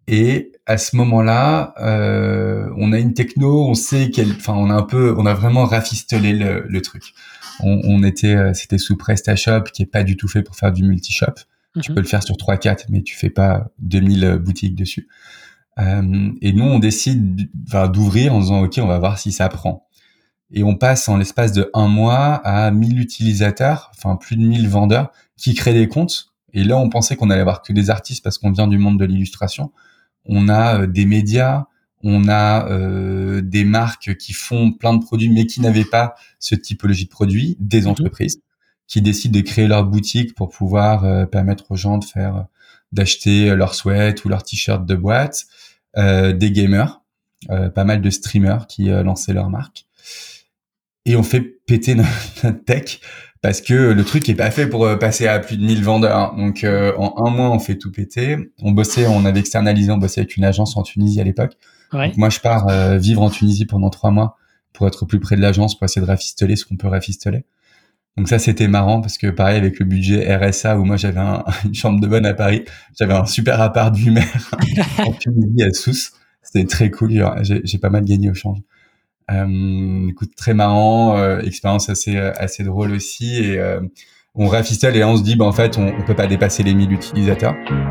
Et à ce moment-là, on a une techno, on sait on a vraiment rafistolé le truc. C'était sous PrestaShop, qui est pas du tout fait pour faire du multi-shop. Tu peux le faire sur 3-4, mais tu fais pas 2000 boutiques dessus. Et nous, on décide d'ouvrir en disant, OK, on va voir si ça prend. Et on passe en l'espace de 1 mois à 1000 utilisateurs, plus de 1000 vendeurs qui créent des comptes. Et là, on pensait qu'on allait avoir que des artistes parce qu'on vient du monde de l'illustration. On a des médias, on a des marques qui font plein de produits, mais qui n'avaient pas ce typologie de produits, des entreprises qui décident de créer leur boutique pour pouvoir permettre aux gens d'acheter leur sweat ou leur t-shirt de boîte, des gamers, pas mal de streamers qui lançaient leur marque. Et on fait péter notre tech parce que le truc est pas fait pour passer à plus de 1000 vendeurs. Donc en 1 mois, on fait tout péter. On avait externalisé, on bossait avec une agence en Tunisie à l'époque. Ouais. Donc moi, je pars vivre en Tunisie pendant 3 mois pour être plus près de l'agence, pour essayer de rafistoler ce qu'on peut rafistoler. Donc ça, c'était marrant parce que pareil, avec le budget RSA où moi j'avais une chambre de bonne à Paris, j'avais un super appart vue mer en Tunisie à Sousse. C'était très cool. J'ai pas mal gagné au change. Écoute, très marrant, expérience assez drôle aussi, et on rafistole et on se dit en fait on peut pas dépasser les 1000 utilisateurs.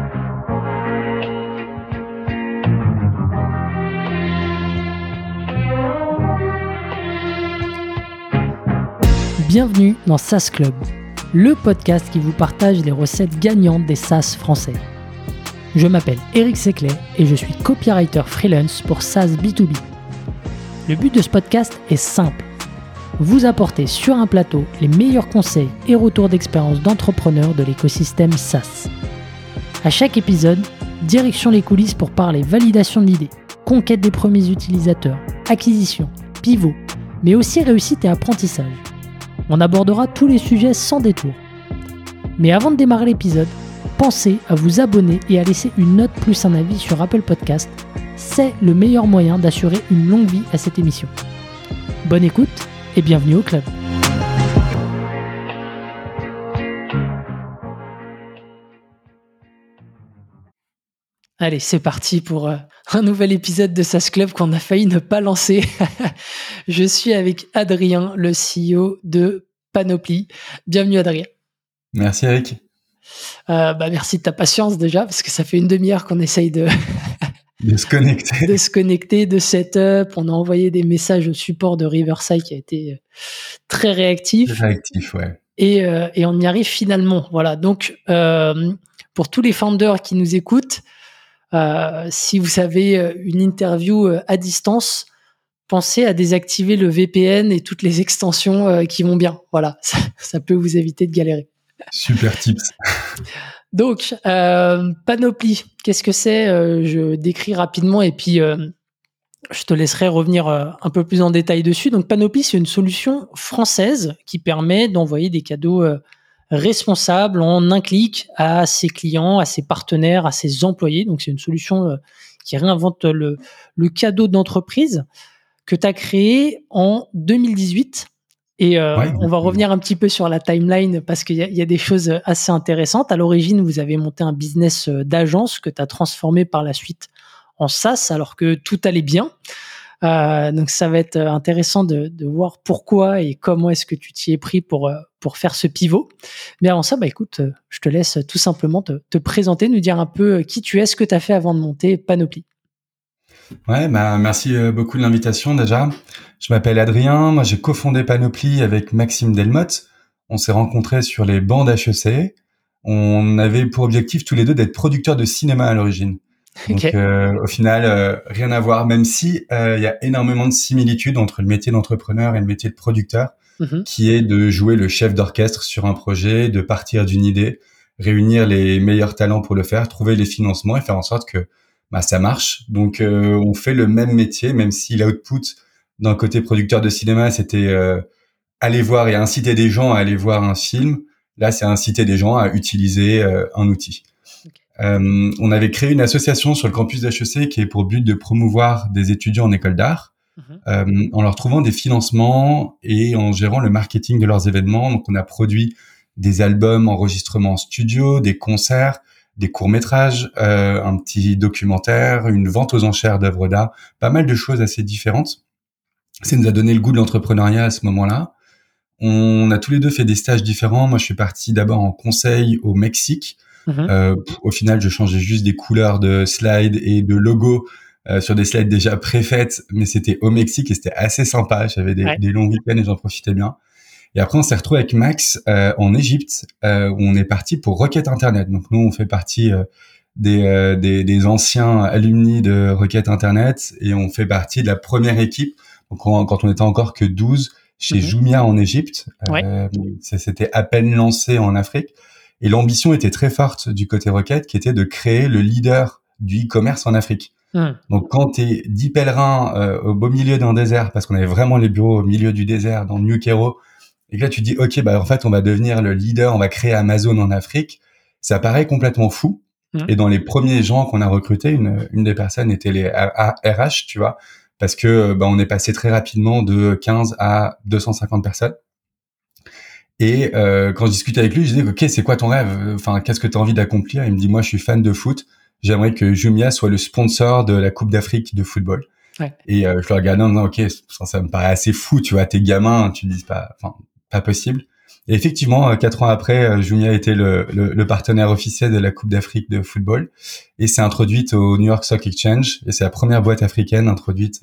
Bienvenue dans SaaS Club, le podcast qui vous partage les recettes gagnantes des SaaS français. Je m'appelle Eric Seclet et je suis copywriter freelance pour SaaS B2B. Le but de ce podcast est simple. Vous apporter sur un plateau les meilleurs conseils et retours d'expérience d'entrepreneurs de l'écosystème SaaS. À chaque épisode, direction les coulisses pour parler validation de l'idée, conquête des premiers utilisateurs, acquisition, pivot, mais aussi réussite et apprentissage. On abordera tous les sujets sans détour. Mais avant de démarrer l'épisode, pensez à vous abonner et à laisser une note plus un avis sur Apple Podcast. C'est le meilleur moyen d'assurer une longue vie à cette émission. Bonne écoute et bienvenue au club. Allez, c'est parti pour un nouvel épisode de SaaS Club qu'on a failli ne pas lancer. Je suis avec Adrien, le CEO de Panoply. Bienvenue Adrien. Merci Eric. Merci de ta patience déjà, parce que ça fait une demi-heure qu'on essaye de se connecter, de setup. On a envoyé des messages au support de Riverside qui a été très réactif. Très réactif, ouais. Et on y arrive finalement. Voilà. Donc, pour tous les founders qui nous écoutent, si vous avez une interview à distance, pensez à désactiver le VPN et toutes les extensions qui vont bien. Voilà, ça peut vous éviter de galérer. Super tips. Donc, Panoply, qu'est-ce que c'est ? Je décris rapidement et puis je te laisserai revenir un peu plus en détail dessus. Donc, Panoply, c'est une solution française qui permet d'envoyer des cadeaux responsables en un clic à ses clients, à ses partenaires, à ses employés. Donc, c'est une solution qui réinvente le cadeau d'entreprise que tu as créé en 2018. Et on va revenir un petit peu sur la timeline parce qu'il y a des choses assez intéressantes. À l'origine, vous avez monté un business d'agence que tu as transformé par la suite en SaaS alors que tout allait bien. Donc, ça va être intéressant de voir pourquoi et comment est-ce que tu t'y es pris pour faire ce pivot. Mais avant ça, écoute, je te laisse tout simplement te présenter, nous dire un peu qui tu es, ce que tu as fait avant de monter Panoply. Ouais, merci beaucoup de l'invitation déjà. Je m'appelle Adrien, moi j'ai cofondé Panoply avec Maxime Delmotte. On s'est rencontrés sur les bancs d'HEC. On avait pour objectif tous les deux d'être producteurs de cinéma à l'origine. Donc au final, rien à voir, même si il y a énormément de similitudes entre le métier d'entrepreneur et le métier de producteur, qui est de jouer le chef d'orchestre sur un projet, de partir d'une idée, réunir les meilleurs talents pour le faire, trouver les financements et faire en sorte que ça marche. Donc on fait le même métier, même si l'output d'un côté producteur de cinéma, c'était aller voir et inciter des gens à aller voir un film. Là, c'est inciter des gens à utiliser un outil. On avait créé une association sur le campus d'HEC qui est pour but de promouvoir des étudiants en école d'art, en leur trouvant des financements et en gérant le marketing de leurs événements. Donc, on a produit des albums, enregistrements en studio, des concerts, des courts-métrages, un petit documentaire, une vente aux enchères d'œuvres d'art, pas mal de choses assez différentes. Ça nous a donné le goût de l'entrepreneuriat à ce moment-là. On a tous les deux fait des stages différents. Moi, je suis parti d'abord en conseil au Mexique. Au final, je changeais juste des couleurs de slides et de logos sur des slides déjà préfaites, mais c'était au Mexique et c'était assez sympa. J'avais des longs week-ends et j'en profitais bien. Et après, on s'est retrouvé avec Max en Égypte, où on est parti pour Rocket Internet. Donc nous, on fait partie des anciens alumni de Rocket Internet et on fait partie de la première équipe. Donc quand on était encore que 12 chez Jumia en Égypte, ça s'était à peine lancé en Afrique. Et l'ambition était très forte du côté Rocket, qui était de créer le leader du e-commerce en Afrique. Donc, quand t'es 10 pèlerins au beau milieu d'un désert, parce qu'on avait vraiment les bureaux au milieu du désert, dans New Cairo, et que là, tu dis, OK, bah, en fait, on va devenir le leader, on va créer Amazon en Afrique, ça paraît complètement fou. Et dans les premiers gens qu'on a recrutés, une des personnes était les RH, tu vois, parce que bah, on est passé très rapidement de 15 à 250 personnes. Et quand je discutais avec lui, je disais, OK, c'est quoi ton rêve? Enfin, qu'est-ce que tu as envie d'accomplir? Il me dit, moi, je suis fan de foot. J'aimerais que Jumia soit le sponsor de la Coupe d'Afrique de football. Et je le regardais en disant, OK, ça me paraît assez fou, tu vois, t'es gamin, tu te dis pas possible. Et effectivement, 4 ans après, Jumia était le partenaire officiel de la Coupe d'Afrique de football et s'est introduite au New York Stock Exchange. Et c'est la première boîte africaine introduite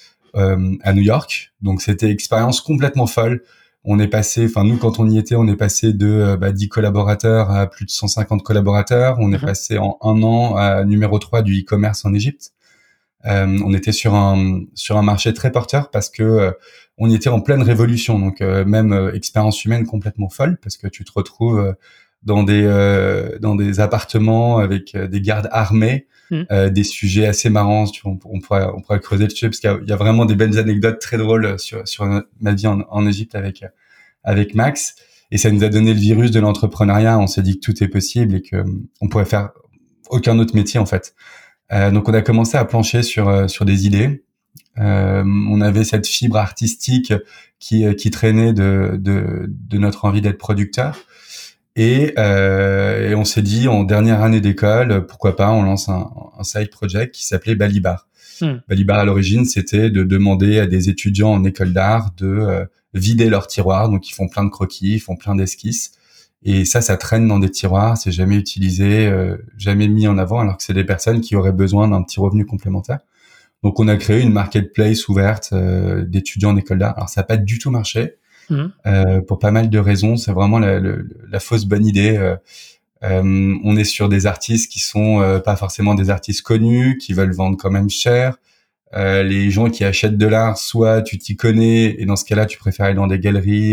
à New York. Donc, c'était une expérience complètement folle. On est passé, enfin nous quand on y était, on est passé de 10 collaborateurs à plus de 150 collaborateurs. On est passé en 1 an à numéro 3 du e-commerce en Égypte. On était sur un marché très porteur parce que on y était en pleine révolution. Donc même expérience humaine complètement folle parce que tu te retrouves dans des appartements avec des gardes armés, des sujets assez marrants. On pourrait creuser dessus parce qu'il y a vraiment des belles anecdotes très drôles sur ma vie en Égypte avec Max. Et ça nous a donné le virus de l'entrepreneuriat. On s'est dit que tout est possible et que on pourrait faire aucun autre métier en fait. Donc on a commencé à plancher sur des idées. On avait cette fibre artistique qui traînait de notre envie d'être producteur. Et on s'est dit en dernière année d'école, pourquoi pas, on lance un side project qui s'appelait Balibar. Balibar à l'origine, c'était de demander à des étudiants en école d'art de vider leurs tiroirs. Donc ils font plein de croquis, ils font plein d'esquisses. Et ça traîne dans des tiroirs, c'est jamais utilisé, jamais mis en avant, alors que c'est des personnes qui auraient besoin d'un petit revenu complémentaire. Donc on a créé une marketplace ouverte d'étudiants en école d'art. Alors ça n'a pas du tout marché. Pour pas mal de raisons, c'est vraiment la fausse bonne idée. On est sur des artistes qui sont pas forcément des artistes connus, qui veulent vendre quand même cher. Les gens qui achètent de l'art, soit tu t'y connais et dans ce cas-là, tu préfères aller dans des galeries,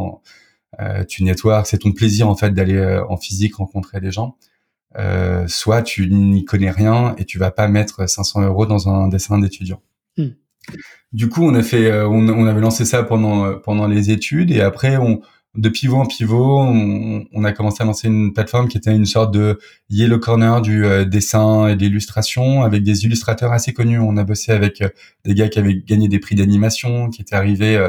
tu networks, c'est ton plaisir en fait d'aller en physique rencontrer des gens. Soit tu n'y connais rien et tu vas pas mettre 500 € dans un dessin d'étudiant. Du coup, on avait lancé ça pendant les études et après, de pivot en pivot, on a commencé à lancer une plateforme qui était une sorte de Yellow Corner du dessin et de l'illustration avec des illustrateurs assez connus. On a bossé avec des gars qui avaient gagné des prix d'animation, qui étaient arrivés,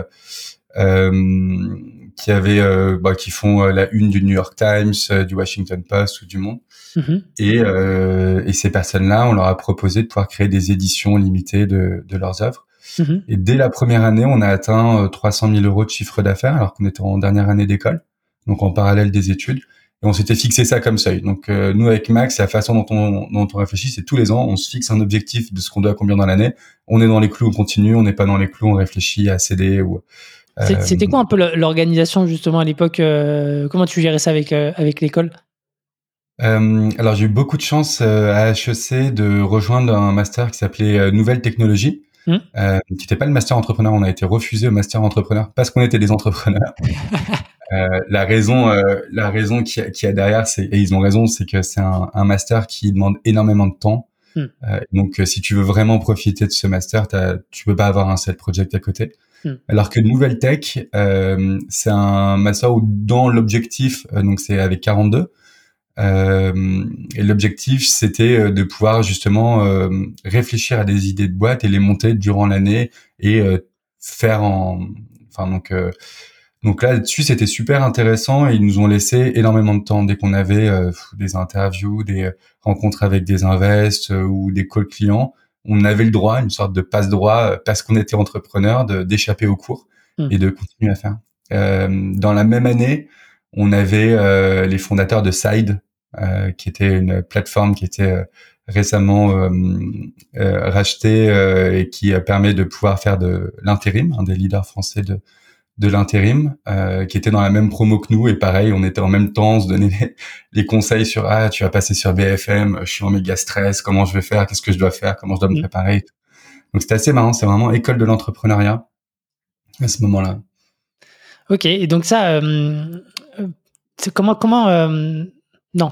qui font la une du New York Times, du Washington Post ou du Monde. Et ces personnes-là, on leur a proposé de pouvoir créer des éditions limitées de leurs œuvres. Et dès la première année, on a atteint 300 000 € de chiffre d'affaires, alors qu'on était en dernière année d'école, donc en parallèle des études. Et on s'était fixé ça comme seuil. Donc nous, avec Max, la façon dont on réfléchit, c'est tous les ans, on se fixe un objectif de ce qu'on doit accomplir dans l'année. On est dans les clous, on continue. On n'est pas dans les clous, on réfléchit à céder ou... C'était quoi un peu l'organisation justement à l'époque? Comment tu gérais ça avec l'école? Alors j'ai eu beaucoup de chance à HEC de rejoindre un master qui s'appelait Nouvelles Technologies, qui n'était pas le master entrepreneur. On a été refusé au master entrepreneur parce qu'on était des entrepreneurs. La raison qui a derrière, et ils ont raison, c'est que c'est un master qui demande énormément de temps. Donc si tu veux vraiment profiter de ce master, tu peux pas avoir un side project à côté. Alors que Nouvelle Tech, c'est un master où dans l'objectif, donc c'est avec 42. Et l'objectif, c'était de pouvoir justement réfléchir à des idées de boîte et les monter durant l'année et faire Donc là-dessus, c'était super intéressant et ils nous ont laissé énormément de temps. Dès qu'on avait des interviews, des rencontres avec des invests ou des calls clients, on avait le droit, une sorte de passe-droit, parce qu'on était entrepreneur, d'échapper aux cours et de continuer à faire. Dans la même année, on avait les fondateurs de Side, qui était une plateforme qui était récemment rachetée et qui permet de pouvoir faire de l'intérim, un des leaders français de l'intérim, qui était dans la même promo que nous, et pareil, on était en même temps, on se donnait les conseils sur tu vas passer sur BFM, je suis en méga stress, comment je vais faire, qu'est-ce que je dois faire, comment je dois me préparer. Donc c'était assez marrant, c'est vraiment école de l'entrepreneuriat à ce moment-là. Ok, et donc ça, c'est comment non,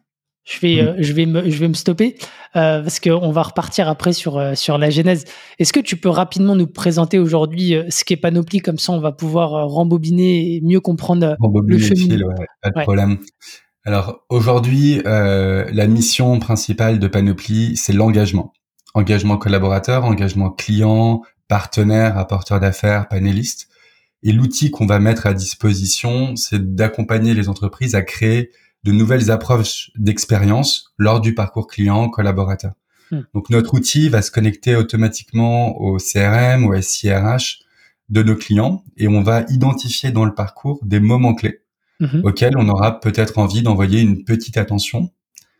je vais me stopper parce qu'on va repartir après sur la genèse. Est-ce que tu peux rapidement nous présenter aujourd'hui ce qu'est Panoply, comme ça on va pouvoir rembobiner et mieux comprendre le Rembobiner le fil, cheminement. ouais, pas de problème. Alors aujourd'hui, la mission principale de Panoply, c'est l'engagement. Engagement collaborateur, engagement client, partenaire, apporteur d'affaires, panéliste. Et l'outil qu'on va mettre à disposition, c'est d'accompagner les entreprises à créer de nouvelles approches d'expérience lors du parcours client collaborateur. Donc notre outil va se connecter automatiquement au CRM, au SIRH de nos clients et on va identifier dans le parcours des moments clés auxquels on aura peut-être envie d'envoyer une petite attention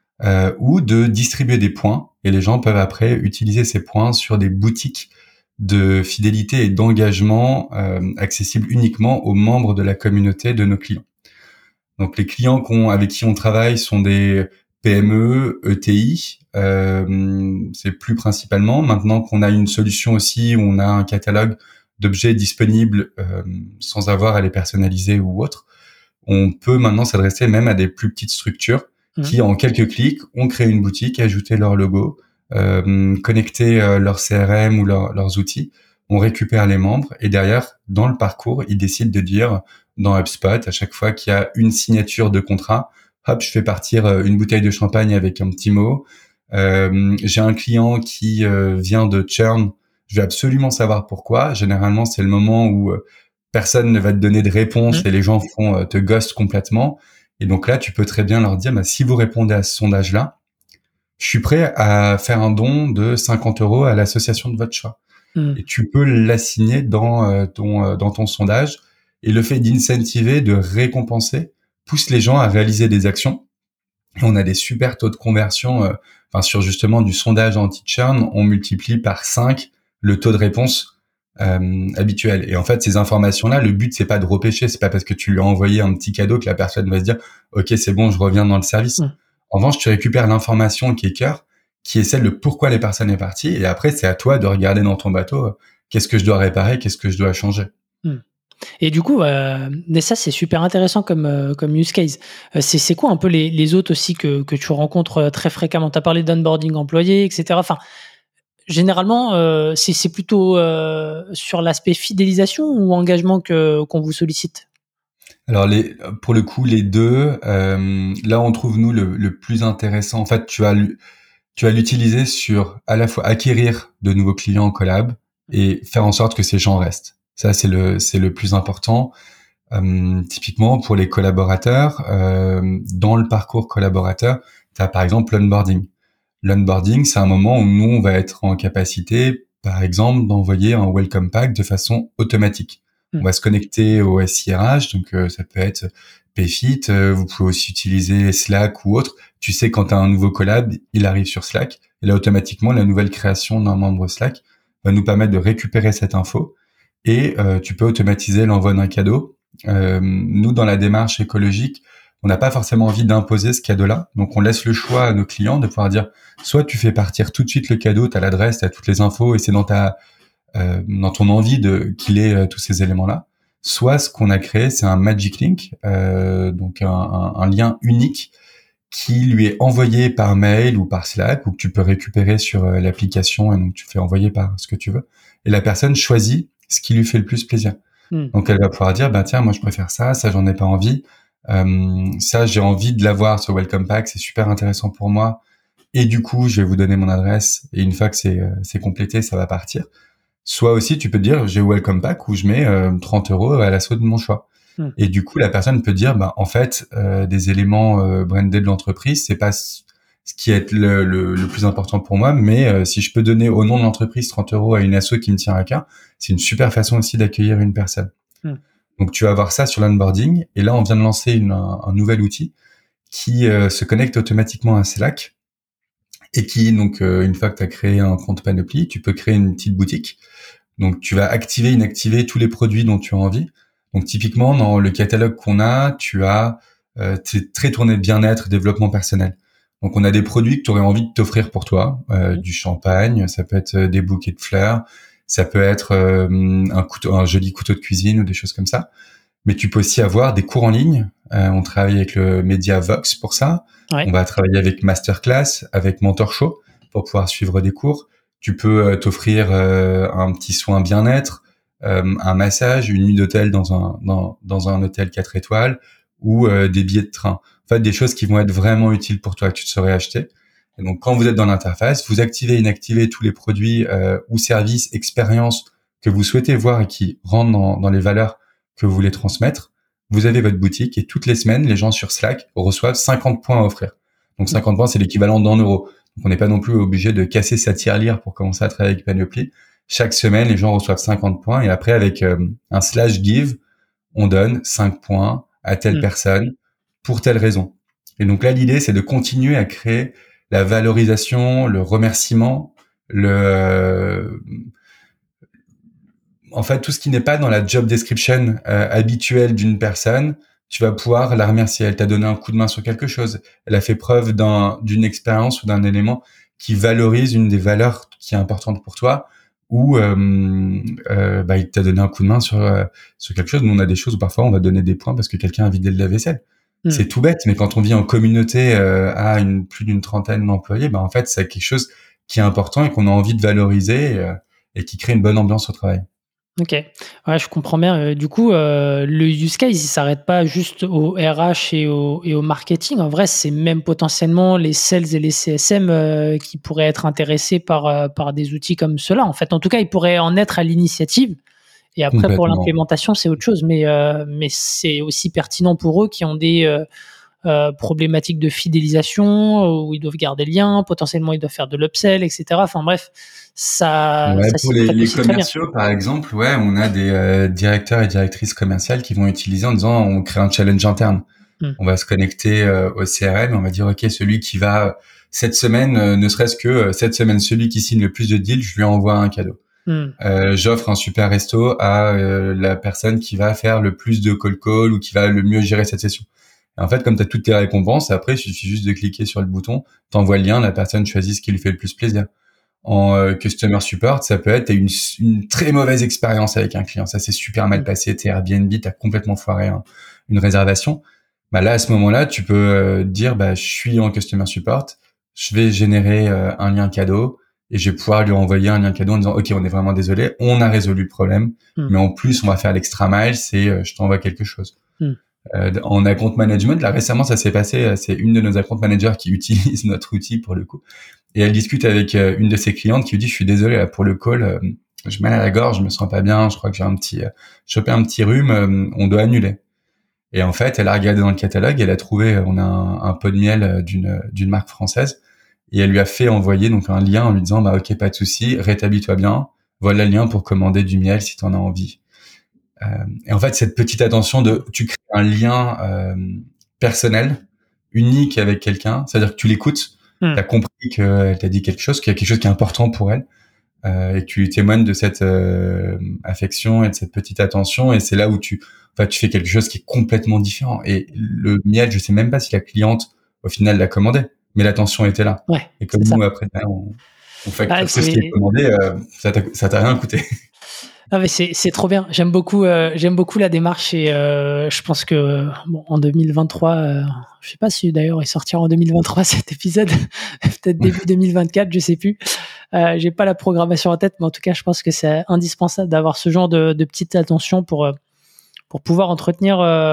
ou de distribuer des points. Et les gens peuvent après utiliser ces points sur des boutiques de fidélité et d'engagement accessibles uniquement aux membres de la communauté de nos clients. Donc les clients avec qui on travaille sont des PME, ETI, c'est plus principalement. Maintenant qu'on a une solution aussi, où on a un catalogue d'objets disponibles sans avoir à les personnaliser ou autre, on peut maintenant s'adresser même à des plus petites structures qui, en quelques clics, ont créé une boutique, ajouté leur logo, connecté leur CRM ou leurs outils. On récupère les membres et derrière, dans le parcours, ils décident de dire dans HubSpot, à chaque fois qu'il y a une signature de contrat, hop, je fais partir une bouteille de champagne avec un petit mot. J'ai un client qui vient de churn, je vais absolument savoir pourquoi. Généralement, c'est le moment où personne ne va te donner de réponse et les gens te ghostent complètement. Et donc là, tu peux très bien leur dire, si vous répondez à ce sondage-là, je suis prêt à faire un don de 50 € à l'association de votre choix. Et tu peux l'assigner dans ton sondage. Et le fait d'incentiver, de récompenser, pousse les gens à réaliser des actions. Et on a des super taux de conversion. Sur justement du sondage anti-churn, on multiplie par 5 le taux de réponse habituel. Et en fait, ces informations-là, le but, c'est pas de repêcher. C'est pas parce que tu lui as envoyé un petit cadeau que la personne va se dire « Ok, c'est bon, je reviens dans le service ». En revanche, tu récupères l'information qui est cœur, qui est celle de pourquoi les personnes sont parties. Et après, c'est à toi de regarder dans ton bateau qu'est-ce que je dois réparer, qu'est-ce que je dois changer. Et du coup, mais ça, c'est super intéressant comme use case. C'est quoi un peu les autres aussi que tu rencontres très fréquemment? Tu as parlé d'onboarding employé, etc. Enfin, généralement, c'est plutôt sur l'aspect fidélisation ou engagement qu'on vous sollicite? Alors pour le coup, les deux. Là, on trouve nous le plus intéressant. En fait, tu vas l'utiliser sur à la fois acquérir de nouveaux clients en collab et faire en sorte que ces gens restent. Ça, c'est le plus important. Typiquement pour les collaborateurs, dans le parcours collaborateur, tu as par exemple l'onboarding. L'onboarding, c'est un moment où nous, on va être en capacité, par exemple, d'envoyer un welcome pack de façon automatique. On va se connecter au SIRH, donc ça peut être Payfit, vous pouvez aussi utiliser Slack ou autre. Tu sais, quand tu as un nouveau collab, il arrive sur Slack, et là, automatiquement, la nouvelle création d'un membre Slack va nous permettre de récupérer cette info, et tu peux automatiser l'envoi d'un cadeau. Nous, dans la démarche écologique, on n'a pas forcément envie d'imposer ce cadeau-là, donc on laisse le choix à nos clients de pouvoir dire, soit tu fais partir tout de suite le cadeau, tu as l'adresse, tu as toutes les infos, et c'est dans ton envie qu'il ait tous ces éléments-là. Soit ce qu'on a créé, c'est un Magic Link, donc un lien unique qui lui est envoyé par mail ou par Slack, ou que tu peux récupérer sur l'application, et donc tu fais envoyer par ce que tu veux. Et la personne choisit ce qui lui fait le plus plaisir. Donc elle va pouvoir dire, tiens, moi je préfère ça j'en ai pas envie. Ça, j'ai envie de l'avoir, ce welcome pack, c'est super intéressant pour moi. Et du coup, je vais vous donner mon adresse, et une fois que c'est complété, ça va partir. Soit aussi, tu peux te dire, j'ai welcome pack où je mets 30 € à l'assaut de mon choix. Et du coup, la personne peut dire, bah, en fait, des éléments brandés de l'entreprise, c'est pas ce qui est le plus important pour moi, mais si je peux donner au nom de l'entreprise 30 euros à une asso qui me tient à cœur, c'est une super façon aussi d'accueillir une personne. Donc, tu vas avoir ça sur l'onboarding. Et là, on vient de lancer un nouvel outil qui se connecte automatiquement à Slack et qui, donc, une fois que tu as créé un compte Panoply, tu peux créer une petite boutique. Donc, tu vas activer, inactiver tous les produits dont tu as envie. Donc, typiquement, dans le catalogue qu'on a, tu as t'es très tourné bien-être, développement personnel. Donc, on a des produits que tu aurais envie de t'offrir pour toi, du champagne, ça peut être des bouquets de fleurs, ça peut être un joli couteau de cuisine ou des choses comme ça. Mais tu peux aussi avoir des cours en ligne. On travaille avec le média Vox pour ça. Ouais. On va travailler avec Masterclass, avec Mentor Show pour pouvoir suivre des cours. Tu peux t'offrir un petit soin bien-être, un massage, une nuit d'hôtel dans un hôtel 4 étoiles ou des billets de train. En fait, des choses qui vont être vraiment utiles pour toi, que tu te serais acheté. Et donc, quand vous êtes dans l'interface, vous activez et inactivez tous les produits ou services, expériences que vous souhaitez voir et qui rentrent dans les valeurs que vous voulez transmettre. Vous avez votre boutique et toutes les semaines, les gens sur Slack reçoivent 50 points à offrir. Donc 50 points, c'est l'équivalent d'1 euro. Donc on n'est pas non plus obligé de casser sa tirelire pour commencer à travailler avec Panoply. Chaque semaine, les gens reçoivent 50 points et après, avec un /give, on donne 5 points à telle personne pour telle raison. Et donc là, l'idée, c'est de continuer à créer la valorisation, le remerciement, en fait, tout ce qui n'est pas dans la job description habituelle d'une personne, tu vas pouvoir la remercier. Elle t'a donné un coup de main sur quelque chose. Elle a fait preuve d'une expérience ou d'un élément qui valorise une des valeurs qui est importante pour toi. Ou il t'a donné un coup de main sur quelque chose. Nous, on a des choses où parfois on va donner des points parce que quelqu'un a vidé le lave-vaisselle. C'est tout bête, mais quand on vit en communauté à plus d'une trentaine d'employés, en fait, c'est quelque chose qui est important et qu'on a envie de valoriser et qui crée une bonne ambiance au travail. Ok, ouais, je comprends bien. Du coup, le use case, il s'arrête pas juste au RH et au marketing. En vrai, c'est même potentiellement les sales et les CSM qui pourraient être intéressés par des outils comme cela. En fait, en tout cas, ils pourraient en être à l'initiative. Et après, pour l'implémentation, c'est autre chose. Mais c'est aussi pertinent pour eux qui ont des problématiques de fidélisation où ils doivent garder le lien. Potentiellement, ils doivent faire de l'upsell, etc. Enfin bref, ça pour les commerciaux, par exemple, on a des directeurs et directrices commerciales qui vont utiliser en disant on crée un challenge interne. On va se connecter au CRM, on va dire ok, celui qui va cette semaine, ne serait-ce que cette semaine, celui qui signe le plus de deals, je lui envoie un cadeau. J'offre un super resto à la personne qui va faire le plus de cold call ou qui va le mieux gérer cette session. Et en fait, comme tu as toutes tes récompenses, après, il suffit juste de cliquer sur le bouton, t'envoies le lien, la personne choisit ce qui lui fait le plus plaisir. En customer support, ça peut être t'as une très mauvaise expérience avec un client, ça s'est super mal passé, t'es Airbnb, t'as complètement foiré une réservation. Là, à ce moment-là, tu peux dire je suis en customer support, je vais générer un lien cadeau et je vais pouvoir lui envoyer un lien cadeau en disant ok, on est vraiment désolé, on a résolu le problème, mais en plus on va faire l'extra mile, c'est je t'envoie quelque chose. En account management, là récemment ça s'est passé, c'est une de nos account managers qui utilise notre outil pour le coup, et elle discute avec une de ses clientes qui lui dit je suis désolé là, pour le call, je mal à la gorge, je me sens pas bien, je crois que j'ai chopé un petit rhume, on doit annuler. Et en fait elle a regardé dans le catalogue, elle a trouvé on a un pot de miel d'une marque française et elle lui a fait envoyer donc un lien en lui disant ok, pas de souci, rétablis-toi bien, voilà le lien pour commander du miel si t'en as envie. Et en fait, cette petite attention tu crées un lien personnel, unique avec quelqu'un, c'est-à-dire que tu l'écoutes, t'as compris qu'elle t'a dit quelque chose, qu'il y a quelque chose qui est important pour elle, et tu lui témoignes de cette affection et de cette petite attention, et c'est là où tu fais quelque chose qui est complètement différent. Et le miel, je sais même pas si la cliente, au final, l'a commandé, mais l'attention était là. Ouais, et comme nous, après, on facture que ce qui est commandé, ça t'a rien coûté. Ah mais c'est trop bien. J'aime beaucoup la démarche et je pense que en 2023, je sais pas si d'ailleurs il sortira en 2023 cet épisode, peut-être début 2024, je sais plus. J'ai pas la programmation en tête, mais en tout cas, je pense que c'est indispensable d'avoir ce genre de petite attention pour pouvoir entretenir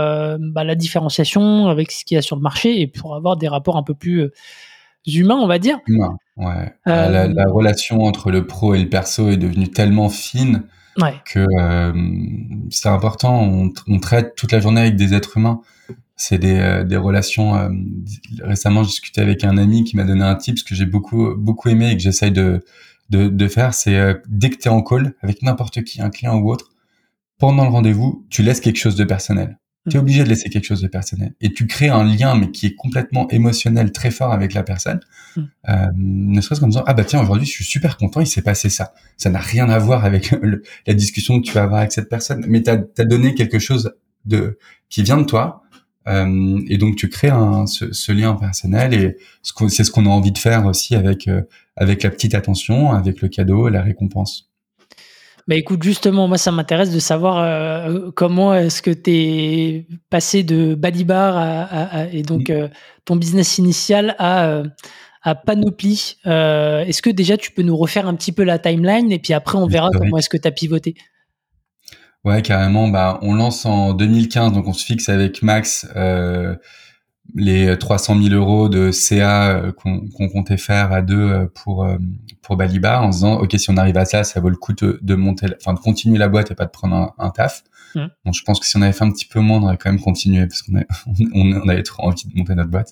la différenciation avec ce qu'il y a sur le marché et pour avoir des rapports un peu plus humains, on va dire. Ouais. La relation entre le pro et le perso est devenue tellement fine Ouais. que c'est important. On traite toute la journée avec des êtres humains. C'est des relations. Récemment, j'ai discuté avec un ami qui m'a donné un tip, ce que j'ai beaucoup aimé et que j'essaye de faire. C'est dès que tu es en call avec n'importe qui, un client ou autre, pendant le rendez-vous, tu laisses quelque chose de personnel. Tu es obligé de laisser quelque chose de personnel. Et tu crées un lien, mais qui est complètement émotionnel, très fort avec la personne. Ne serait-ce qu'en disant, ah bah tiens, aujourd'hui, je suis super content, il s'est passé ça. Ça n'a rien à voir avec la discussion que tu vas avoir avec cette personne. Mais t'as donné quelque chose qui vient de toi. Et donc, tu crées ce lien personnel. Et c'est ce qu'on a envie de faire aussi avec la petite attention, avec le cadeau, la récompense. Bah écoute, justement, moi, ça m'intéresse de savoir comment est-ce que tu es passé de Balibar et donc ton business initial à Panoply. Est-ce que déjà tu peux nous refaire un petit peu la timeline et puis après on verra comment est-ce que tu as pivoté? Ouais, carrément. Bah, on lance en 2015, donc on se fixe avec Max les 300 000 euros de CA qu'on comptait faire à deux pour Balibar, en se disant ok, si on arrive à ça, ça vaut le coup de monter, de continuer la boîte et pas de prendre un taf. Donc je pense que si on avait fait un petit peu moins, on aurait quand même continué parce on avait trop envie de monter notre boîte.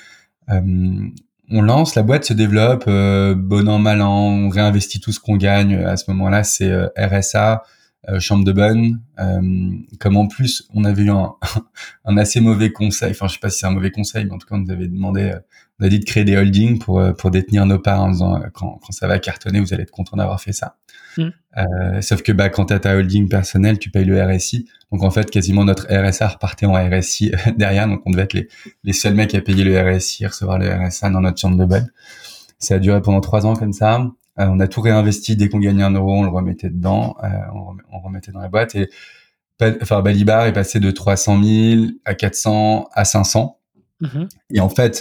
On lance, la boîte se développe, bon an mal an, on réinvestit tout ce qu'on gagne. À ce moment-là, c'est RSA, chambre de bonne. Comme en plus, on avait eu un assez mauvais conseil. Enfin, je sais pas si c'est un mauvais conseil, mais en tout cas, on nous avait demandé, on a dit de créer des holdings pour détenir nos parts en disant quand ça va cartonner, vous allez être content d'avoir fait ça. Sauf que quand t'as ta holding personnelle, tu payes le RSI. Donc en fait, quasiment notre RSA repartait en RSI derrière. Donc on devait être les seuls mecs à payer le RSI, recevoir le RSA dans notre chambre de bonne. Ça a duré pendant 3 ans comme ça. On a tout réinvesti. Dès qu'on gagnait 1 euro, on le remettait dedans. On remettait dans la boîte. Et Balibar est passé de 300 000 à 400 à 500. Et en fait,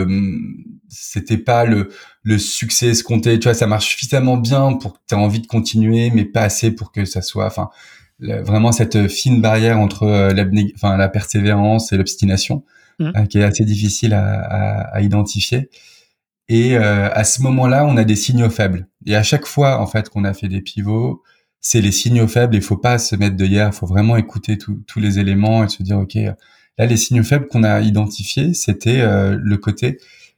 c'était pas le succès escompté. Tu vois, ça marche suffisamment bien pour que tu aies envie de continuer, mais pas assez pour que ça soit, vraiment cette fine barrière entre la persévérance et l'obstination, qui est assez difficile à identifier. Et à ce moment-là, on a des signaux faibles. Et à chaque fois, en fait, qu'on a fait des pivots, c'est les signaux faibles. Il faut pas se mettre de hier. Il faut vraiment écouter tous les éléments et se dire, ok, là, les signaux faibles qu'on a identifiés, c'était le côté,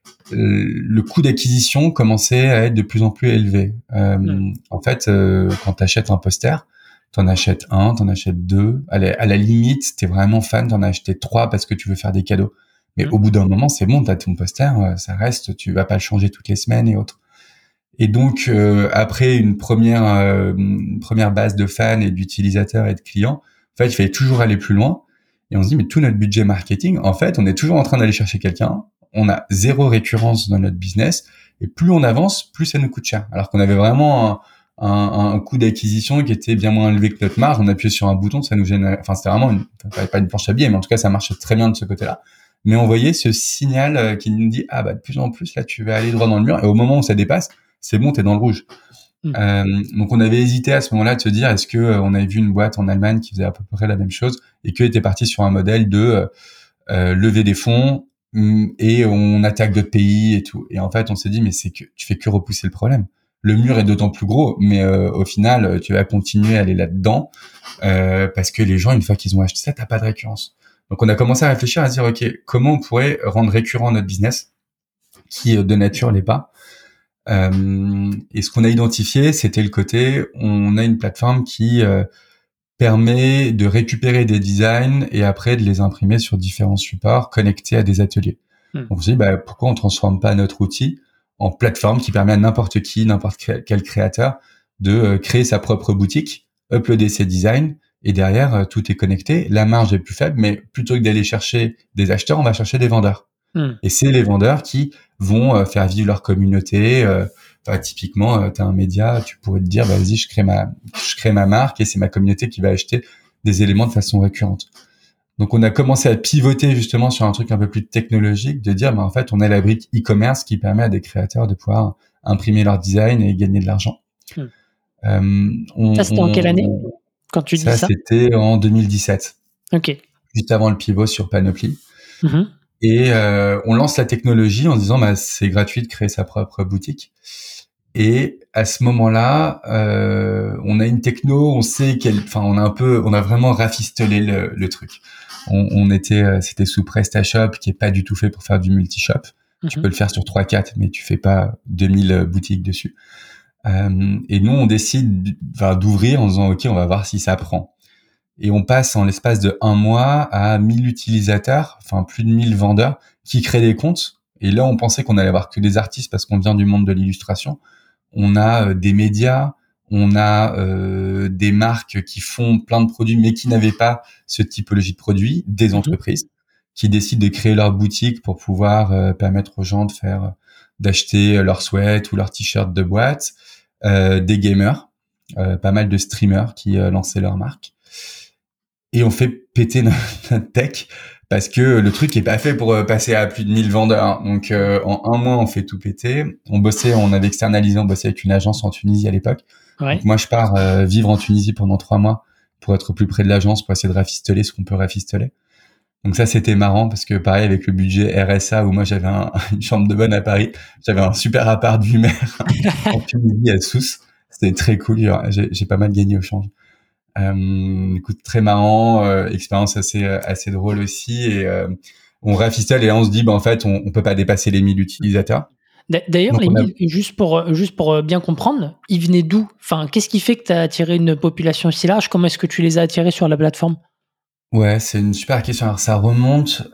le coût d'acquisition commençait à être de plus en plus élevé. En fait, quand tu achètes un poster, t'en achètes un, t'en achètes deux. À la limite, t'es vraiment fan, t'en as acheté 3 parce que tu veux faire des cadeaux. Mais au bout d'un moment, c'est bon, t'as ton poster, ça reste, tu vas pas le changer toutes les semaines et autres. Et donc, après une première base de fans et d'utilisateurs et de clients, en fait, il fallait toujours aller plus loin. Et on se dit, mais tout notre budget marketing, en fait, on est toujours en train d'aller chercher quelqu'un. On a 0 récurrence dans notre business. Et plus on avance, plus ça nous coûte cher. Alors qu'on avait vraiment un coût d'acquisition qui était bien moins élevé que notre marge. On appuyait sur un bouton, ça nous générait, c'était vraiment pas une planche à billets, mais en tout cas, ça marchait très bien de ce côté-là. Mais on voyait ce signal qui nous dit, de plus en plus, là, tu vas aller droit dans le mur. Et au moment où ça dépasse, c'est bon, t'es dans le rouge. Donc on avait hésité à ce moment-là de se dire, est-ce que on avait vu une boîte en Allemagne qui faisait à peu près la même chose et qui était partie sur un modèle de lever des fonds et on attaque d'autres pays et tout. Et en fait, on s'est dit, mais c'est que tu fais que repousser le problème. Le mur est d'autant plus gros, mais au final, tu vas continuer à aller là-dedans parce que les gens, une fois qu'ils ont acheté ça, t'as pas de récurrence. Donc on a commencé à réfléchir à se dire, ok, comment on pourrait rendre récurrent notre business qui de nature l'est pas. Et ce qu'on a identifié, c'était le côté, on a une plateforme qui permet de récupérer des designs et après de les imprimer sur différents supports connectés à des ateliers. Donc on se dit, pourquoi on transforme pas notre outil en plateforme qui permet à n'importe qui, n'importe quel créateur de créer sa propre boutique, uploader ses designs et derrière tout est connecté. La marge est plus faible, mais plutôt que d'aller chercher des acheteurs, on va chercher des vendeurs. Et c'est les vendeurs qui vont faire vivre leur communauté. Typiquement, tu as un média, tu pourrais te dire, vas-y, je crée ma marque et c'est ma communauté qui va acheter des éléments de façon récurrente. Donc, on a commencé à pivoter justement sur un truc un peu plus technologique, de dire, en fait, on a la brique e-commerce qui permet à des créateurs de pouvoir imprimer leur design et gagner de l'argent. Ça, c'était en quelle année quand tu dis ça? Ça, c'était en 2017. Ok. Juste avant le pivot sur Panoply. Et on lance la technologie en se disant c'est gratuit de créer sa propre boutique. Et à ce moment-là, on a une techno, on sait on a vraiment rafistolé le truc. C'était sous PrestaShop, qui est pas du tout fait pour faire du multi-shop. Tu peux le faire sur 3-4, mais tu fais pas 2000 boutiques dessus. Et nous, on décide d'ouvrir en disant, OK, on va voir si ça prend. Et on passe en l'espace de 1 mois à 1000 utilisateurs, enfin plus de 1000 vendeurs qui créent des comptes. Et là, on pensait qu'on allait avoir que des artistes parce qu'on vient du monde de l'illustration. On a des médias, on a des marques qui font plein de produits mais qui n'avaient pas ce typologie de produits, des entreprises qui décident de créer leur boutique pour pouvoir permettre aux gens d'acheter leurs sweats ou leurs t-shirts de boîte, des gamers, pas mal de streamers qui lançaient leur marque. Et on fait péter notre tech parce que le truc est pas fait pour passer à plus de 1000 vendeurs. Donc en 1 mois, on fait tout péter. On avait externalisé, on bossait avec une agence en Tunisie à l'époque. Ouais. Donc moi, je pars vivre en Tunisie pendant 3 mois pour être plus près de l'agence, pour essayer de rafistoler ce qu'on peut rafistoler. Donc ça, c'était marrant parce que pareil, avec le budget RSA, où moi j'avais une chambre de bonne à Paris, j'avais un super appart vue mer en Tunisie à Sousse. C'était très cool. J'ai pas mal gagné au change. Écoute, très marrant, expérience assez drôle aussi, et on rafistole et là on se dit en fait on peut pas dépasser les 1000 utilisateurs. D'ailleurs, les 1000, juste pour bien comprendre, ils venaient d'où? Enfin, qu'est-ce qui fait que tu as attiré une population si large? Comment est-ce que tu les as attirés sur la plateforme? Ouais, c'est une super question. Alors ça remonte.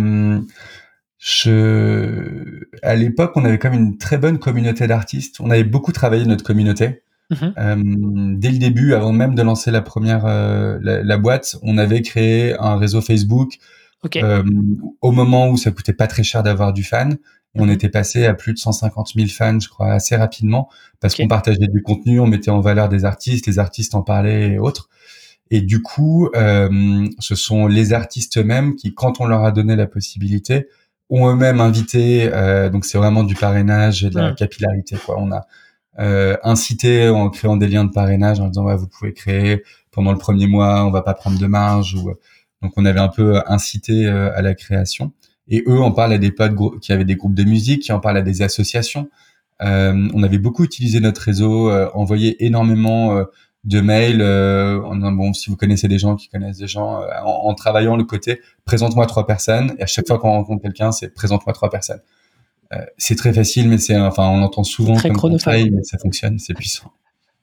À l'époque, on avait quand même une très bonne communauté d'artistes. On avait beaucoup travaillé notre communauté. Dès le début, avant même de lancer la première la boîte, on avait créé un réseau Facebook. Au moment où ça coûtait pas très cher d'avoir du fan, on était passé à plus de 150 000 fans, je crois, assez rapidement, parce qu'on partageait du contenu, on mettait en valeur des artistes, les artistes en parlaient et autres. Et du coup, ce sont les artistes eux-mêmes qui, quand on leur a donné la possibilité, ont eux-mêmes invité. Donc c'est vraiment du parrainage et de la capillarité, quoi. On a incité en créant des liens de parrainage en disant vous pouvez créer pendant le premier mois, on va pas prendre de marge. Donc on avait un peu incité à la création. Et eux en parlent à des potes qui avaient des groupes de musique, qui en parlent à des associations. On avait beaucoup utilisé notre réseau, envoyé énormément de mails en disant si vous connaissez des gens qui connaissent des gens, en travaillant le côté présente-moi 3 personnes, et à chaque fois qu'on rencontre quelqu'un, c'est présente-moi 3 personnes. C'est très facile, mais on entend souvent comme conseil, mais ça fonctionne, c'est puissant.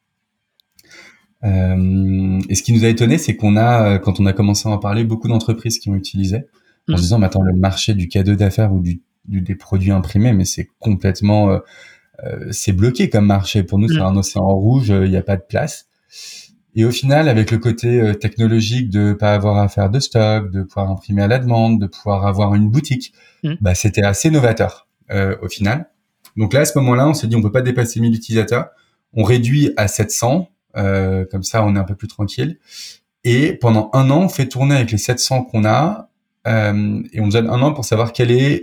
Et ce qui nous a étonné, c'est qu'on a, quand on a commencé à en parler, beaucoup d'entreprises qui ont utilisé, en se disant, mais attends, le marché du cadeau d'affaires ou des produits imprimés, mais c'est complètement, c'est bloqué comme marché. Pour nous, c'est un océan rouge, il n'y a pas de place. Et au final, avec le côté technologique de pas avoir à faire de stock, de pouvoir imprimer à la demande, de pouvoir avoir une boutique, c'était assez novateur au final. Donc là, à ce moment-là, on s'est dit on peut pas dépasser 1000 utilisateurs. On réduit à 700, comme ça on est un peu plus tranquille. Et pendant 1 an, on fait tourner avec les 700 qu'on a, et on nous donne 1 an pour savoir quelle est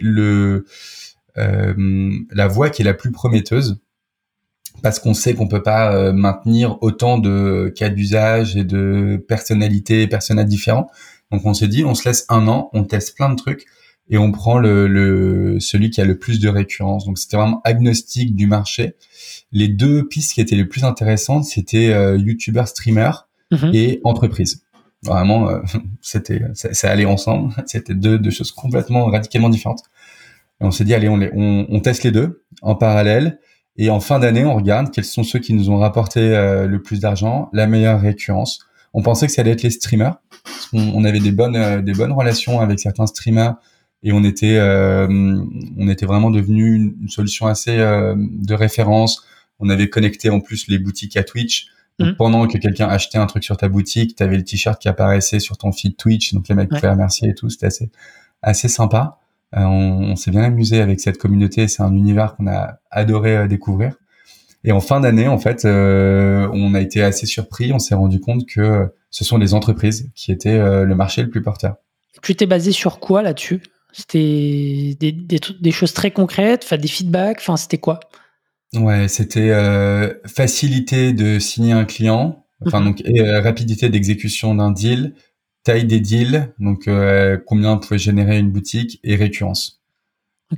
la voie qui est la plus prometteuse. Parce qu'on sait qu'on peut pas maintenir autant de cas d'usage et de personnels différents. Donc on s'est dit, on se laisse 1 an, on teste plein de trucs et on prend celui qui a le plus de récurrence. Donc c'était vraiment agnostique du marché. Les 2 pistes qui étaient les plus intéressantes, c'était YouTuber, streamer et entreprise. Vraiment, ça allait ensemble. C'était deux choses complètement radicalement différentes. Et on s'est dit, allez, on teste les 2 en parallèle. Et en fin d'année, on regarde quels sont ceux qui nous ont rapporté le plus d'argent, la meilleure récurrence. On pensait que ça allait être les streamers, parce qu'on avait des bonnes relations avec certains streamers, et on était vraiment devenu une solution assez de référence. On avait connecté en plus les boutiques à Twitch. Donc pendant que quelqu'un achetait un truc sur ta boutique, t'avais le t-shirt qui apparaissait sur ton feed Twitch, donc les mecs pouvaient remercier et tout. C'était assez sympa. On s'est bien amusé avec cette communauté. C'est un univers qu'on a adoré découvrir. Et en fin d'année, en fait, on a été assez surpris. On s'est rendu compte que ce sont les entreprises qui étaient le marché le plus porteur. Tu t'es basé sur quoi là-dessus? C'était des choses très concrètes, des feedbacks, c'était quoi? Ouais, c'était facilité de signer un client, rapidité d'exécution d'un deal, taille des deals, donc combien pouvait générer une boutique, et récurrence. Ok.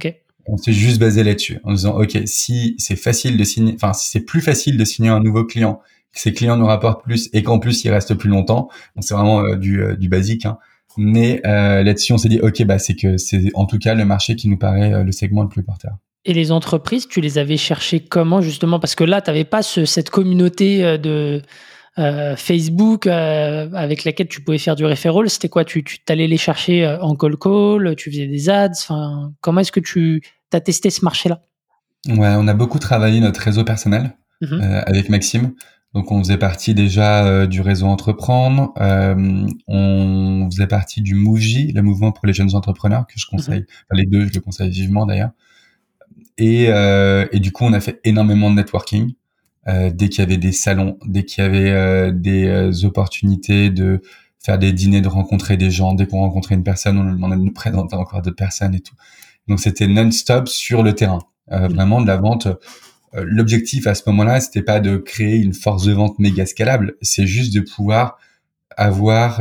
On s'est juste basé là-dessus, en disant, OK, si c'est facile de signer, enfin, si c'est plus facile de signer un nouveau client, que ces clients nous rapportent plus et qu'en plus, ils restent plus longtemps, donc c'est vraiment du basique, hein. Mais là-dessus, on s'est dit, OK, bah, c'est que c'est en tout cas le marché qui nous paraît le segment le plus porteur. Et les entreprises, tu les avais cherchées comment justement? Parce que là, tu n'avais pas cette communauté de Facebook avec laquelle tu pouvais faire du referral. C'était quoi? Tu t'allais les chercher en call, tu faisais des ads. Enfin, comment est-ce que tu as testé ce marché-là? Ouais, on a beaucoup travaillé notre réseau personnel Mhm, avec Maxime. Donc, on faisait partie déjà du réseau Entreprendre. On faisait partie du MoveJ, le mouvement pour les jeunes entrepreneurs, que je mhm, conseille. Enfin, les deux, je le conseille vivement d'ailleurs. Et du coup, on a fait énormément de networking. Dès qu'il y avait des salons, dès qu'il y avait des opportunités de faire des dîners, de rencontrer des gens, dès qu'on rencontrait une personne, on nous demandait de nous présenter encore d'autres personnes et tout. Donc, c'était non-stop sur le terrain. mhm, Vraiment de la vente. L'objectif à ce moment-là, c'était pas de créer une force de vente méga scalable, c'est juste de pouvoir avoir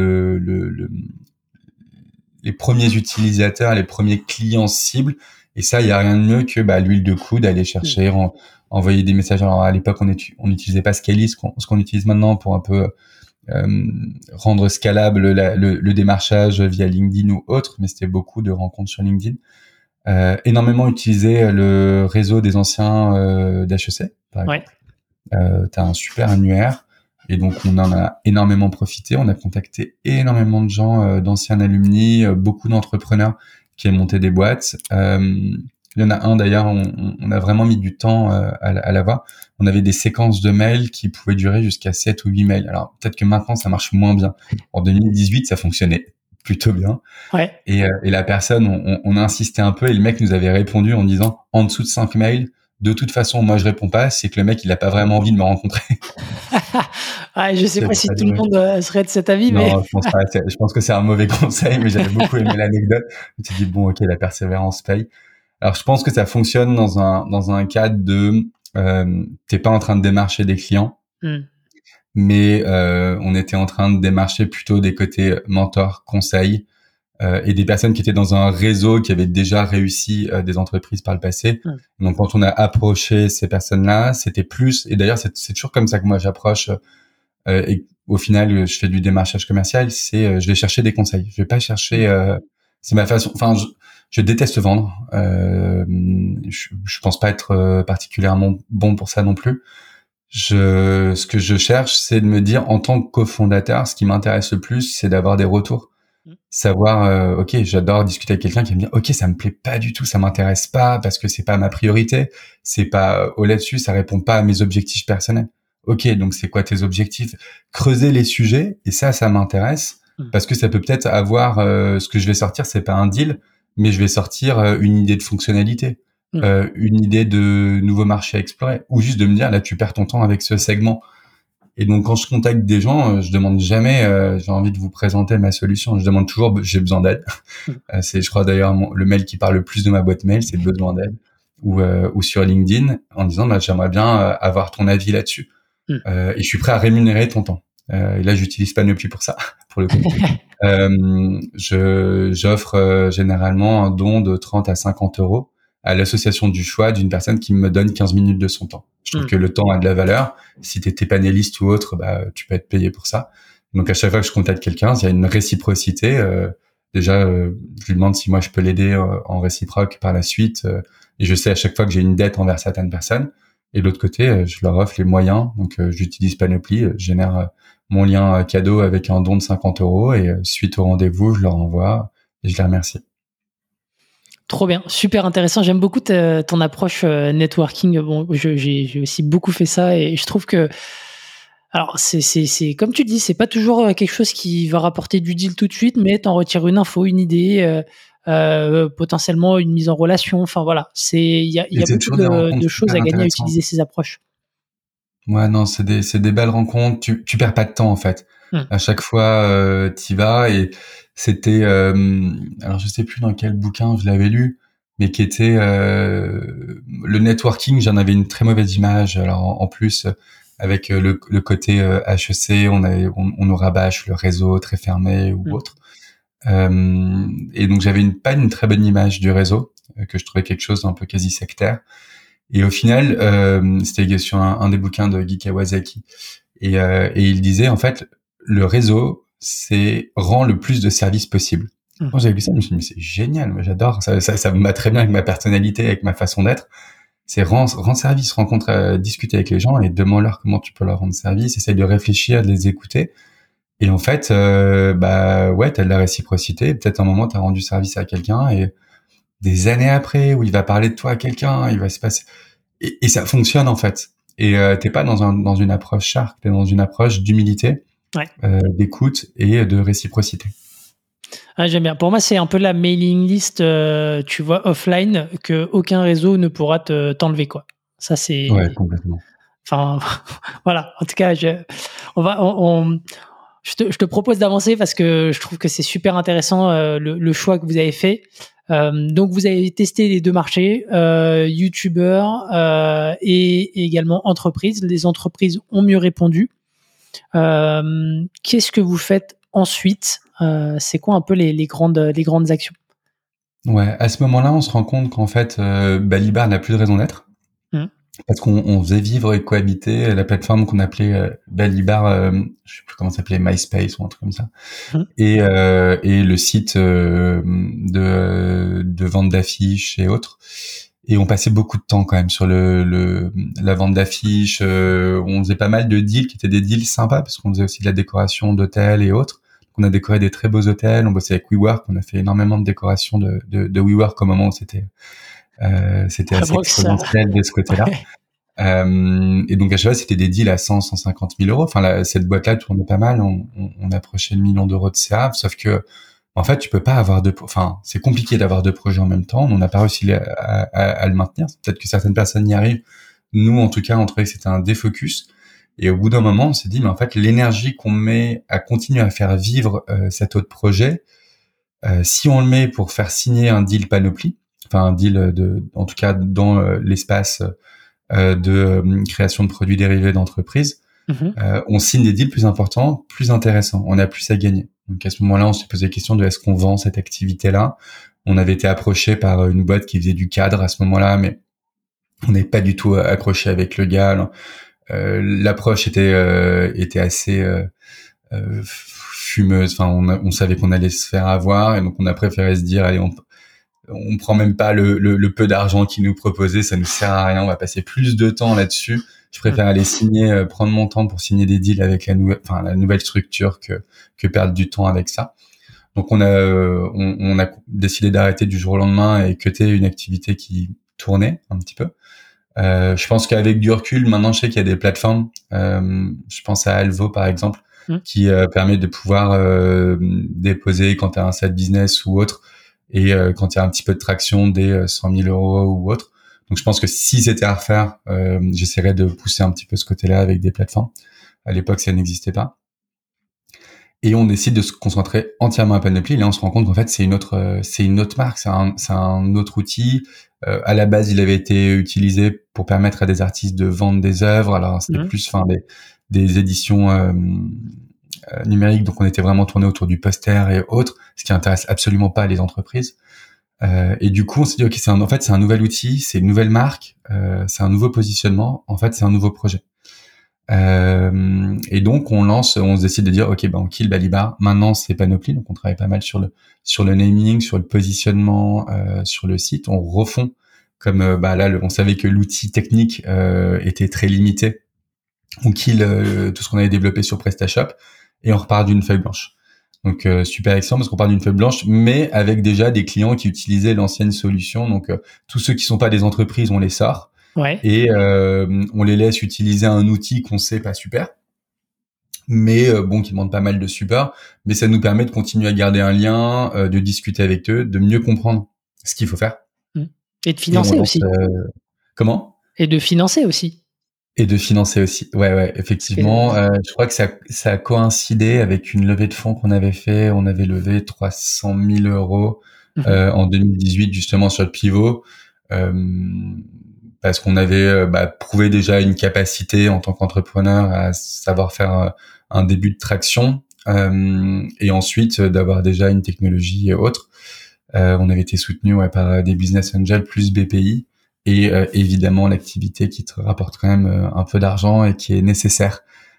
les premiers utilisateurs, les premiers clients cibles. Et ça, il y a rien de mieux que l'huile de coude, aller mhm. chercher, envoyer des messages. Alors à l'époque, on n'utilisait pas Scaly, ce qu'on utilise maintenant pour un peu rendre scalable le démarchage via LinkedIn ou autre, mais c'était beaucoup de rencontres sur LinkedIn. Énormément utilisé le réseau des anciens d'HEC, par Ouais. exemple. Tu as un super annuaire et donc on en a énormément profité. On a contacté énormément de gens, d'anciens alumni, beaucoup d'entrepreneurs qui ont monté des boîtes. Il y en a un d'ailleurs, on a vraiment mis du temps à l'avoir. On avait des séquences de mails qui pouvaient durer jusqu'à 7 ou 8 mails. Alors peut-être que maintenant ça marche moins bien. En 2018, ça fonctionnait plutôt bien. Ouais. Et la personne, on a insisté un peu et le mec nous avait répondu en disant en dessous de 5 mails, de toute façon, moi je réponds pas, c'est que le mec il a pas vraiment envie de me rencontrer. Ouais, je sais C'est pas si pas tout le drôle. monde serait de cet avis, mais Non, je pense pas. Je pense que c'est un mauvais conseil, mais j'avais beaucoup aimé l'anecdote. Je me suis dit bon, ok, la persévérance paye. Alors je pense que ça fonctionne dans un cadre de t'es pas en train de démarcher des clients, Hmm, mais on était en train de démarcher plutôt des côtés mentor, conseil, et des personnes qui étaient dans un réseau qui avait déjà réussi des entreprises par le passé. hmm, Donc quand on a approché ces personnes-là, c'était plus, et d'ailleurs c'est toujours comme ça que moi j'approche, et au final je fais du démarchage commercial, c'est je vais chercher des conseils. Je vais pas chercher, hmm, c'est ma façon, enfin je déteste vendre, je pense pas être particulièrement bon pour ça non plus. Ce que je cherche, c'est de me dire en tant que cofondateur, ce qui m'intéresse le plus, c'est d'avoir des retours, hmm, savoir ok, j'adore discuter avec quelqu'un qui va me dire ok, ça me plaît pas du tout, ça m'intéresse pas parce que c'est pas ma priorité, c'est pas au là-dessus, ça répond pas à mes objectifs personnels. Ok, donc c'est quoi tes objectifs? Creuser les sujets, et ça m'intéresse hmm, parce que ça peut peut-être avoir ce que je vais sortir, c'est pas un deal, mais je vais sortir une idée de fonctionnalité, hmm. une idée de nouveau marché à explorer, ou juste de me dire là tu perds ton temps avec ce segment. Et donc quand je contacte des gens, je demande jamais j'ai envie de vous présenter ma solution. Je demande toujours j'ai besoin d'aide. Hmm. C'est je crois d'ailleurs le mail qui parle le plus de ma boîte mail, c'est besoin d'aide. Ou sur LinkedIn en disant j'aimerais bien avoir ton avis là-dessus. Hmm. Et je suis prêt à rémunérer ton temps. Et là j'utilise Panoply pour ça pour le coup. J'offre généralement un don de 30 à 50 euros à l'association du choix d'une personne qui me donne 15 minutes de son temps. Je trouve Hmm. que le temps a de la valeur. Si tu étais panéliste ou autre, tu peux être payé pour ça. Donc à chaque fois que je contacte quelqu'un, il y a une réciprocité. Déjà, je lui demande si moi je peux l'aider en réciproque par la suite. Et je sais à chaque fois que j'ai une dette envers certaines personnes. Et de l'autre côté, je leur offre les moyens. Donc j'utilise Panoply, je génère mon lien cadeau avec un don de 50 euros et suite au rendez-vous, je leur envoie et je les remercie. Trop bien, super intéressant. J'aime beaucoup ton approche networking. Bon, j'ai aussi beaucoup fait ça et je trouve que, alors c'est comme tu dis, c'est pas toujours quelque chose qui va rapporter du deal tout de suite, mais t'en retires une info, une idée, potentiellement une mise en relation. Enfin voilà, il y Et a c'est beaucoup toujours des rencontres de choses super à gagner à intéressantes. utiliser ces approches. Ouais, non, c'est des belles rencontres. Tu perds pas de temps en fait. Hmm, À chaque fois, t'y vas et c'était, alors je sais plus dans quel bouquin je l'avais lu, mais qui était le networking. J'en avais une très mauvaise image. Alors en plus, avec le côté HEC, on nous rabâche le réseau très fermé ou hmm, autre. Et donc j'avais pas une très bonne image du réseau. que je trouvais quelque chose d'un peu quasi sectaire. Et au final, c'était sur un des bouquins de Guy Kawasaki. Et il disait, en fait, le réseau, rend le plus de services possible. Quand j'avais lu ça, je me suis dit, mais c'est génial, moi j'adore, ça me va très bien avec ma personnalité, avec ma façon d'être. C'est rend service, rencontre, discuter avec les gens et demande-leur comment tu peux leur rendre service, essaye de réfléchir, de les écouter. Et en fait, ouais, t'as de la réciprocité. Peut-être un moment, t'as rendu service à quelqu'un et des années après, où il va parler de toi à quelqu'un, il va se passer, et ça fonctionne en fait. Et t'es pas dans une approche shark, t'es dans une approche d'humilité, Ouais. d'écoute et de réciprocité. Ah, j'aime bien. Pour moi, c'est un peu la mailing list, tu vois, offline, que aucun réseau ne pourra t'enlever, quoi. Ça, c'est. Ouais, complètement. Enfin, voilà. En tout cas, je te propose d'avancer parce que je trouve que c'est super intéressant le choix que vous avez fait. Donc, vous avez testé les deux marchés, youtubeurs et également entreprises. Les entreprises ont mieux répondu. Qu'est-ce que vous faites ensuite? C'est quoi un peu les grandes actions? Ouais, à ce moment-là, on se rend compte qu'en fait, Balibar n'a plus de raison d'être. Parce qu'on faisait vivre et cohabiter la plateforme qu'on appelait Balibar, je sais plus comment ça s'appelait, MySpace ou un truc comme ça, et le site de vente d'affiches et autres. Et on passait beaucoup de temps quand même sur la vente d'affiches. On faisait pas mal de deals qui étaient des deals sympas parce qu'on faisait aussi de la décoration d'hôtels et autres. On a décoré des très beaux hôtels. On bossait avec WeWork. On a fait énormément de décorations de WeWork au moment où c'était assez exponentiel de ce côté-là. Ouais. Et donc à chaque fois c'était des deals à 150 000 euros. Enfin cette boîte-là tournait pas mal. On approchait le million d'euros de CA. Sauf que en fait tu peux pas avoir c'est compliqué d'avoir deux projets en même temps. On n'a pas réussi à le maintenir. Peut-être que certaines personnes y arrivent. Nous en tout cas on trouvait que c'était un défocus. Et au bout d'un moment on s'est dit mais en fait l'énergie qu'on met à continuer à faire vivre cet autre projet, si on le met pour faire signer un deal Panoply, enfin un deal en tout cas dans l'espace de création de produits dérivés d'entreprise, on signe des deals plus importants, plus intéressants. On a plus à gagner. Donc à ce moment-là, on s'est posé la question de est-ce qu'on vend cette activité-là. On avait été approché par une boîte qui faisait du cadre à ce moment-là, mais on n'est pas du tout accroché avec le gars. L'approche était assez fumeuse. Enfin, on savait qu'on allait se faire avoir, et donc on a préféré se dire allez, on prend même pas le peu d'argent qu'ils nous proposaient, ça nous sert à rien, on va passer plus de temps là-dessus. Je préfère aller signer, prendre mon temps pour signer des deals avec la nouvelle structure que perdre du temps avec ça. Donc on a décidé d'arrêter du jour au lendemain et cutter une activité qui tournait un petit peu. Je pense qu'avec du recul, maintenant je sais qu'il y a des plateformes, je pense à Alvo par exemple, qui permet de pouvoir déposer quand tu as un side business ou autre, et quand il y a un petit peu de traction des 100 000 euros ou autre. Donc je pense que si c'était à refaire, j'essaierais de pousser un petit peu ce côté-là avec des plateformes. À l'époque, ça n'existait pas. Et on décide de se concentrer entièrement à Panoply. Là, on se rend compte qu'en fait, c'est une autre marque, c'est un autre outil. À la base, il avait été utilisé pour permettre à des artistes de vendre des œuvres. Alors, c'était plus, des éditions numériques. Donc, on était vraiment tourné autour du poster et autres, ce qui intéresse absolument pas les entreprises. Et du coup, on s'est dit, ok, c'est un nouvel outil, c'est une nouvelle marque, c'est un nouveau positionnement. En fait, c'est un nouveau projet. Et donc on se décide de dire ok, on kill Balibar. Maintenant c'est Panoply, donc on travaille pas mal sur le naming, sur le positionnement, sur le site. On refond comme là on savait que l'outil technique était très limité. On kill tout ce qu'on avait développé sur PrestaShop et on repart d'une feuille blanche. Donc super excellent parce qu'on part d'une feuille blanche, mais avec déjà des clients qui utilisaient l'ancienne solution. Donc tous ceux qui sont pas des entreprises, on les sort. Ouais. Et on les laisse utiliser un outil qu'on sait pas super, mais qui demande pas mal de support, mais ça nous permet de continuer à garder un lien, de discuter avec eux, de mieux comprendre ce qu'il faut faire. Et de financer aussi. Comment ? Et de financer aussi. Et de financer aussi. Ouais, effectivement. Je crois que ça a coïncidé avec une levée de fonds qu'on avait fait. On avait levé 300 000 euros en 2018, justement sur le pivot. Parce qu'on avait prouvé déjà une capacité en tant qu'entrepreneur à savoir faire un début de traction, et ensuite d'avoir déjà une technologie et autres. On avait été soutenu par des business angels plus BPI et évidemment l'activité qui te rapporte quand même un peu d'argent et qui est nécessaire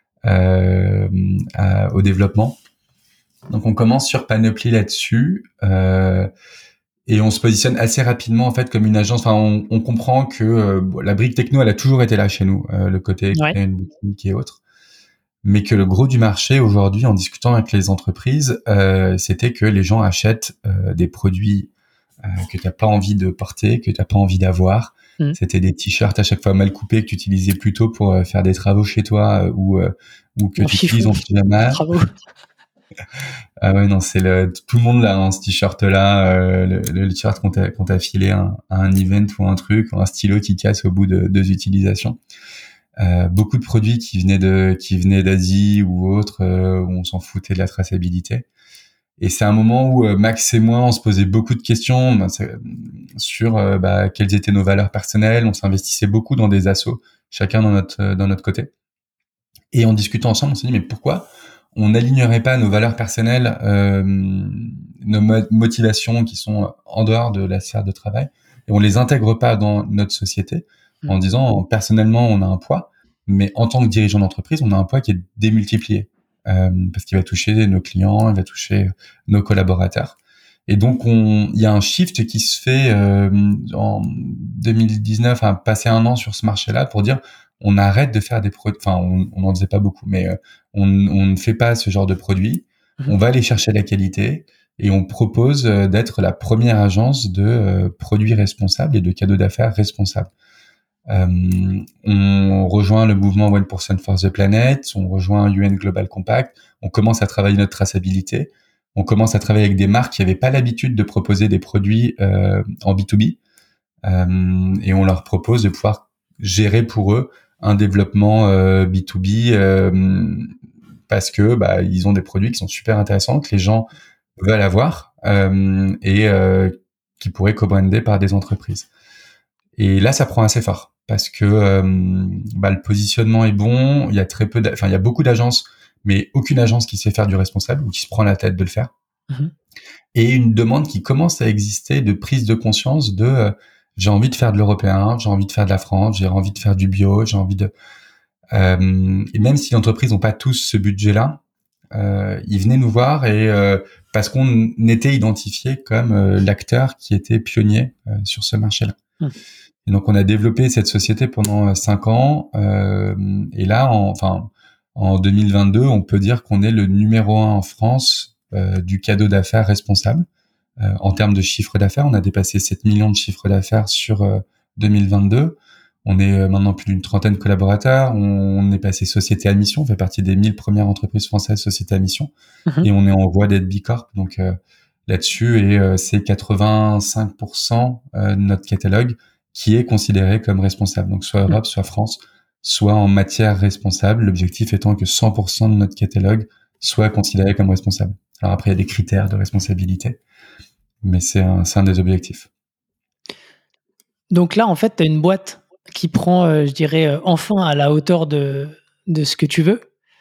au développement. Donc on commence sur Panoply là-dessus et on se positionne assez rapidement en fait comme une agence. Enfin, on comprend que la brique techno, elle a toujours été là chez nous, le côté Ouais. créer une boutique et autres, mais que le gros du marché aujourd'hui, en discutant avec les entreprises, c'était que les gens achètent des produits que t'as pas envie de porter, que t'as pas envie d'avoir. C'était des t-shirts à chaque fois mal coupés que tu utilisais plutôt pour faire des travaux chez toi ou que En tu utilises chiffon. en pyjama. Bravo. Ah ouais, non, tout le monde là, ce t-shirt-là, le t-shirt qu'on t'a filé à un event ou un truc, ou un stylo qui casse au bout de 2 utilisations. Beaucoup de produits qui venaient d'Asie ou autres, où on s'en foutait de la traçabilité. Et c'est un moment où Max et moi, on se posait beaucoup de questions sur quelles étaient nos valeurs personnelles. On s'investissait beaucoup dans des assos, chacun dans notre côté. Et en discutant ensemble, on s'est dit mais pourquoi on n'alignerait pas nos valeurs personnelles, nos motivations qui sont en dehors de la sphère de travail, et on les intègre pas dans notre société en disant personnellement on a un poids, mais en tant que dirigeant d'entreprise, on a un poids qui est démultiplié parce qu'il va toucher nos clients, il va toucher nos collaborateurs. Et donc il y a un shift qui se fait en 2019, passer un an sur ce marché-là pour dire on arrête de faire des produits, enfin on n'en faisait pas beaucoup, mais on ne fait pas ce genre de produits. On va aller chercher la qualité et on propose d'être la première agence de produits responsables et de cadeaux d'affaires responsables. On rejoint le mouvement 1% for the Planet, on rejoint UN Global Compact, on commence à travailler notre traçabilité, on commence à travailler avec des marques qui n'avaient pas l'habitude de proposer des produits en B2B et on leur propose de pouvoir gérer pour eux un développement B2B parce que ils ont des produits qui sont super intéressants, que les gens veulent avoir et qui pourraient co-brander par des entreprises. Et là, ça prend assez fort parce que le positionnement est bon. Il y a il y a beaucoup d'agences, mais aucune agence qui sait faire du responsable ou qui se prend la tête de le faire. Et une demande qui commence à exister de prise de conscience de j'ai envie de faire de l'européen, j'ai envie de faire de la France, j'ai envie de faire du bio, j'ai envie de et même si les entreprises n'ont pas tous ce budget-là, ils venaient nous voir et parce qu'on était identifié comme l'acteur qui était pionnier sur ce marché-là. Et donc on a développé cette société pendant 5 ans et là en 2022, on peut dire qu'on est le numéro 1 en France du cadeau d'affaires responsable. En termes de chiffre d'affaires, on a dépassé 7 millions de chiffres d'affaires sur 2022. On est maintenant plus d'une trentaine de collaborateurs. On est passé société à mission. On fait partie des 1000 premières entreprises françaises société à mission. Et on est en voie d'être Bicorp. Donc là-dessus, et c'est 85% de notre catalogue qui est considéré comme responsable. Donc soit Europe, soit France, soit en matière responsable. L'objectif étant que 100% de notre catalogue soit considéré comme responsable. Alors après, il y a des critères de responsabilité, mais c'est un des objectifs. Donc là, en fait, tu as une boîte qui prend, je dirais, enfin à la hauteur de ce que tu veux.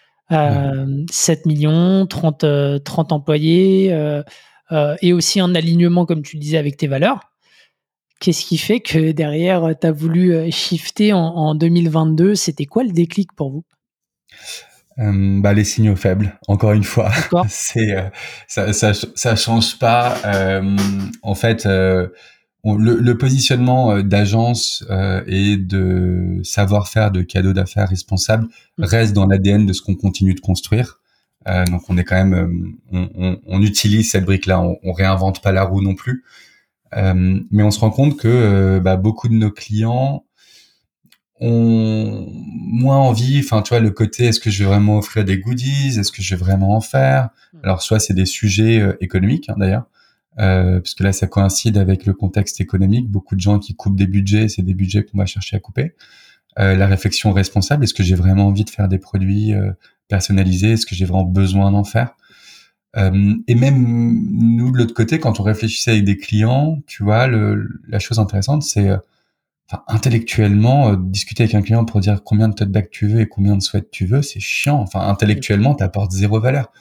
7 millions, 30 employés, et aussi un alignement, comme tu le disais, avec tes valeurs. Qu'est-ce qui fait que derrière, tu as voulu shifter en 2022? C'était quoi le déclic pour vous? Les signaux faibles, encore une fois. D'accord. C'est ça change pas. En fait, le positionnement d'agence et de savoir-faire de cadeaux d'affaires responsable reste dans l'ADN de ce qu'on continue de construire. Donc on est quand même, on utilise cette brique-là, on réinvente pas la roue non plus. Mais on se rend compte que beaucoup de nos clients ont moins envie, enfin tu vois, le côté est-ce que je vais vraiment offrir des goodies, est-ce que je vais vraiment en faire. Alors soit c'est des sujets économiques d'ailleurs, parce que là ça coïncide avec le contexte économique, beaucoup de gens qui coupent des budgets, c'est des budgets qu'on va chercher à couper. La réflexion responsable, est-ce que j'ai vraiment envie de faire des produits personnalisés, est-ce que j'ai vraiment besoin d'en faire. Et même nous de l'autre côté, quand on réfléchissait avec des clients, tu vois, la chose intéressante, c'est intellectuellement, discuter avec un client pour dire combien de tote bags tu veux et combien de sweats tu veux, c'est chiant. Enfin, intellectuellement, t'apportes zéro valeur.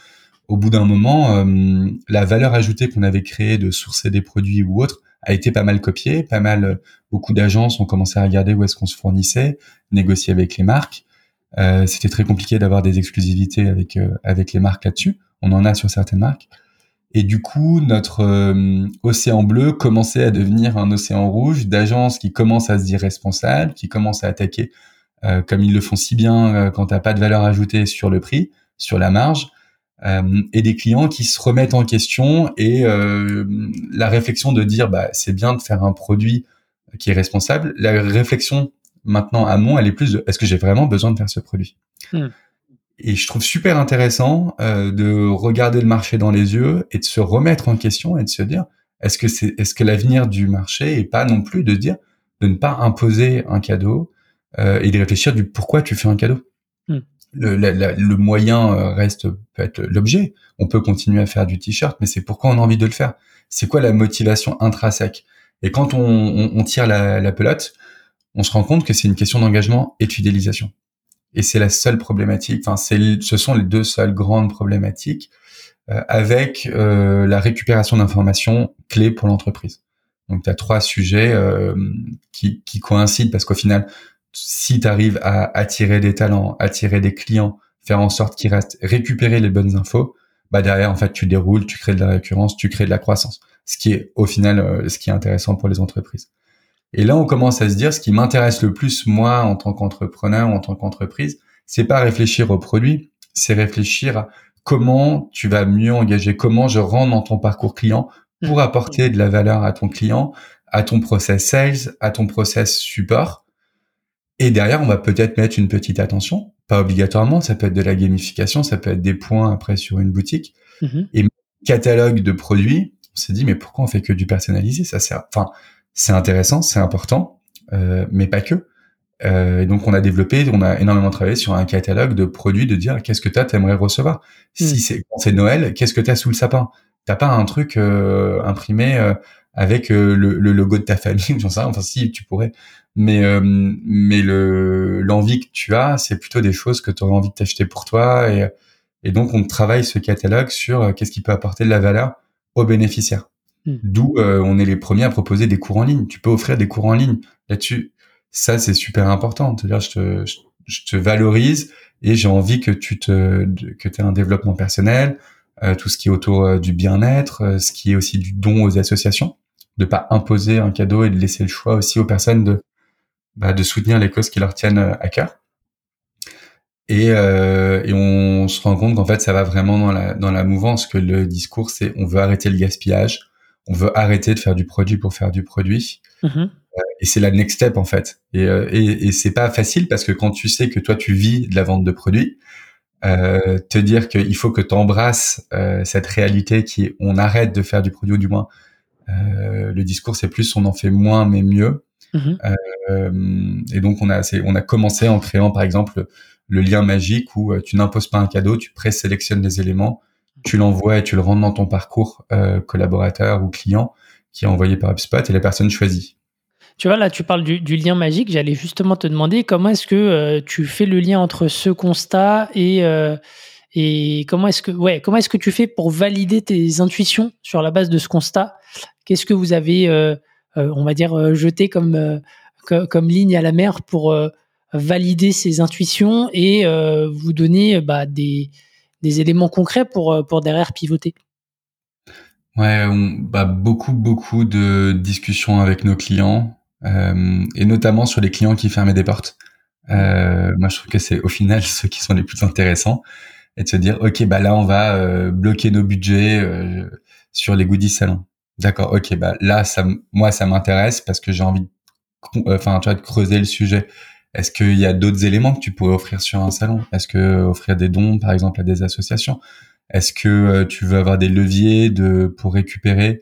au bout d'un moment, la valeur ajoutée qu'on avait créée de sourcer des produits ou autres a été pas mal copiée, beaucoup d'agences ont commencé à regarder où est-ce qu'on se fournissait, négocier avec les marques. C'était très compliqué d'avoir des exclusivités avec les marques là-dessus. On en a sur certaines marques. Et du coup, notre océan bleu commençait à devenir un océan rouge d'agences qui commencent à se dire responsables, qui commencent à attaquer, comme ils le font si bien quand t'as pas de valeur ajoutée sur le prix, sur la marge, et des clients qui se remettent en question et la réflexion de dire c'est bien de faire un produit qui est responsable. La réflexion maintenant amont, elle est plus de est-ce que j'ai vraiment besoin de faire ce produit? Et je trouve super intéressant de regarder le marché dans les yeux et de se remettre en question et de se dire est-ce que l'avenir du marché est pas non plus de dire de ne pas imposer un cadeau et de réfléchir du pourquoi tu fais un cadeau. Le moyen reste peut être l'objet. On peut continuer à faire du t-shirt, mais c'est pourquoi on a envie de le faire. C'est quoi la motivation intrinsèque? Et quand on tire la pelote, on se rend compte que c'est une question d'engagement et de fidélisation. Et c'est la seule problématique. Enfin, ce sont les deux seules grandes problématiques avec la récupération d'informations clés pour l'entreprise. Donc, tu as 3 sujets qui coïncident parce qu'au final, si tu arrives à attirer des talents, attirer des clients, faire en sorte qu'ils restent, récupérer les bonnes infos, derrière, en fait, tu déroules, tu crées de la récurrence, tu crées de la croissance. Ce qui est, au final, ce qui est intéressant pour les entreprises. Et là, on commence à se dire, ce qui m'intéresse le plus, moi, en tant qu'entrepreneur, en tant qu'entreprise, c'est pas réfléchir au produit, c'est réfléchir à comment tu vas mieux engager, comment je rentre dans ton parcours client pour apporter de la valeur à ton client, à ton process sales, à ton process support. Et derrière, on va peut-être mettre une petite attention, pas obligatoirement, ça peut être de la gamification, ça peut être des points après sur une boutique. Et catalogue de produits, on s'est dit, mais pourquoi on fait que du personnalisé? Ça sert, enfin, c'est intéressant, c'est important, mais pas que. Et donc on a énormément travaillé sur un catalogue de produits, de dire qu'est-ce que t'aimerais recevoir. Si quand c'est Noël, qu'est-ce que t'as sous le sapin? T'as pas un truc imprimé avec le logo de ta famille, j'en sais rien. Enfin si, tu pourrais, mais l'envie que tu as, c'est plutôt des choses que tu aurais envie de t'acheter pour toi. Et donc on travaille ce catalogue sur qu'est-ce qui peut apporter de la valeur aux bénéficiaires. D'où on est les premiers à proposer des cours en ligne. Tu peux offrir des cours en ligne là-dessus. Ça, c'est super important. C'est-à-dire, je te valorise et j'ai envie que que tu aies un développement personnel, tout ce qui est autour du bien-être, ce qui est aussi du don aux associations, de pas imposer un cadeau et de laisser le choix aussi aux personnes de soutenir les causes qui leur tiennent à cœur. Et on se rend compte qu'en fait, ça va vraiment dans la mouvance, que le discours, c'est on veut arrêter le gaspillage, on veut arrêter de faire du produit pour faire du produit. Et c'est la next step en fait. Et c'est pas facile parce que quand tu sais que toi tu vis de la vente de produits, te dire qu'il faut que tu embrasses cette réalité qui est on arrête de faire du produit, ou du moins le discours c'est plus on en fait moins mais mieux. Et donc on a commencé en créant par exemple le lien magique où tu n'imposes pas un cadeau, tu présélectionnes les éléments, tu l'envoies et tu le rentres dans ton parcours collaborateur ou client qui est envoyé par HubSpot et la personne choisit. Tu vois, là, tu parles du lien magique. J'allais justement te demander comment est-ce que tu fais le lien entre ce constat et comment est-ce que tu fais pour valider tes intuitions sur la base de ce constat? Qu'est-ce que vous avez, on va dire, jeté comme ligne à la mer pour valider ces intuitions et vous donner des éléments concrets pour derrière pivoter? Ouais, beaucoup de discussions avec nos clients, et notamment sur les clients qui fermaient des portes. Moi, je trouve que c'est au final ceux qui sont les plus intéressants, et de se dire, ok, là, on va bloquer nos budgets sur les goodies salons. D'accord, ok, là, moi, ça m'intéresse parce que j'ai envie, de creuser le sujet. Est-ce qu'il y a d'autres éléments que tu pourrais offrir sur un salon? Est-ce que offrir des dons, par exemple, à des associations? Est-ce que tu veux avoir des leviers pour récupérer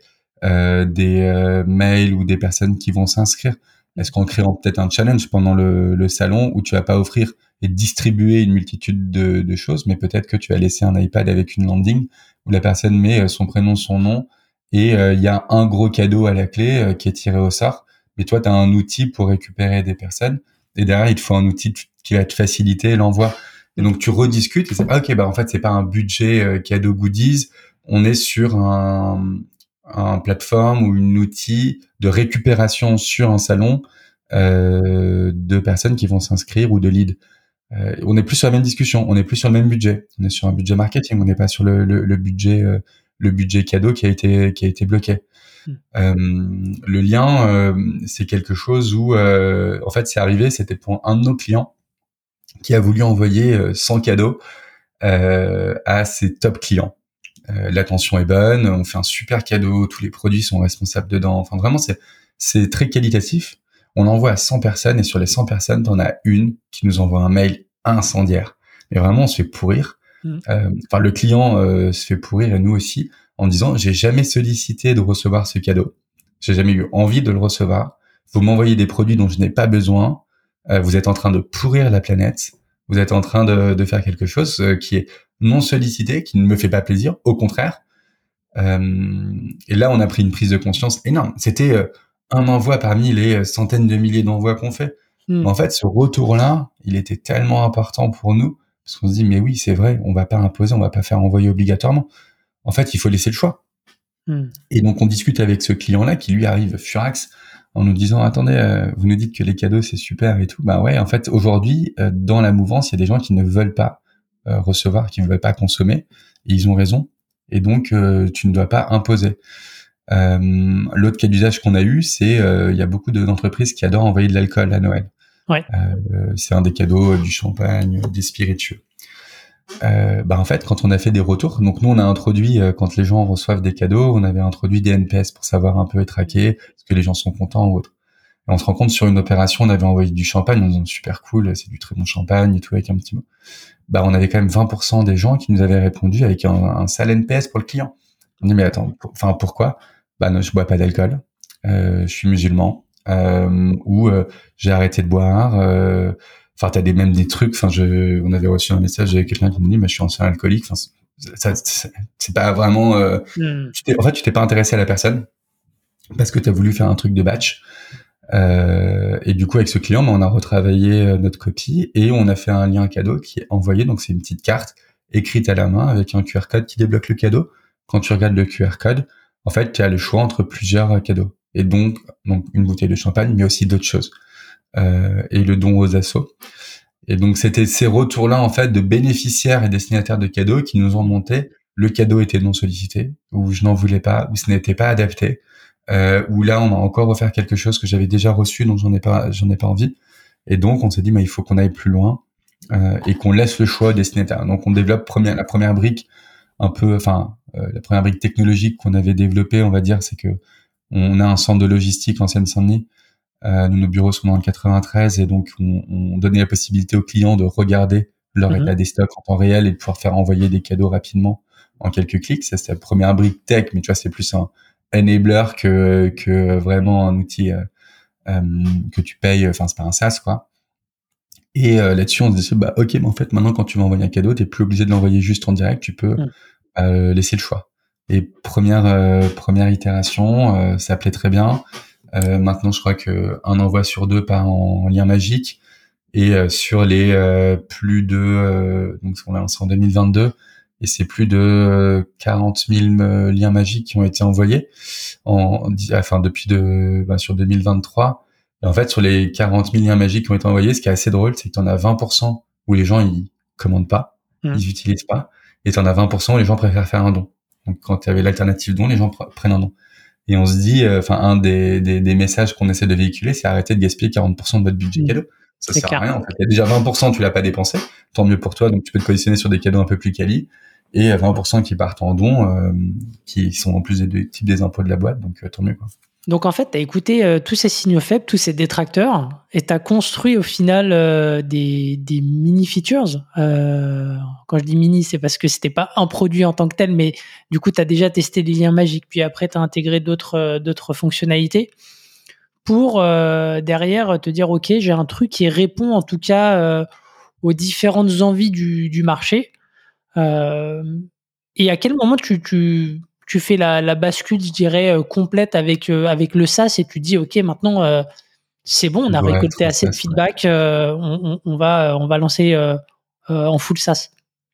des mails ou des personnes qui vont s'inscrire? Est-ce qu'en créant peut-être un challenge pendant le salon où tu vas pas offrir et distribuer une multitude de choses, mais peut-être que tu vas laisser un iPad avec une landing où la personne met son prénom, son nom et il y a un gros cadeau à la clé qui est tiré au sort. Mais toi, tu as un outil pour récupérer des personnes et derrière, il te faut un outil qui va te faciliter l'envoi. Et donc tu rediscutes et c'est ok, bah en fait c'est pas un budget cadeau goodies, on est sur un plateforme ou une outil de récupération sur un salon de personnes qui vont s'inscrire ou de leads. On est plus sur la même discussion, on est plus sur le même budget, on est sur un budget marketing, on n'est pas sur le budget cadeau qui a été bloqué. Le lien, c'est quelque chose où en fait c'est arrivé, c'était pour un de nos clients qui a voulu envoyer 100 cadeaux à ses top clients. L'attention est bonne, on fait un super cadeau, tous les produits sont responsables dedans. Enfin vraiment c'est très qualitatif. On l'envoie à 100 personnes et sur les 100 personnes, t'en as une qui nous envoie un mail incendiaire. Mais vraiment on se fait pourrir. Enfin le client se fait pourrir et nous aussi en disant j'ai jamais sollicité de recevoir ce cadeau. J'ai jamais eu envie de le recevoir. Vous m'envoyez des produits dont je n'ai pas besoin. Vous êtes en train de pourrir la planète. Vous êtes en train de faire quelque chose qui est non sollicité, qui ne me fait pas plaisir. Au contraire. Et là, on a pris une prise de conscience énorme. C'était un envoi parmi les centaines de milliers d'envois qu'on fait. Mais en fait, ce retour-là, il était tellement important pour nous parce qu'on se dit, mais oui, c'est vrai, on va pas imposer, on va pas faire envoyer obligatoirement. En fait, il faut laisser le choix. Et donc, on discute avec ce client-là qui lui arrive furax en nous disant, attendez, vous nous dites que les cadeaux, c'est super et tout. Bah ouais, en fait, aujourd'hui, dans la mouvance, il y a des gens qui ne veulent pas recevoir, qui ne veulent pas consommer. Et ils ont raison. Et donc, tu ne dois pas imposer. L'autre cas d'usage qu'on a eu, c'est il y a beaucoup d'entreprises qui adorent envoyer de l'alcool à Noël. Ouais. C'est un des cadeaux, du champagne, des spiritueux. En fait, quand on a fait des retours, donc nous on a introduit quand les gens reçoivent des cadeaux, on avait introduit des NPS pour savoir un peu et traquer est-ce que les gens sont contents ou autre. Et on se rend compte sur une opération, on avait envoyé du champagne, on disait super cool, c'est du très bon champagne et tout avec un petit mot. On avait quand même 20% des gens qui nous avaient répondu avec un sale NPS pour le client. On dit mais attends, pourquoi ? Non, je bois pas d'alcool, je suis musulman, ou j'ai arrêté de boire. T'as même des trucs. On avait reçu un message de quelqu'un qui nous dit mais je suis ancien alcoolique. C'est pas vraiment. Tu t'es pas intéressé à la personne parce que t'as voulu faire un truc de batch. Et du coup, avec ce client, on a retravaillé notre copie et on a fait un lien cadeau qui est envoyé. Donc, c'est une petite carte écrite à la main avec un QR code qui débloque le cadeau. Quand tu regardes le QR code, en fait, tu as le choix entre plusieurs cadeaux. Et donc une bouteille de champagne, mais aussi d'autres choses. Et le don aux assos. Et donc, c'était ces retours-là, en fait, de bénéficiaires et destinataires de cadeaux qui nous ont monté. Le cadeau était non sollicité, ou je n'en voulais pas, ou ce n'était pas adapté. Où là, on a encore offert quelque chose que j'avais déjà reçu, donc j'en ai pas envie. Et donc, on s'est dit, il faut qu'on aille plus loin, et qu'on laisse le choix aux destinataires. Donc, on développe la première brique, la première brique technologique qu'on avait développée, on va dire, c'est que on a un centre de logistique en Seine-Saint-Denis. Nos bureaux sont dans le 93 et donc on donnait la possibilité aux clients de regarder leur état des stocks en temps réel et de pouvoir faire envoyer des cadeaux rapidement en quelques clics. Ça, c'est la première brique tech, mais tu vois, c'est plus un enabler que vraiment un outil que tu payes. Enfin, c'est pas un SaaS, quoi. Et là-dessus, on se dit, ok, mais en fait, maintenant, quand tu vas envoyer un cadeau, t'es plus obligé de l'envoyer juste en direct. Tu peux laisser le choix. Et première itération, ça plaît très bien. Maintenant, je crois que un envoi sur deux part en lien magique et sur les plus de donc on l'a lancé en 2022 et c'est plus de 40 000 liens magiques qui ont été envoyés depuis sur 2023. Et en fait, sur les 40 000 liens magiques qui ont été envoyés, ce qui est assez drôle, c'est que t'en as 20% où les gens ils commandent pas, ils utilisent pas, et t'en as 20% où les gens préfèrent faire un don. Donc quand tu avais l'alternative don, les gens prennent un don. Et on se dit, un des messages qu'on essaie de véhiculer, c'est arrêter de gaspiller 40% de votre budget cadeau. Ça sert à rien, en fait. Il y a déjà 20%, tu l'as pas dépensé. Tant mieux pour toi. Donc, tu peux te positionner sur des cadeaux un peu plus quali. Et 20% qui partent en dons, qui sont en plus des types des impôts de la boîte. Donc, tant mieux, quoi. Donc, en fait, tu as écouté tous ces signaux faibles, tous ces détracteurs, et tu as construit au final des mini-features. Quand je dis mini, c'est parce que c'était pas un produit en tant que tel, mais du coup, tu as déjà testé les liens magiques, puis après, tu as intégré d'autres fonctionnalités pour derrière te dire, OK, j'ai un truc qui répond en tout cas aux différentes envies du marché. Et à quel moment tu fais la bascule, je dirais, complète avec le SaaS et tu dis, OK, maintenant, c'est bon, on a récolté assez de feedback, on va lancer en full SaaS?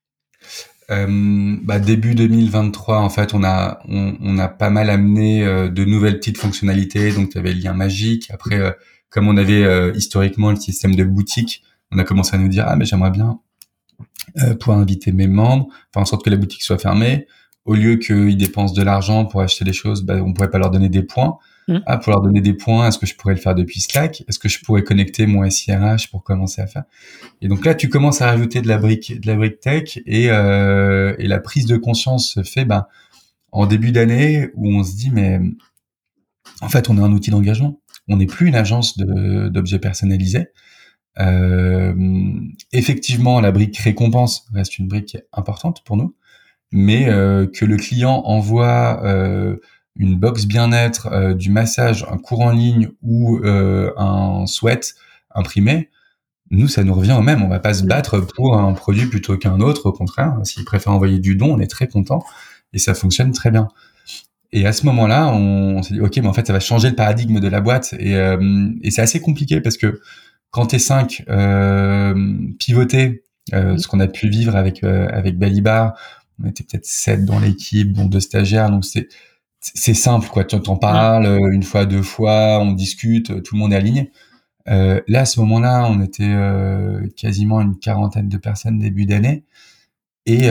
Début 2023, en fait, on a pas mal amené de nouvelles petites fonctionnalités. Donc, il y avait le lien magique. Après, comme on avait historiquement le système de boutique, on a commencé à nous dire mais j'aimerais bien pouvoir inviter mes membres, faire en sorte que la boutique soit fermée. Au lieu qu'ils dépensent de l'argent pour acheter des choses, on pourrait pas leur donner des points. Pour leur donner des points, est-ce que je pourrais le faire depuis Slack? Est-ce que je pourrais connecter mon SIRH pour commencer à faire? Et donc là, tu commences à rajouter de la brique tech et la prise de conscience se fait en début d'année où on se dit mais en fait on est un outil d'engagement, on n'est plus une agence d'objets personnalisés. Effectivement, la brique récompense reste une brique importante pour nous, mais que le client envoie une box bien-être, du massage, un cours en ligne ou un sweat imprimé, nous, ça nous revient au même. On va pas se battre pour un produit plutôt qu'un autre. Au contraire, s'ils préfèrent envoyer du don, on est très content et ça fonctionne très bien. Et à ce moment-là, on s'est dit, OK, mais en fait, ça va changer le paradigme de la boîte. Et c'est assez compliqué parce que quand t'es 5, pivoter, ce qu'on a pu vivre avec Balibar, on était peut-être 7 dans l'équipe, dont 2 stagiaires. Donc c'est simple, quoi. Tu t'en parles une fois, 2 fois, on discute, tout le monde est aligné. Là, à ce moment-là, on était quasiment une quarantaine de personnes début d'année, et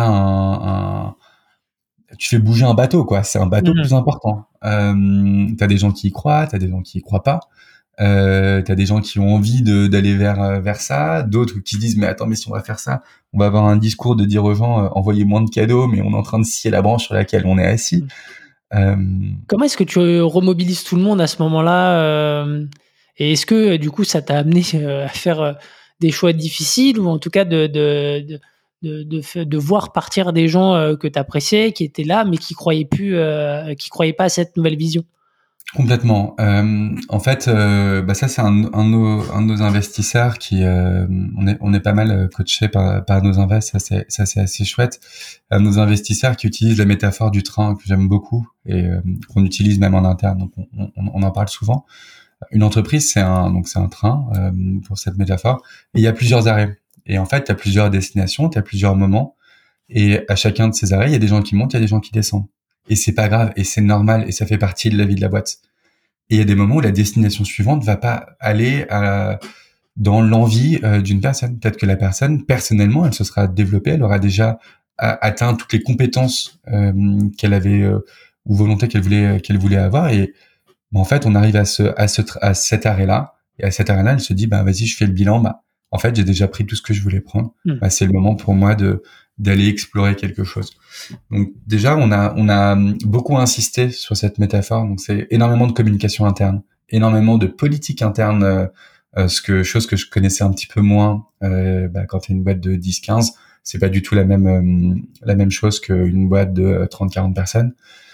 tu fais bouger un bateau, quoi. C'est un bateau plus important. T'as des gens qui y croient, t'as des gens qui y croient pas. T'as des gens qui ont envie d'aller vers ça, d'autres qui disent mais attends, mais si on va faire ça, on va avoir un discours de dire aux gens envoyez moins de cadeaux, mais on est en train de scier la branche sur laquelle on est assis. Comment est-ce que tu remobilises tout le monde à ce moment-là? Et est-ce que du coup ça t'a amené à faire des choix difficiles, ou en tout cas de voir partir des gens que tu appréciais, qui étaient là mais qui croyaient pas à cette nouvelle vision? Complètement. En fait, ça c'est un de nos investisseurs qui on est pas mal coaché par nos invests. Ça c'est assez chouette. Nos investisseurs qui utilisent la métaphore du train que j'aime beaucoup et qu'on utilise même en interne. Donc on en parle souvent. Une entreprise c'est un train pour cette métaphore. Et il y a plusieurs arrêts. Et en fait, tu as plusieurs destinations, tu as plusieurs moments. Et à chacun de ces arrêts, il y a des gens qui montent, il y a des gens qui descendent. Et c'est pas grave, et c'est normal, et ça fait partie de la vie de la boîte. Et il y a des moments où la destination suivante va pas aller dans l'envie d'une personne. Peut-être que la personne, personnellement, elle se sera développée, elle aura déjà atteint toutes les compétences qu'elle avait ou volonté qu'elle voulait avoir. Et en fait, on arrive à cet arrêt-là. Et à cet arrêt-là, elle se dit, vas-y, je fais le bilan. En fait, j'ai déjà pris tout ce que je voulais prendre. C'est le moment pour moi d'aller explorer quelque chose. Donc déjà, on a beaucoup insisté sur cette métaphore. Donc c'est énormément de communication interne, énormément de politique interne, chose que je connaissais un petit peu moins quand tu es une boîte de 10-15, c'est pas du tout la même chose qu'une boîte de 30-40 personnes.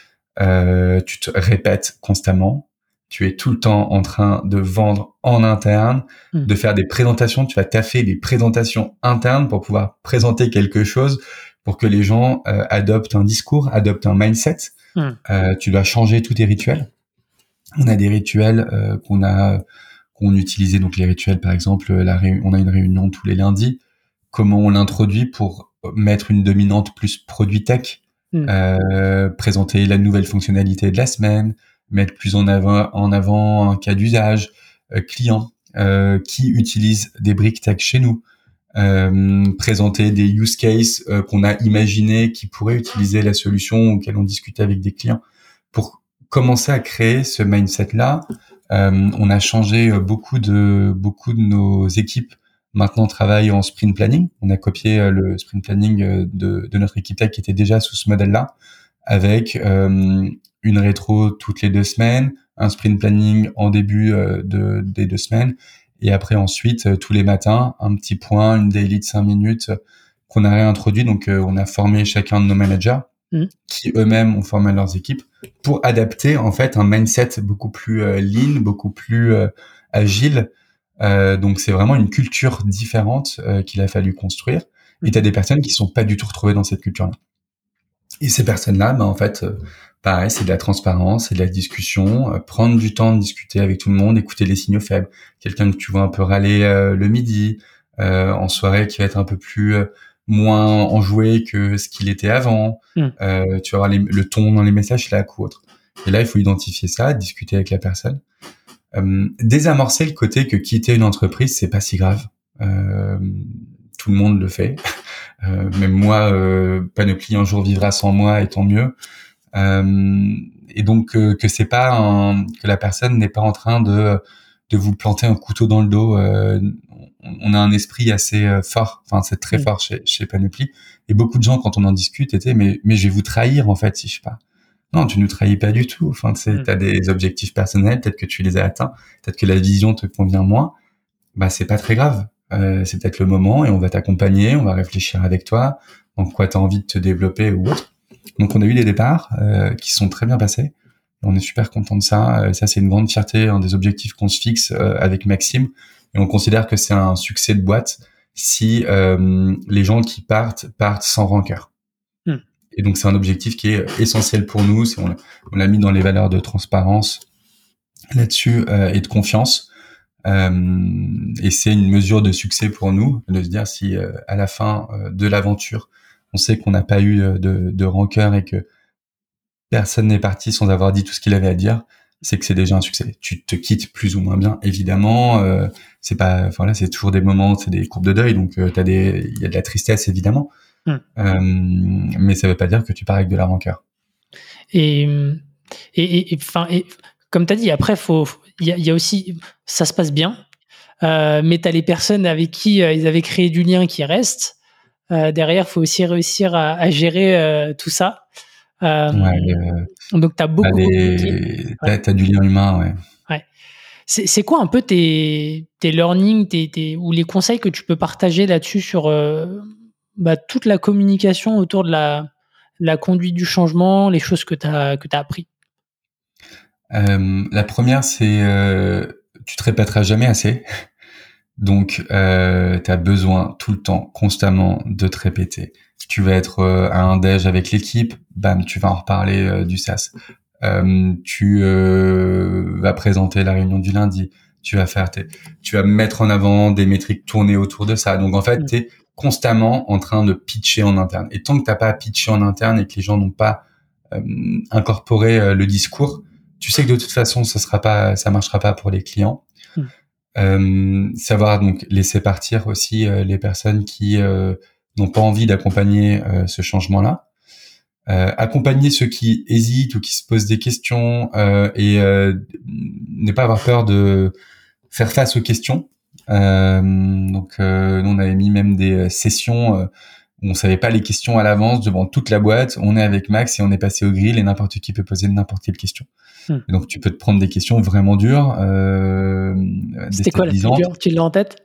Tu te répètes constamment. Tu es tout le temps en train de vendre en interne, de faire des présentations. Tu vas taffer des présentations internes pour pouvoir présenter quelque chose, pour que les gens adoptent un discours, adoptent un mindset. Tu dois changer tous tes rituels. On a des rituels qu'on utilisait, donc les rituels, par exemple, on a une réunion tous les lundis. Comment on l'introduit pour mettre une dominante plus produit tech, présenter la nouvelle fonctionnalité de la semaine, mettre plus en avant un cas d'usage client qui utilise des briques tech chez nous, présenter des use cases qu'on a imaginé qui pourraient utiliser la solution auquel on discute avec des clients. Pour commencer à créer ce mindset-là, on a changé beaucoup de nos équipes. Maintenant, travaillent en sprint planning. On a copié le sprint planning de notre équipe tech qui était déjà sous ce modèle-là, avec une rétro toutes les 2 semaines, un sprint planning en début des 2 semaines, et après ensuite tous les matins un petit point, une daily de 5 minutes qu'on a réintroduit. Donc on a formé chacun de nos managers qui eux-mêmes ont formé leurs équipes pour adapter en fait un mindset beaucoup plus lean, beaucoup plus agile. Donc c'est vraiment une culture différente qu'il a fallu construire. Et t'as des personnes qui sont pas du tout retrouvées dans cette culture-là. Et ces personnes-là, en fait, pareil, c'est de la transparence, c'est de la discussion, prendre du temps de discuter avec tout le monde, écouter les signaux faibles. Quelqu'un que tu vois un peu râler le midi, en soirée qui va être un peu plus moins enjoué que ce qu'il était avant. Tu vas avoir le ton dans les messages Slack ou autre. Et là, il faut identifier ça, discuter avec la personne. Désamorcer le côté que quitter une entreprise, c'est pas si grave. Tout le monde le fait. Même moi, Panoply un jour vivra sans moi et tant mieux. Et donc que c'est pas que la personne n'est pas en train de vous planter un couteau dans le dos. On a un esprit assez fort. Enfin, c'est très fort chez Panoply. Et beaucoup de gens, quand on en discute, étaient mais je vais vous trahir en fait si je pars. Non, tu nous trahis pas du tout. Enfin, t'as des objectifs personnels, peut-être que tu les as atteints, peut-être que la vision te convient moins. Bah, c'est pas très grave. C'est peut-être le moment et on va t'accompagner, on va réfléchir avec toi, en quoi t'as envie de te développer ou autre. Donc, on a eu des départs qui sont très bien passés. On est super content de ça. Ça, c'est une grande fierté, un des objectifs qu'on se fixe avec Maxime. Et on considère que c'est un succès de boîte si les gens qui partent sans rancœur. Et donc, c'est un objectif qui est essentiel pour nous. On l'a mis dans les valeurs de transparence là-dessus et de confiance. Et c'est une mesure de succès pour nous de se dire si à la fin de l'aventure, on sait qu'on n'a pas eu de rancœur et que personne n'est parti sans avoir dit tout ce qu'il avait à dire, c'est que c'est déjà un succès. Tu te quittes plus ou moins bien, évidemment. C'est pas, enfin là, c'est toujours des moments, c'est des courbes de deuil, donc il y a de la tristesse évidemment. Mais ça veut pas dire que tu pars avec de la rancœur. Et comme tu as dit, après, il y a aussi, ça se passe bien, mais tu as les personnes avec qui ils avaient créé du lien qui restent. Derrière, il faut aussi réussir à gérer tout ça. Donc, tu as beaucoup. T'as du lien humain, ouais. C'est quoi un peu tes learnings, ou les conseils que tu peux partager là-dessus sur toute la communication autour de la conduite du changement, les choses que t'as appris? La première, c'est tu te répéteras jamais assez. Donc, t'as besoin tout le temps, constamment, de te répéter. Tu vas être à un déj avec l'équipe, bam, tu vas en reparler du SaaS. Tu vas présenter la réunion du lundi. Tu vas mettre en avant des métriques tournées autour de ça. Donc, en fait, t'es constamment en train de pitcher en interne. Et tant que t'as pas pitché en interne et que les gens n'ont pas incorporé le discours, tu sais que de toute façon, ça marchera pas pour les clients. Savoir donc laisser partir aussi les personnes qui n'ont pas envie d'accompagner ce changement-là. Accompagner ceux qui hésitent ou qui se posent des questions et ne pas avoir peur de faire face aux questions. Donc nous on avait mis même des sessions où on savait pas les questions à l'avance devant toute la boîte. On est avec Max et on est passé au grill et n'importe qui peut poser n'importe quelle question. Et donc tu peux te prendre des questions vraiment dures. C'était quoi la plus dure? Tu l'as en tête?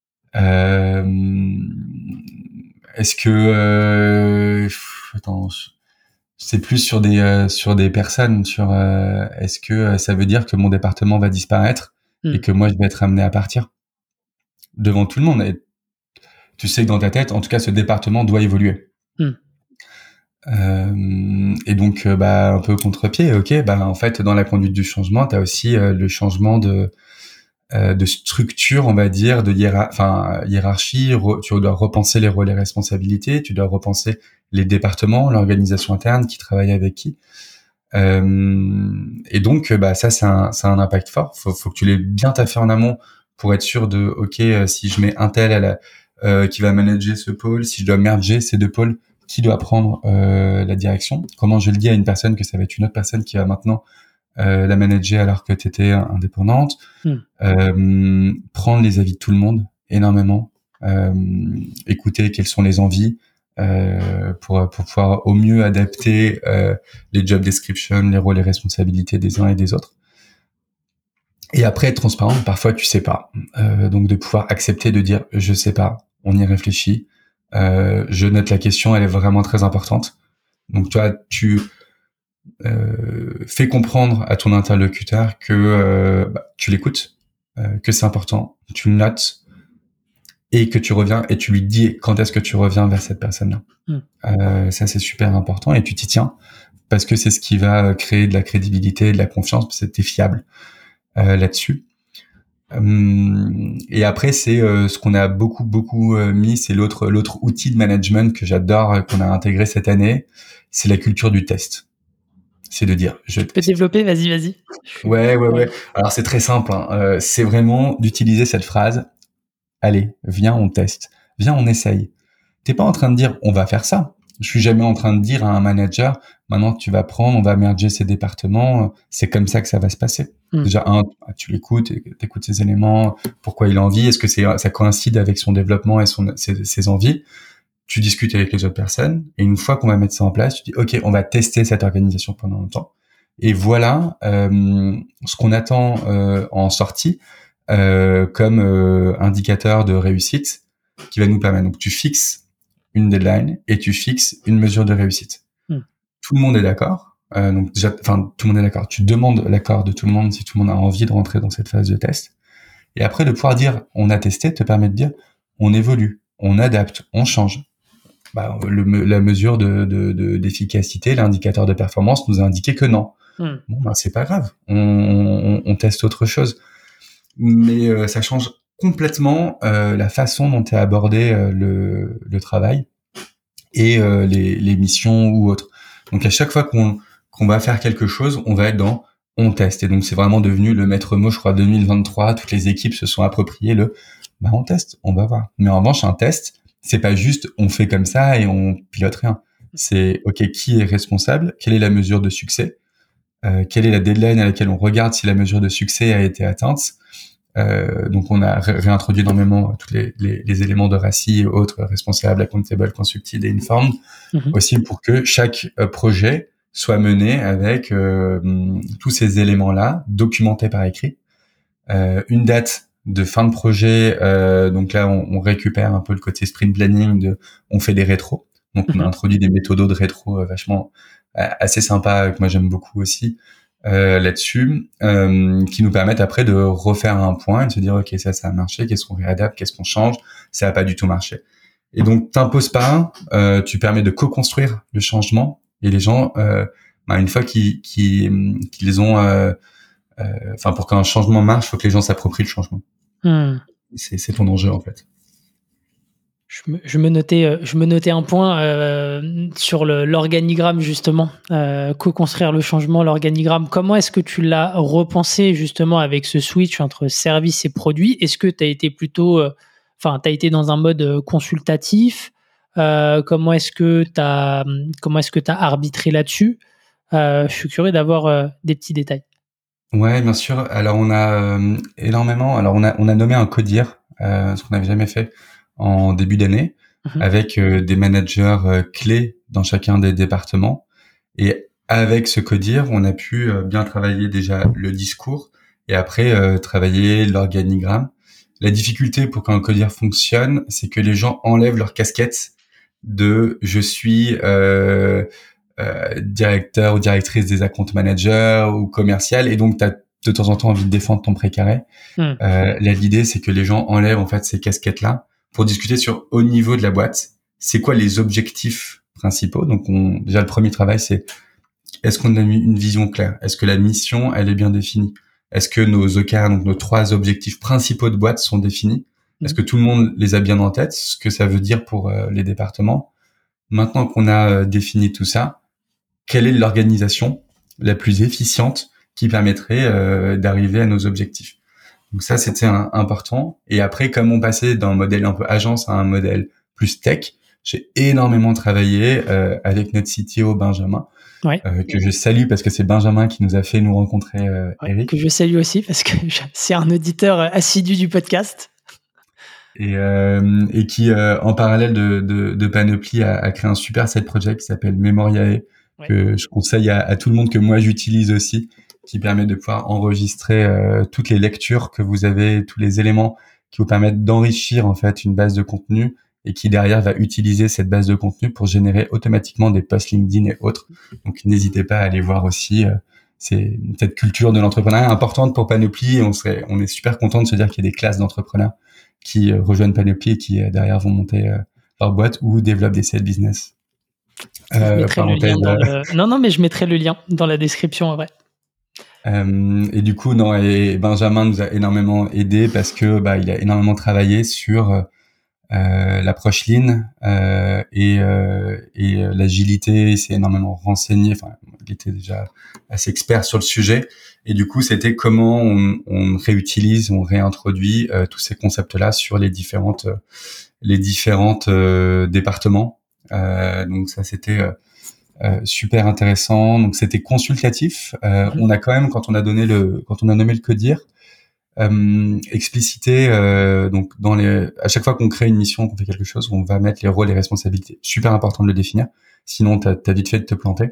Est-ce que attends, c'est plus sur des personnes, sur est-ce que ça veut dire que mon département va disparaître et que moi je vais être amené à partir devant tout le monde. Et tu sais que dans ta tête, en tout cas, ce département doit évoluer. Et donc, un peu contre-pied. Ok, en fait, dans la conduite du changement, t'as aussi le changement de structure, on va dire, de hiérarchie. Tu dois repenser les rôles et responsabilités. Tu dois repenser les départements, l'organisation interne, qui travaille avec qui. Et donc, ça, c'est un impact fort. Faut que tu l'aies bien taffé en amont pour être sûr de, ok, si je mets un tel qui va manager ce pôle, si je dois merger ces deux pôles, qui doit prendre la direction. Comment je le dis à une personne que ça va être une autre personne qui va maintenant la manager alors que tu étais indépendante. Prendre les avis de tout le monde, énormément. Écouter quelles sont les envies pour pouvoir au mieux adapter les job descriptions, les rôles et responsabilités des uns et des autres. Et après, être transparent, parfois tu sais pas. Donc de pouvoir accepter de dire je sais pas, on y réfléchit. Je note la question, elle est vraiment très importante. Donc toi, tu fais comprendre à ton interlocuteur que tu l'écoutes, que c'est important, tu le notes et que tu reviens et tu lui dis quand est-ce que tu reviens vers cette personne-là. Ça c'est super important et tu t'y tiens parce que c'est ce qui va créer de la crédibilité, de la confiance, parce que t'es fiable là-dessus. Et après, c'est ce qu'on a beaucoup mis, c'est l'autre outil de management que j'adore, qu'on a intégré cette année, c'est la culture du test. C'est de dire, je Tu peux teste. développer, vas-y. Ouais. Alors c'est très simple, hein. C'est vraiment d'utiliser cette phrase. Allez, viens, on teste. Viens, on essaye. T'es pas en train de dire, on va faire ça. Je suis jamais en train de dire à un manager, maintenant tu vas prendre, on va merger ces départements. C'est comme ça que ça va se passer. Déjà, tu l'écoutes, t'écoutes ses éléments, pourquoi il a envie, est-ce que ça coïncide avec son développement et ses envies. Tu discutes avec les autres personnes, et une fois qu'on va mettre ça en place, tu dis, OK, on va tester cette organisation pendant longtemps. Et voilà ce qu'on attend en sortie comme indicateur de réussite qui va nous permettre. Donc, tu fixes une deadline et tu fixes une mesure de réussite. Tout le monde est d'accord. Donc déjà, tout le monde est d'accord. Tu demandes l'accord de tout le monde si tout le monde a envie de rentrer dans cette phase de test. Et après, de pouvoir dire, on a testé, te permet de dire, on évolue, on adapte, on change. La mesure d'efficacité, l'indicateur de performance nous a indiqué que non. Bon, c'est pas grave. On teste autre chose. Mais ça change complètement la façon dont est abordé le travail et les missions ou autres. Donc à chaque fois qu'on va faire quelque chose, on va être dans on teste. Et donc c'est vraiment devenu le maître mot, je crois, 2023. Toutes les équipes se sont appropriées on teste, on va voir. Mais en revanche, un test, c'est pas juste on fait comme ça et on pilote rien. C'est OK, qui est responsable? Quelle est la mesure de succès? Quelle est la deadline à laquelle on regarde si la mesure de succès a été atteinte? Donc on a réintroduit énormément tous les éléments de RACI et autres, responsible, accountable, consulted et informed, aussi pour que chaque projet soit mené avec tous ces éléments-là, documentés par écrit. Une date de fin de projet, donc là on récupère un peu le côté sprint planning, on fait des rétros. Donc on a introduit des méthodos de rétro vachement assez sympas, que moi j'aime beaucoup aussi. Là-dessus, qui nous permettent après de refaire un point et de se dire ok, ça a marché, qu'est-ce qu'on réadapte, qu'est-ce qu'on change, ça a pas du tout marché. Et donc t'imposes pas, tu permets de co-construire le changement et les gens, une fois qu'ils ont, pour qu'un changement marche, faut que les gens s'approprient le changement. C'est ton enjeu en fait. Je me notais un point sur l'organigramme justement, co-construire le changement, l'organigramme. Comment est-ce que tu l'as repensé justement avec ce switch entre service et produit? Est-ce que tu as été t'as été dans un mode consultatif? Comment est-ce que t'as arbitré là-dessus? Je suis curieux d'avoir des petits détails. Ouais, bien sûr. Alors on a énormément. Alors on a nommé un codir, ce qu'on n'avait jamais fait en début d'année, avec des managers clés dans chacun des départements. Et avec ce codir, on a pu bien travailler déjà le discours et après travailler l'organigramme. La difficulté pour qu'un codir fonctionne, c'est que les gens enlèvent leur casquette de je suis directeur ou directrice des account managers ou commercial, et donc tu as de temps en temps envie de défendre ton précaré. Là, l'idée, c'est que les gens enlèvent en fait ces casquettes-là pour discuter sur au niveau de la boîte, c'est quoi les objectifs principaux. Donc déjà le premier travail, c'est est-ce qu'on a une vision claire? Est-ce que la mission, elle est bien définie? Est-ce que nos OKR, donc nos 3 objectifs principaux de boîte sont définis? Est-ce que tout le monde les a bien en tête? Ce que ça veut dire pour les départements. Maintenant qu'on a défini tout ça, quelle est l'organisation la plus efficiente qui permettrait d'arriver à nos objectifs? Donc ça, c'était important. Et après, comme on passait d'un modèle un peu agence à un modèle plus tech, j'ai énormément travaillé avec notre CTO Benjamin, que je salue parce que c'est Benjamin qui nous a fait nous rencontrer Eric. Que je salue aussi parce que c'est un auditeur assidu du podcast. Et qui, en parallèle de Panoply, a créé un super side project qui s'appelle Memoriae, que je conseille à tout le monde, que moi j'utilise aussi, qui permet de pouvoir enregistrer toutes les lectures que vous avez, tous les éléments qui vous permettent d'enrichir en fait une base de contenu, et qui derrière va utiliser cette base de contenu pour générer automatiquement des posts LinkedIn et autres. Donc n'hésitez pas à aller voir aussi. C'est cette culture de l'entrepreneuriat importante pour Panoply, et on est super content de se dire qu'il y a des classes d'entrepreneurs qui rejoignent Panoply et qui derrière vont monter leur boîte ou développent des side business. Je mettrai le lien mais je mettrai le lien dans la description, en vrai. Et du coup, non, et Benjamin nous a énormément aidé parce que il a énormément travaillé sur l'approche lean et l'agilité. Il s'est énormément renseigné. Enfin, il était déjà assez expert sur le sujet. Et du coup, c'était comment on réutilise, on réintroduit tous ces concepts-là sur les différentes départements. Donc ça, c'était super intéressant. Donc c'était consultatif. On a quand même, quand on a nommé le codir, explicité. Donc à chaque fois qu'on crée une mission, qu'on fait quelque chose, on va mettre les rôles et responsabilités. Super important de le définir. Sinon, t'as vite fait de te planter.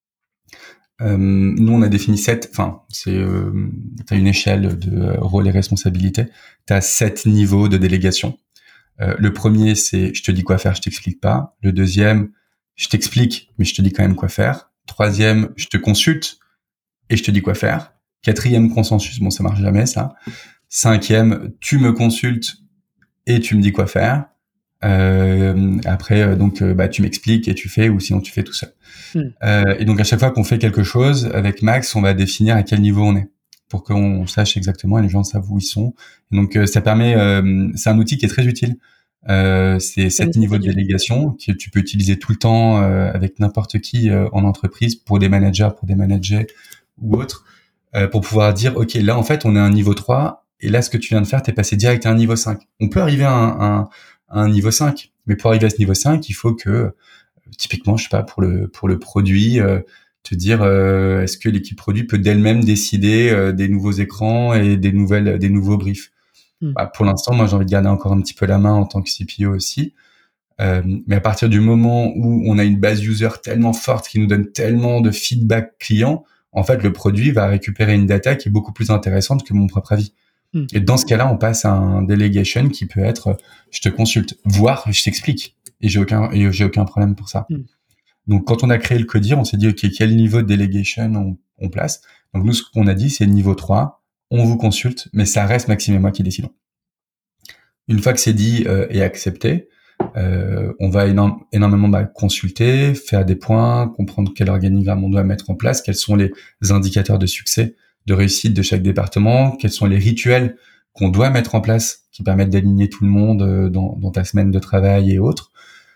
Nous, on a défini 7. Enfin, t'as une échelle de rôles et responsabilités. T'as 7 niveaux de délégation. Le premier, c'est je te dis quoi faire, je t'explique pas. Le deuxième, je t'explique, mais je te dis quand même quoi faire. Troisième, je te consulte et je te dis quoi faire. Quatrième, consensus. Bon, ça marche jamais, ça. Cinquième, tu me consultes et tu me dis quoi faire. Après, tu m'expliques et tu fais, ou sinon tu fais tout seul. Et donc, à chaque fois qu'on fait quelque chose, avec Max, on va définir à quel niveau on est pour qu'on sache exactement et les gens savent où ils sont. Et donc, ça permet, c'est un outil qui est très utile. C'est 7 niveaux de délégation que tu peux utiliser tout le temps avec n'importe qui en entreprise, pour des managers ou autres, pour pouvoir dire, OK, là, en fait, on est à un niveau 3, et là, ce que tu viens de faire, t'es passé direct à un niveau 5. On peut arriver à un niveau 5, mais pour arriver à ce niveau 5, il faut que, typiquement, je sais pas, pour le produit, te dire, est-ce que l'équipe produit peut d'elle-même décider des nouveaux écrans et des nouveaux briefs. Pour l'instant, moi, j'ai envie de garder encore un petit peu la main en tant que CPO aussi. Mais à partir du moment où on a une base user tellement forte qui nous donne tellement de feedback client, en fait, le produit va récupérer une data qui est beaucoup plus intéressante que mon propre avis. Et dans ce cas-là, on passe à un delegation qui peut être, je te consulte, voire je t'explique. Et j'ai aucun problème pour ça. Donc, quand on a créé le codir, on s'est dit, OK, quel niveau de delegation on place? Donc, nous, ce qu'on a dit, c'est niveau 3. On vous consulte, mais ça reste Maxime et moi qui décidons. Une fois que c'est dit et accepté, on va énormément consulter, faire des points, comprendre quel organigramme on doit mettre en place, quels sont les indicateurs de succès, de réussite de chaque département, quels sont les rituels qu'on doit mettre en place qui permettent d'aligner tout le monde dans ta semaine de travail et autres.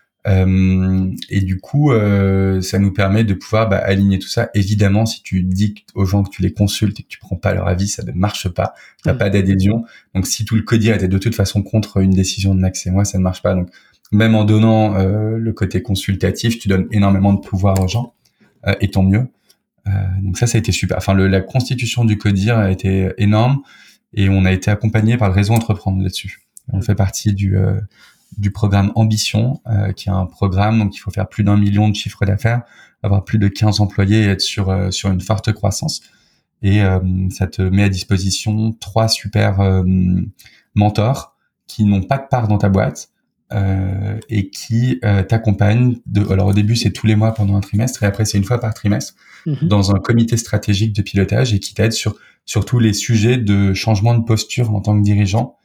Et du coup, ça nous permet de pouvoir aligner tout ça. Évidemment, si tu dis aux gens que tu les consultes et que tu prends pas leur avis, ça ne marche pas. T'as pas d'adhésion. Donc, si tout le codir était de toute façon contre une décision de Max et moi, ça ne marche pas. Donc, même en donnant le côté consultatif, tu donnes énormément de pouvoir aux gens, et tant mieux. Donc ça a été super. Enfin, la constitution du codir a été énorme et on a été accompagné par le réseau Entreprendre là-dessus. On fait partie du programme Ambition, qui est un programme, donc il faut faire plus d'1 million de chiffre d'affaires, avoir plus de 15 employés et être sur une forte croissance. Et ça te met à disposition 3 super mentors qui n'ont pas de part dans ta boîte et qui t'accompagnent. Alors au début, c'est tous les mois pendant un trimestre, et après c'est une fois par trimestre dans un comité stratégique de pilotage, et qui t'aident sur tous les sujets de changement de posture en tant que dirigeant.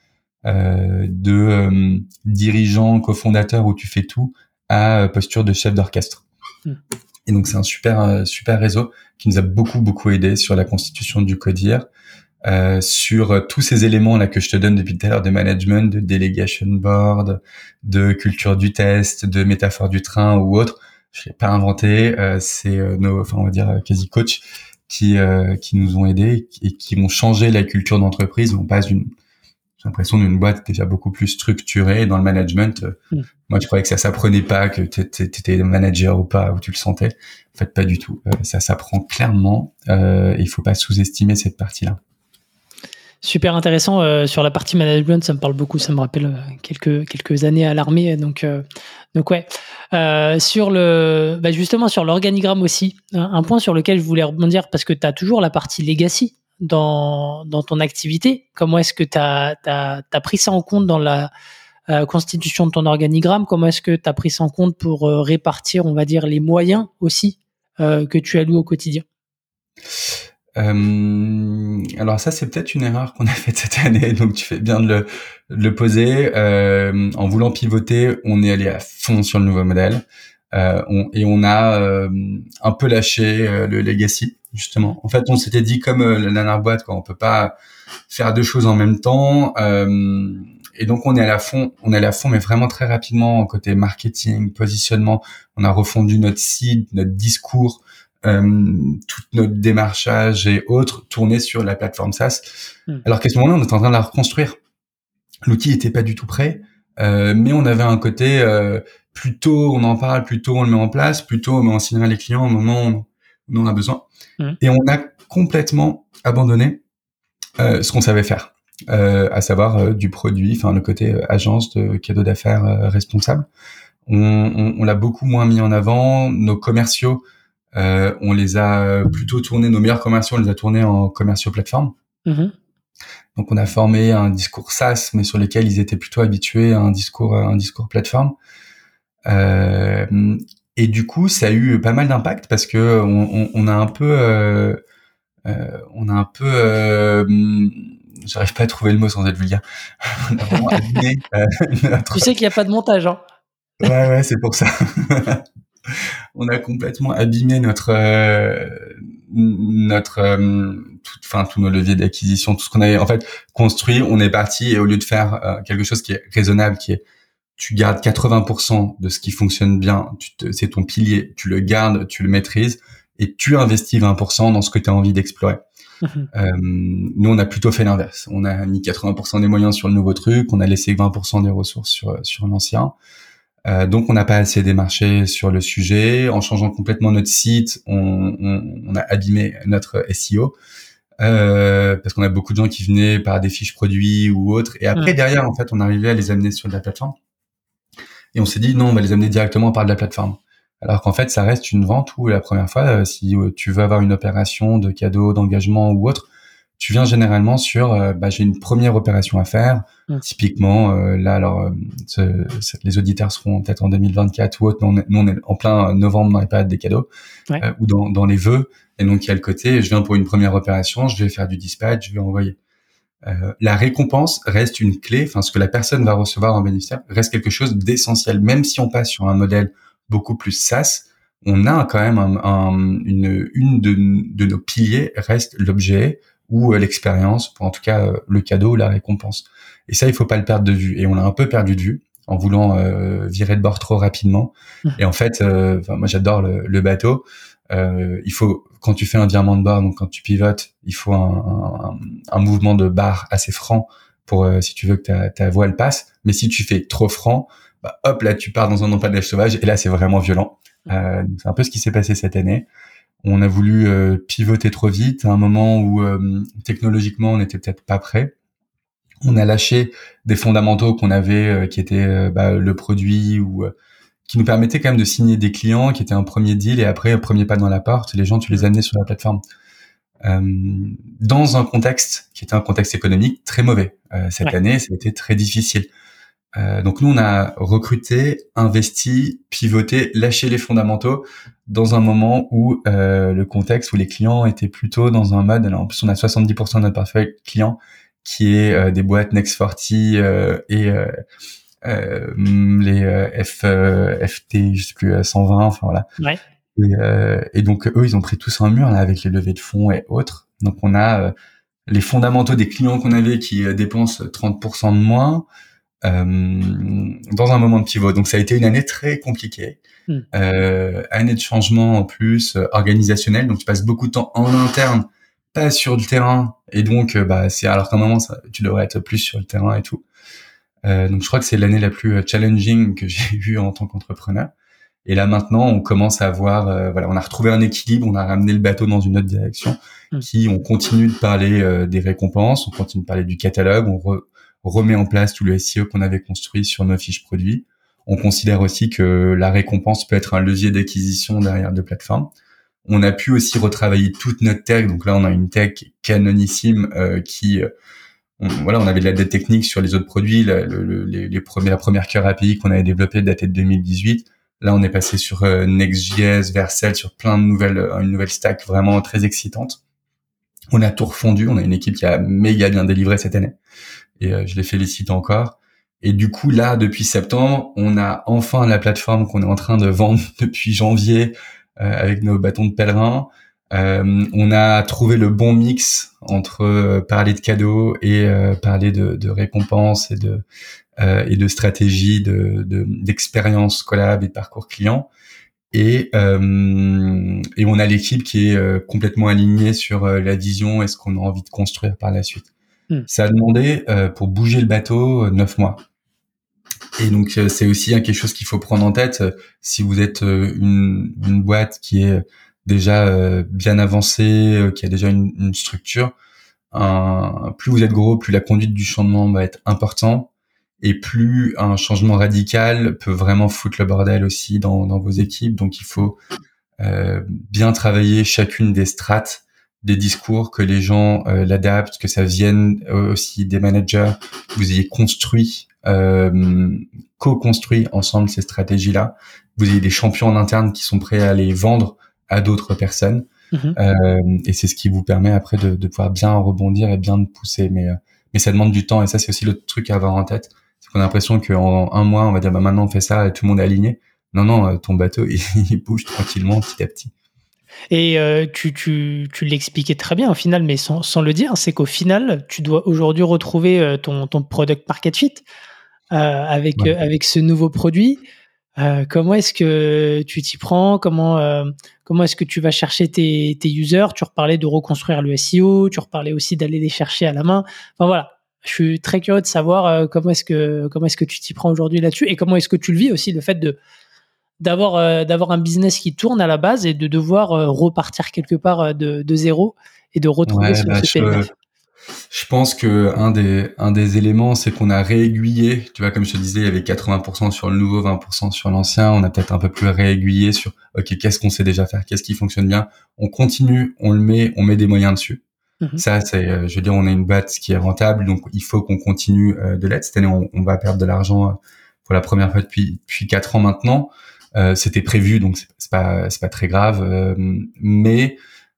Dirigeant, cofondateur où tu fais tout, à posture de chef d'orchestre. Et donc c'est un super réseau qui nous a beaucoup aidé sur la constitution du codir, sur tous ces éléments là que je te donne depuis tout à l'heure, de management, de delegation board, de culture du test, de métaphore du train ou autre. Je l'ai pas inventé, c'est on va dire quasi coach qui nous ont aidés et qui ont changé la culture d'entreprise. On passe j'ai l'impression d'une boîte déjà beaucoup plus structurée dans le management. Moi, je croyais que ça s'apprenait pas, que t'étais manager ou pas, où tu le sentais. En fait, pas du tout. Ça s'apprend clairement. Il faut pas sous-estimer cette partie-là. Super intéressant sur la partie management, ça me parle beaucoup, ça me rappelle quelques années à l'armée, donc ouais. Sur justement sur l'organigramme aussi, un point sur lequel je voulais rebondir, parce que tu as toujours la partie legacy dans ton activité. Comment est-ce que tu as pris ça en compte dans la constitution de ton organigramme? Comment est-ce que tu as pris ça en compte pour répartir, on va dire, les moyens aussi que tu alloues au quotidien? Alors ça, c'est peut-être une erreur qu'on a faite cette année, donc tu fais bien de le poser. En voulant pivoter, on est allé à fond sur le nouveau modèle, et on a un peu lâché le legacy. justement. En fait, on s'était dit comme la dernière boîte, quoi, on peut pas faire deux choses en même temps. Et donc on est à la fond, mais vraiment très rapidement côté marketing, positionnement. On a refondu notre site, notre discours, tout notre démarchage et autres tourné sur la plateforme SaaS. Alors qu'à ce moment-là, on était en train de la reconstruire. L'outil était pas du tout prêt, mais on avait un côté plus tôt on en parle, plus tôt on le met en place, plus tôt on signera les clients au moment où on en a besoin. Et on a complètement abandonné ce qu'on savait faire, à savoir du produit, enfin le côté agence de cadeau d'affaires responsable. On l'a beaucoup moins mis en avant. Nos commerciaux, on les a plutôt tournés, nos meilleurs commerciaux, on les a tournés en commerciaux plateforme. Donc on a formé un discours SaaS, mais sur lesquels ils étaient plutôt habitués à un discours plateforme. Et du coup, ça a eu pas mal d'impact parce que on a un peu j'arrive pas à trouver le mot sans être vulgaire. On a vraiment abîmé notre... Tu sais qu'il y a pas de montage, hein. Ouais, c'est pour ça. On a complètement abîmé tous nos leviers d'acquisition, tout ce qu'on avait en fait construit. On est parti et au lieu de faire quelque chose qui est raisonnable, qui est tu gardes 80% de ce qui fonctionne bien, c'est ton pilier, tu le gardes, tu le maîtrises et tu investis 20% dans ce que tu as envie d'explorer. Nous, on a plutôt fait l'inverse. On a mis 80% des moyens sur le nouveau truc, on a laissé 20% des ressources sur l'ancien. Donc, on n'a pas assez démarché sur le sujet. En changeant complètement notre site, on a abîmé notre SEO. Parce qu'on a beaucoup de gens qui venaient par des fiches produits ou autres. Et après, derrière, en fait, on arrivait à les amener sur de la plateforme. Et on s'est dit, non, on va les amener directement par de la plateforme. Alors qu'en fait, ça reste une vente où la première fois, si tu veux avoir une opération de cadeau, d'engagement ou autre, tu viens généralement sur, j'ai une première opération à faire. Typiquement, les auditeurs seront peut-être en 2024 ou autre. Nous, on est en plein novembre dans les périodes des cadeaux ou dans les vœux. Et donc, il y a le côté, je viens pour une première opération, je vais faire du dispatch, je vais envoyer. La récompense reste une clé. Enfin, ce que la personne va recevoir en bénéficiaire reste quelque chose d'essentiel. Même si on passe sur un modèle beaucoup plus SaaS, on a quand même une de nos piliers reste l'objet ou l'expérience, pour en tout cas le cadeau ou la récompense. Et ça, il faut pas le perdre de vue. Et on l'a un peu perdu de vue en voulant virer de bord trop rapidement. Et en fait, moi j'adore le bateau. Il faut, quand tu fais un virement de barre, donc quand tu pivotes, il faut un mouvement de barre assez franc pour si tu veux que ta voile passe. Mais si tu fais trop franc, hop là tu pars dans un empannage sauvage et là c'est vraiment violent. C'est un peu ce qui s'est passé cette année. On a voulu pivoter trop vite à un moment où technologiquement on n'était peut-être pas prêt. On a lâché des fondamentaux qu'on avait qui étaient le produit ou qui nous permettait quand même de signer des clients qui étaient un premier deal et après un premier pas dans la porte, les gens tu les amenais sur la plateforme. Dans un contexte qui était un contexte économique très mauvais. Cette année, ça a été très difficile. Donc nous, on a recruté, investi, pivoté, lâché les fondamentaux dans un moment où le contexte où les clients étaient plutôt dans un mode. Alors en plus, on a 70% de notre portefeuille client qui est des boîtes Next 40 et les FT, je sais plus, 120, enfin voilà. Et donc eux, ils ont pris tous un mur là avec les levées de fonds et autres. Donc on a les fondamentaux des clients qu'on avait qui dépensent 30% de moins dans un moment de pivot. Donc ça a été une année très compliquée, année de changement en plus organisationnel. Donc tu passes beaucoup de temps en interne, pas sur le terrain, et donc c'est alors qu'à un moment tu devrais être plus sur le terrain et tout. Donc je crois que c'est l'année la plus challenging que j'ai eue en tant qu'entrepreneur. Et là maintenant, on commence à voir, on a retrouvé un équilibre, on a ramené le bateau dans une autre direction, on continue de parler des récompenses, on continue de parler du catalogue, on remet en place tout le SEO qu'on avait construit sur nos fiches produits. On considère aussi que la récompense peut être un levier d'acquisition derrière de plateformes. On a pu aussi retravailler toute notre tech. Donc là, on a une tech canonissime on avait de la dette technique sur les autres produits. La première Cœur API qu'on avait développée datait de 2018. Là, on est passé sur Next.js, Vercel, sur plein de une nouvelle stack vraiment très excitante. On a tout refondu. On a une équipe qui a méga bien délivré cette année. Et je les félicite encore. Et du coup, là, depuis septembre, on a enfin la plateforme qu'on est en train de vendre depuis janvier avec nos bâtons de pèlerin. On a trouvé le bon mix entre parler de cadeaux et parler de récompenses et de stratégie d'expérience collab et de parcours client. Et on a l'équipe qui est complètement alignée sur la vision et ce qu'on a envie de construire par la suite. Ça a demandé pour bouger le bateau 9 mois. Et donc c'est aussi quelque chose qu'il faut prendre en tête si vous êtes une boîte qui est déjà bien avancée, qui a déjà une structure. Plus vous êtes gros, plus la conduite du changement va être important. Et plus un changement radical peut vraiment foutre le bordel aussi dans vos équipes. Donc il faut bien travailler chacune des strates, des discours, que les gens l'adaptent, que ça vienne aussi des managers, que vous ayez construit, co-construit ensemble ces stratégies-là. Vous ayez des champions en interne qui sont prêts à les vendre à d'autres personnes. Et c'est ce qui vous permet après de pouvoir bien rebondir et bien de pousser. Mais ça demande du temps, et ça c'est aussi l'autre truc à avoir en tête. C'est qu'on a l'impression qu'en un mois, on va dire bah maintenant on fait ça et tout le monde est aligné. Non, ton bateau il bouge tranquillement petit à petit. Et tu l'expliquais très bien au final, mais sans le dire, c'est qu'au final, tu dois aujourd'hui retrouver ton product market fit avec ce nouveau produit. Comment est-ce que tu t'y prends? Comment est-ce que tu vas chercher tes users? Tu reparlais de reconstruire le SEO, tu reparlais aussi d'aller les chercher à la main. Enfin voilà, je suis très curieux de savoir comment est-ce que tu t'y prends aujourd'hui là-dessus, et comment est-ce que tu le vis aussi, le fait d'avoir un business qui tourne à la base et de devoir repartir quelque part de zéro et de retrouver ce périmètre. Je pense que un des éléments, c'est qu'on a réaiguillé. Tu vois, comme je te disais, il y avait 80% sur le nouveau, 20% sur l'ancien. On a peut-être un peu plus réaiguillé sur, OK, qu'est-ce qu'on sait déjà faire? Qu'est-ce qui fonctionne bien? On continue, on met des moyens dessus. Ça, c'est, je veux dire, on est une boîte qui est rentable, donc il faut qu'on continue de l'être. Cette année, on va perdre de l'argent pour la première fois depuis 4 ans maintenant. C'était prévu, donc c'est pas très grave. Mais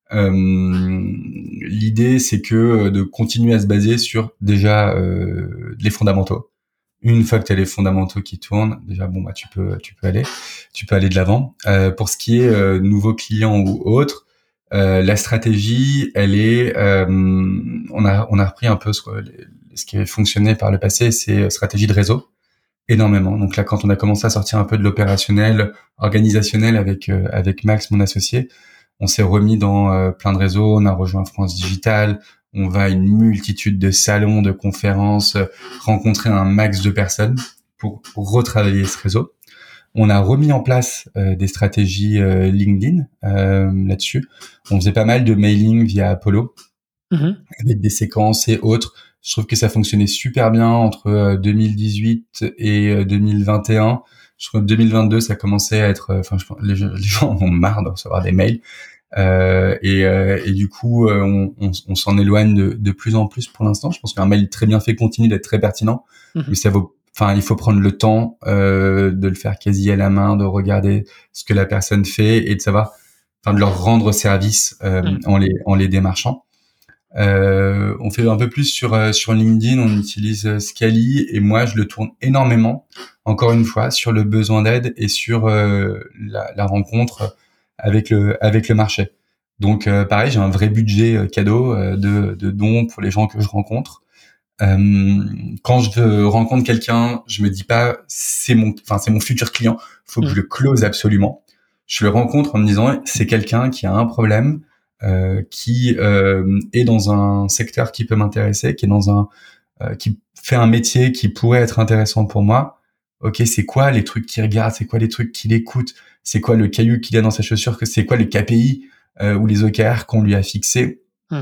l'idée, c'est que de continuer à se baser sur déjà les fondamentaux. Une fois que tu as les fondamentaux qui tournent, déjà bon bah tu peux aller de l'avant. Pour ce qui est nouveaux clients ou autres, la stratégie, elle est on a repris un peu ce qui avait fonctionné par le passé, c'est stratégie de réseau énormément. Donc là, quand on a commencé à sortir un peu de l'opérationnel, organisationnel avec Max, mon associé, on s'est remis dans plein de réseaux. On a rejoint France Digital. On va à une multitude de salons, de conférences, rencontrer un max de personnes pour retravailler ce réseau. On a remis en place des stratégies LinkedIn là-dessus. On faisait pas mal de mailing via Apollo avec des séquences et autres. Je trouve que ça fonctionnait super bien entre 2018 et 2021. Je crois que 2022, ça commençait à être... les gens ont marre de recevoir des mails. Et du coup, on s'en éloigne de plus en plus pour l'instant. Je pense qu'un mail très bien fait continue d'être très pertinent. Mais il faut prendre le temps de le faire quasi à la main, de regarder ce que la personne fait et de savoir, de leur rendre service en les démarchant. On fait un peu plus sur LinkedIn, on utilise Scali, et moi je le tourne énormément, encore une fois, sur le besoin d'aide et sur la rencontre avec le marché. Donc pareil, j'ai un vrai budget cadeau de dons pour les gens que je rencontre. Quand je rencontre quelqu'un, je me dis pas c'est mon futur client, faut que je le close absolument. Je le rencontre en me disant c'est quelqu'un qui a un problème, qui est dans un secteur qui peut m'intéresser, qui est qui fait un métier qui pourrait être intéressant pour moi. Ok, c'est quoi les trucs qu'il regarde, c'est quoi les trucs qu'il écoute, c'est quoi le caillou qu'il a dans sa chaussure, c'est quoi les KPI ou les OKR qu'on lui a fixés,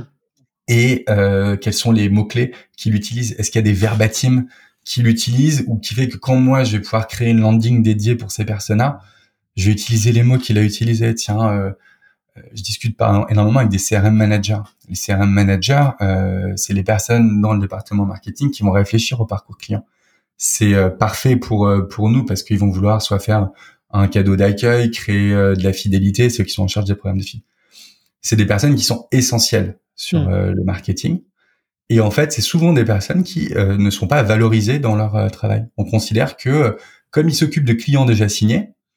et quels sont les mots-clés qu'il utilise. Est-ce qu'il y a des verbatims qu'il utilise ou qui fait que quand moi je vais pouvoir créer une landing dédiée pour ces personnes-là, je vais utiliser les mots qu'il a utilisés. Tiens, je discute énormément avec des CRM managers. Les CRM managers, c'est les personnes dans le département marketing qui vont réfléchir au parcours client. C'est parfait pour nous parce qu'ils vont vouloir soit faire un cadeau d'accueil, créer de la fidélité, ceux qui sont en charge des programmes de filles. C'est des personnes qui sont essentielles sur le marketing. Et en fait, c'est souvent des personnes qui ne sont pas valorisées dans leur travail. On considère que comme ils s'occupent de clients déjà signés,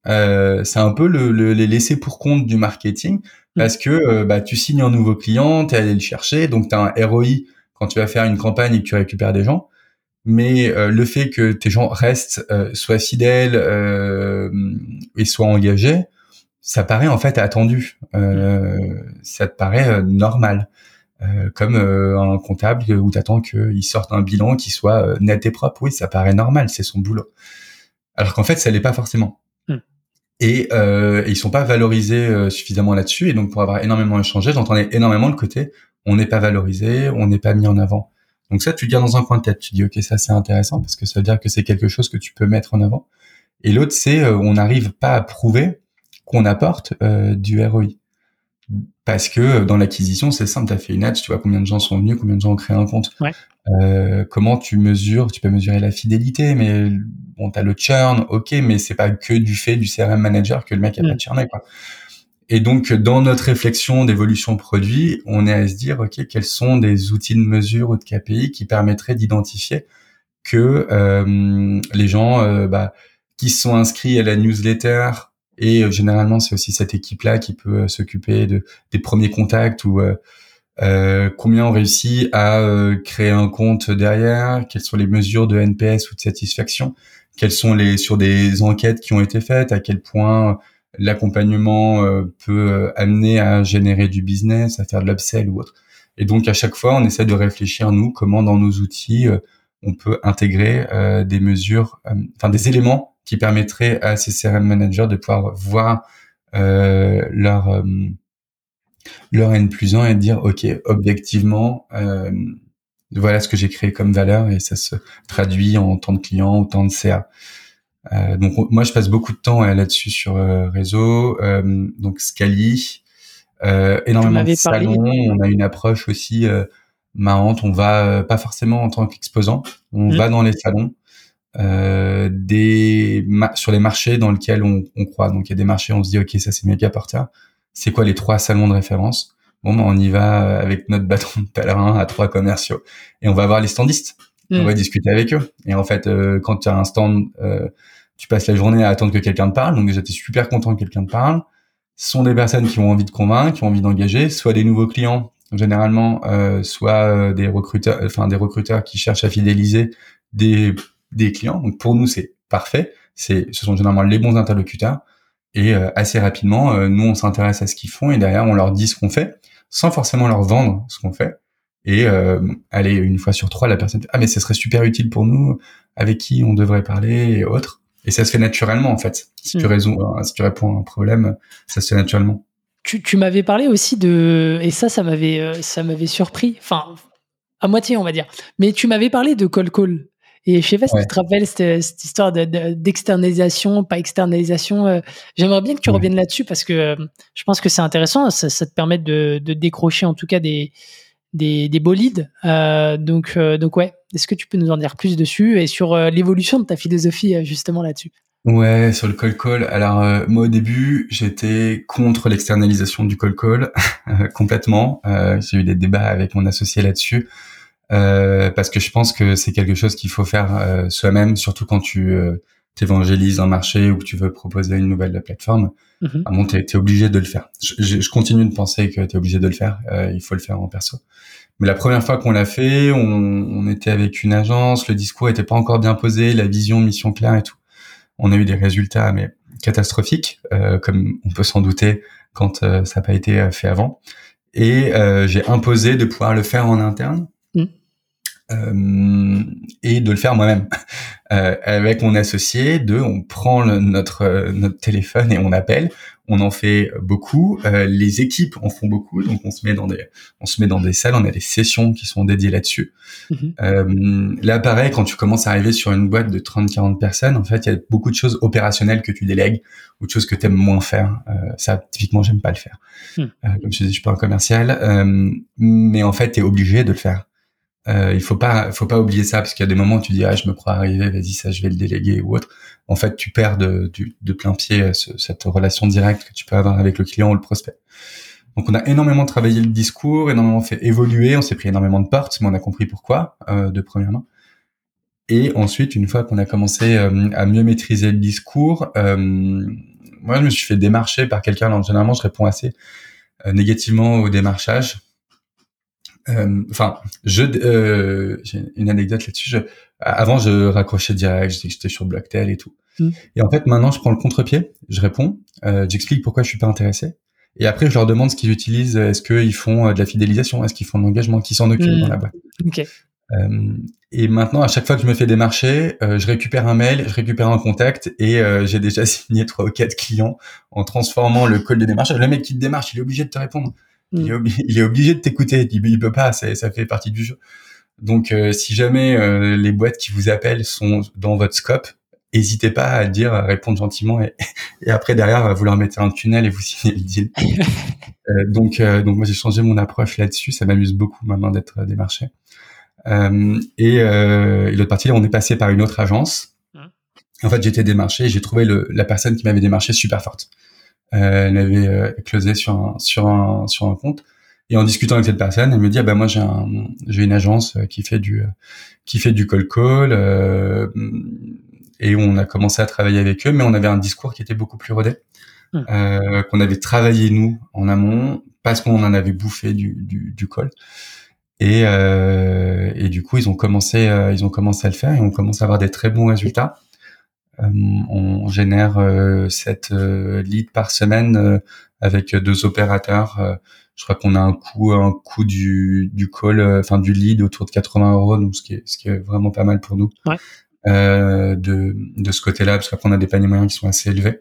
c'est un peu les laisser pour compte du marketing parce que tu signes un nouveau client, t'es allé le chercher, donc t'as un ROI quand tu vas faire une campagne et que tu récupères des gens. Mais le fait que tes gens restent, soient fidèles et soient engagés, ça paraît en fait attendu. Ça te paraît normal. Comme un comptable où t'attends qu'il sorte un bilan qui soit net et propre. Oui, ça paraît normal, c'est son boulot. Alors qu'en fait, ça l'est pas forcément. Et ils sont pas valorisés suffisamment là-dessus. Et donc, pour avoir énormément échangé, j'entendais énormément le côté on n'est pas valorisé, on n'est pas mis en avant. Donc ça, tu le gardes dans un coin de tête. Tu dis ok, ça c'est intéressant parce que ça veut dire que c'est quelque chose que tu peux mettre en avant. Et l'autre, c'est on n'arrive pas à prouver qu'on apporte du ROI. Parce que dans l'acquisition, c'est simple, t'as fait une ad, tu vois combien de gens sont venus, combien de gens ont créé un compte. Ouais. Comment tu mesures? Tu peux mesurer la fidélité, mais bon, t'as le churn, ok, mais c'est pas que du fait du CRM manager que le mec a pas churné, quoi. Et donc, dans notre réflexion d'évolution produit, on est à se dire, ok, quels sont des outils de mesure ou de KPI qui permettraient d'identifier que les gens qui sont inscrits à la newsletter, et généralement c'est aussi cette équipe-là qui peut s'occuper des premiers contacts ou combien on réussit à créer un compte derrière, quelles sont les mesures de NPS ou de satisfaction, quelles sont sur des enquêtes qui ont été faites, à quel point l'accompagnement peut amener à générer du business, à faire de l'upsell ou autre. Et donc à chaque fois, on essaie de réfléchir nous comment dans nos outils on peut intégrer des mesures, des éléments qui permettraient à ces CRM managers de pouvoir voir leur N+1 et de dire ok, objectivement voilà ce que j'ai créé comme valeur et ça se traduit en tant de clients ou tant de CA. Donc moi je passe beaucoup de temps là-dessus sur réseau, donc Scali, énormément de salons. On a une approche aussi marrante. On va pas forcément en tant qu'exposant, on va dans les salons sur les marchés dans lesquels on croit. Donc il y a des marchés, on se dit ok, ça c'est méga porteur. C'est quoi les 3 salons de référence? Bon, on y va avec notre bâton de pèlerin à 3 commerciaux et on va voir les standistes. On va discuter avec eux. Et en fait, quand tu as un stand, tu passes la journée à attendre que quelqu'un te parle. Donc déjà, tu es super content que quelqu'un te parle. Ce sont des personnes qui ont envie de convaincre, qui ont envie d'engager, soit des nouveaux clients, généralement, soit des recruteurs qui cherchent à fidéliser des clients. Donc pour nous, c'est parfait. Ce sont généralement les bons interlocuteurs. Et assez rapidement, nous, on s'intéresse à ce qu'ils font et derrière, on leur dit ce qu'on fait, sans forcément leur vendre ce qu'on fait. Et allez, une fois sur 3, la personne dit « Ah, mais ce serait super utile pour nous, avec qui on devrait parler et autres. » Et ça se fait naturellement, en fait. Si tu réponds à un problème, ça se fait naturellement. Tu m'avais parlé aussi et ça m'avait surpris. Enfin, à moitié, on va dire. Mais tu m'avais parlé de cold call. Et je sais pas si tu te rappelles cette histoire d'externalisation, pas externalisation. J'aimerais bien que tu reviennes là-dessus parce que je pense que c'est intéressant. Ça te permet de décrocher en tout cas des beaux leads. Donc ouais. Est-ce que tu peux nous en dire plus dessus et sur l'évolution de ta philosophie justement là-dessus? Ouais, sur le cold call. Alors moi au début, j'étais contre l'externalisation du cold call complètement. J'ai eu des débats avec mon associé là-dessus. Parce que je pense que c'est quelque chose qu'il faut faire soi-même, surtout quand tu t'évangélises un marché ou que tu veux proposer une nouvelle plateforme. T'es obligé de le faire. Je continue de penser que t'es obligé de le faire. Il faut le faire en perso. Mais la première fois qu'on l'a fait, on était avec une agence, le discours était pas encore bien posé, la vision, mission claire et tout. On a eu des résultats mais catastrophiques, comme on peut s'en douter quand ça n'a pas été fait avant. Et j'ai imposé de pouvoir le faire en interne. Et de le faire moi-même avec mon associé. On prend notre téléphone et on appelle. On en fait beaucoup. Les équipes en font beaucoup, donc on se met dans des salles. On a des sessions qui sont dédiées là-dessus. Là, pareil, quand tu commences à arriver sur une boîte de 30-40 personnes, en fait, il y a beaucoup de choses opérationnelles que tu délègues ou de choses que t'aimes moins faire. Ça, typiquement, j'aime pas le faire. Comme je dis, je suis pas un commercial, mais en fait, t'es obligé de le faire. Il faut pas oublier ça parce qu'il y a des moments où tu dis je me crois arrivé, vas-y ça je vais le déléguer ou autre. En fait tu perds de plein pied cette relation directe que tu peux avoir avec le client ou le prospect. Donc on a énormément travaillé le discours, énormément fait évoluer, on s'est pris énormément de portes, mais on a compris pourquoi de première main. Et ensuite une fois qu'on a commencé à mieux maîtriser le discours, moi, je me suis fait démarcher par quelqu'un. Alors, généralement, je réponds assez négativement au démarchage. Enfin, j'ai une anecdote là-dessus. Avant, je raccrochais direct, je disais que j'étais sur Blocktel et tout. Et en fait, maintenant, je prends le contre-pied, je réponds, j'explique pourquoi je suis pas intéressé. Et après, je leur demande ce qu'ils utilisent. Est-ce qu'ils font de la fidélisation? Est-ce qu'ils font de l'engagement? Qui s'en occupe dans la boîte? Ok. Et maintenant, à chaque fois que je me fais démarcher, je récupère un mail, je récupère un contact et j'ai déjà signé 3 ou 4 clients en transformant le call de démarchage. Le mec qui te démarche, il est obligé de te répondre. Il est obligé de t'écouter. Il peut pas, ça fait partie du jeu. Donc, si jamais les boîtes qui vous appellent sont dans votre scope, n'hésitez pas à dire, à répondre gentiment et après derrière vous leur mettez un tunnel et vous signez le deal. Donc moi j'ai changé mon approche là-dessus. Ça m'amuse beaucoup maintenant d'être démarché. Et l'autre partie, là, on est passé par une autre agence. En fait, j'ai été démarché et j'ai trouvé la personne qui m'avait démarché super forte. Elle avait closé sur un compte. Et en discutant avec cette personne, elle me dit, ah ben moi j'ai une agence qui fait du cold call, et on a commencé à travailler avec eux, mais on avait un discours qui était beaucoup plus rodé, qu'on avait travaillé nous en amont parce qu'on en avait bouffé du call. Et du coup ils ont commencé à le faire et on commence à avoir des très bons résultats. On génère 7 leads par semaine avec 2 opérateurs. Je crois qu'on a un coût du call, enfin du lead autour de 80 €, donc ce qui est vraiment pas mal pour nous. Ouais. De ce côté-là, parce qu'après on a des paniers moyens qui sont assez élevés.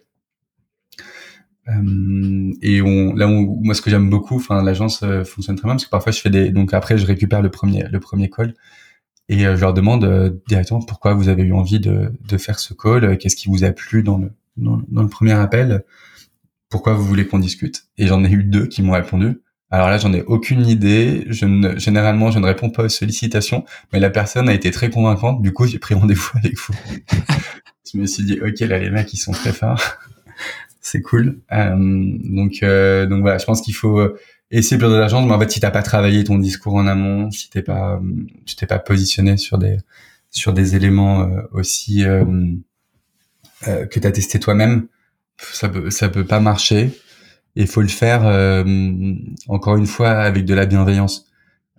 Et moi ce que j'aime beaucoup, enfin l'agence fonctionne très bien parce que parfois je fais donc après je récupère le premier call et je leur demande directement pourquoi vous avez eu envie de faire ce call, qu'est-ce qui vous a plu dans le premier appel, pourquoi vous voulez qu'on discute. Et j'en ai eu 2 qui m'ont répondu. Alors là, j'en ai aucune idée. Généralement, je ne réponds pas aux sollicitations, mais la personne a été très convaincante. Du coup, j'ai pris rendez-vous avec vous. Je me suis dit, ok, là, les mecs, ils sont très forts. C'est cool. Donc voilà, je pense qu'il faut essayer plusieurs agences, mais en fait, si t'as pas travaillé ton discours en amont, si tu t'es pas positionné sur des éléments aussi que t'as testé toi-même, ça peut pas marcher. Et il faut le faire encore une fois avec de la bienveillance.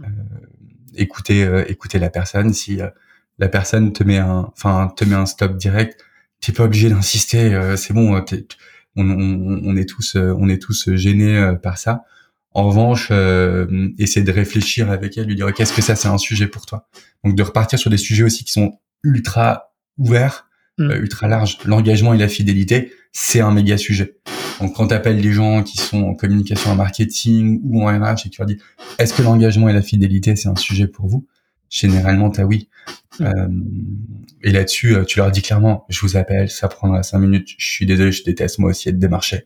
Écouter la personne. Si la personne te met un stop direct, t'es pas obligé d'insister. C'est bon. On est tous gênés par ça. En revanche, essayer de réfléchir avec elle, lui dire qu'est-ce que ça c'est un sujet pour toi. Donc de repartir sur des sujets aussi qui sont ultra ouverts, ultra larges. L'engagement et la fidélité, c'est un méga sujet. Donc quand t'appelles les gens qui sont en communication en marketing ou en RH et que tu leur dis est-ce que l'engagement et la fidélité c'est un sujet pour vous, généralement t'as oui. Et là-dessus tu leur dis clairement je vous appelle, ça prendra 5 minutes, je suis désolé, je déteste moi aussi être démarché,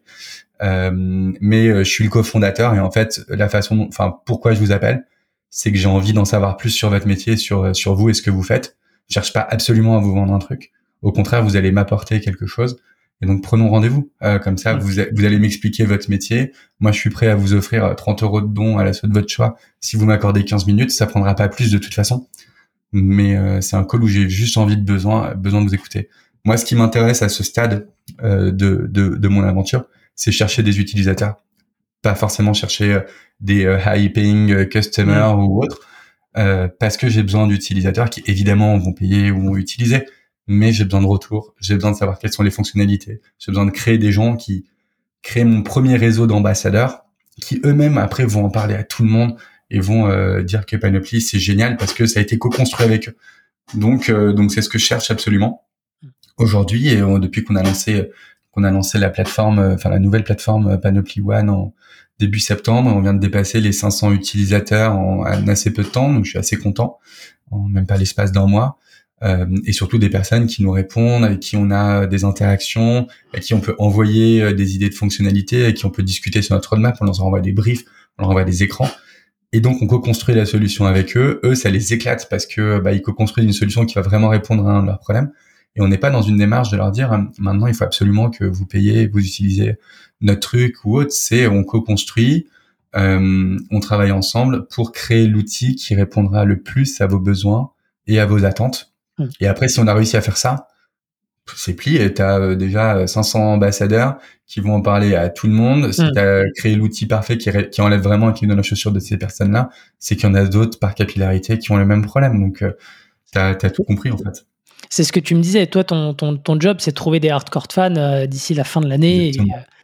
mais je suis le cofondateur et en fait pourquoi je vous appelle, c'est que j'ai envie d'en savoir plus sur votre métier, sur vous et ce que vous faites. Je cherche pas absolument à vous vendre un truc, au contraire vous allez m'apporter quelque chose. Et donc, prenons rendez-vous. Comme ça, vous allez m'expliquer votre métier. Moi, je suis prêt à vous offrir 30 € de don à la suite de votre choix. Si vous m'accordez 15 minutes, ça prendra pas plus de toute façon. Mais c'est un call où j'ai juste besoin de vous écouter. Moi, ce qui m'intéresse à ce stade de mon aventure, c'est chercher des utilisateurs. Pas forcément chercher des high-paying customers ou autres. Parce que j'ai besoin d'utilisateurs qui, évidemment, vont payer ou vont utiliser. Mais j'ai besoin de retour, j'ai besoin de savoir quelles sont les fonctionnalités, j'ai besoin de créer des gens qui créent mon premier réseau d'ambassadeurs, qui eux-mêmes après vont en parler à tout le monde et vont dire que Panoply c'est génial parce que ça a été co-construit avec eux. Donc c'est ce que je cherche absolument aujourd'hui et depuis qu'on a lancé la plateforme, la nouvelle plateforme Panoply One en début septembre, on vient de dépasser les 500 utilisateurs en assez peu de temps, donc je suis assez content, en même pas l'espace d'un mois. Et surtout des personnes qui nous répondent, avec qui on a des interactions, à qui on peut envoyer des idées de fonctionnalités, avec qui on peut discuter sur notre roadmap, on leur envoie des briefs, on leur envoie des écrans. Et donc on co-construit la solution avec eux. Eux, ça les éclate parce que ils co-construisent une solution qui va vraiment répondre à un de leurs problèmes. Et on n'est pas dans une démarche de leur dire maintenant il faut absolument que vous payiez, vous utilisez notre truc ou autre. C'est on co-construit, on travaille ensemble pour créer l'outil qui répondra le plus à vos besoins et à vos attentes. Et après, si on a réussi à faire ça, c'est plié. T'as déjà 500 ambassadeurs qui vont en parler à tout le monde. Si t'as créé l'outil parfait qui enlève vraiment et qui donne la chaussure de ces personnes-là, c'est qu'il y en a d'autres par capillarité qui ont le même problème. Donc, t'as tout compris, en fait. C'est ce que tu me disais. Toi, ton job, c'est de trouver des hardcore fans d'ici la fin de l'année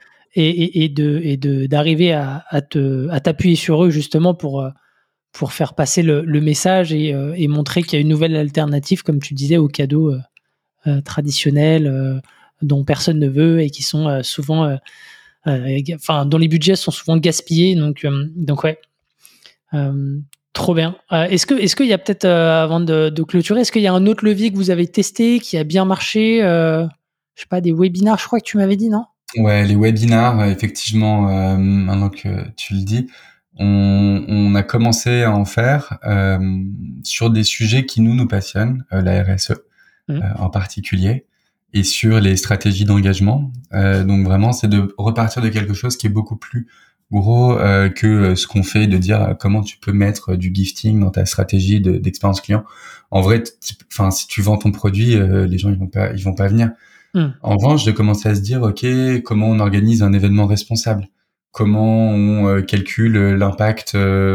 et d'arriver à t'appuyer sur eux justement pour faire passer le message et montrer qu'il y a une nouvelle alternative, comme tu disais, aux cadeaux traditionnels dont personne ne veut et qui sont souvent, dont les budgets sont souvent gaspillés. Donc ouais, trop bien. Est-ce qu'il y a peut-être, avant de clôturer, est-ce qu'il y a un autre levier que vous avez testé qui a bien marché, je sais pas, des webinars, je crois que tu m'avais dit, non? Ouais, les webinars, effectivement, maintenant que tu le dis, on a commencé à en faire sur des sujets qui nous passionnent, la RSE en particulier, et sur les stratégies d'engagement. Donc vraiment, c'est de repartir de quelque chose qui est beaucoup plus gros que ce qu'on fait, de dire comment tu peux mettre du gifting dans ta stratégie d'expérience client. En vrai, si tu vends ton produit, les gens ils vont pas venir. En revanche, de commencer à se dire, ok, comment on organise un événement responsable, comment on calcule l'impact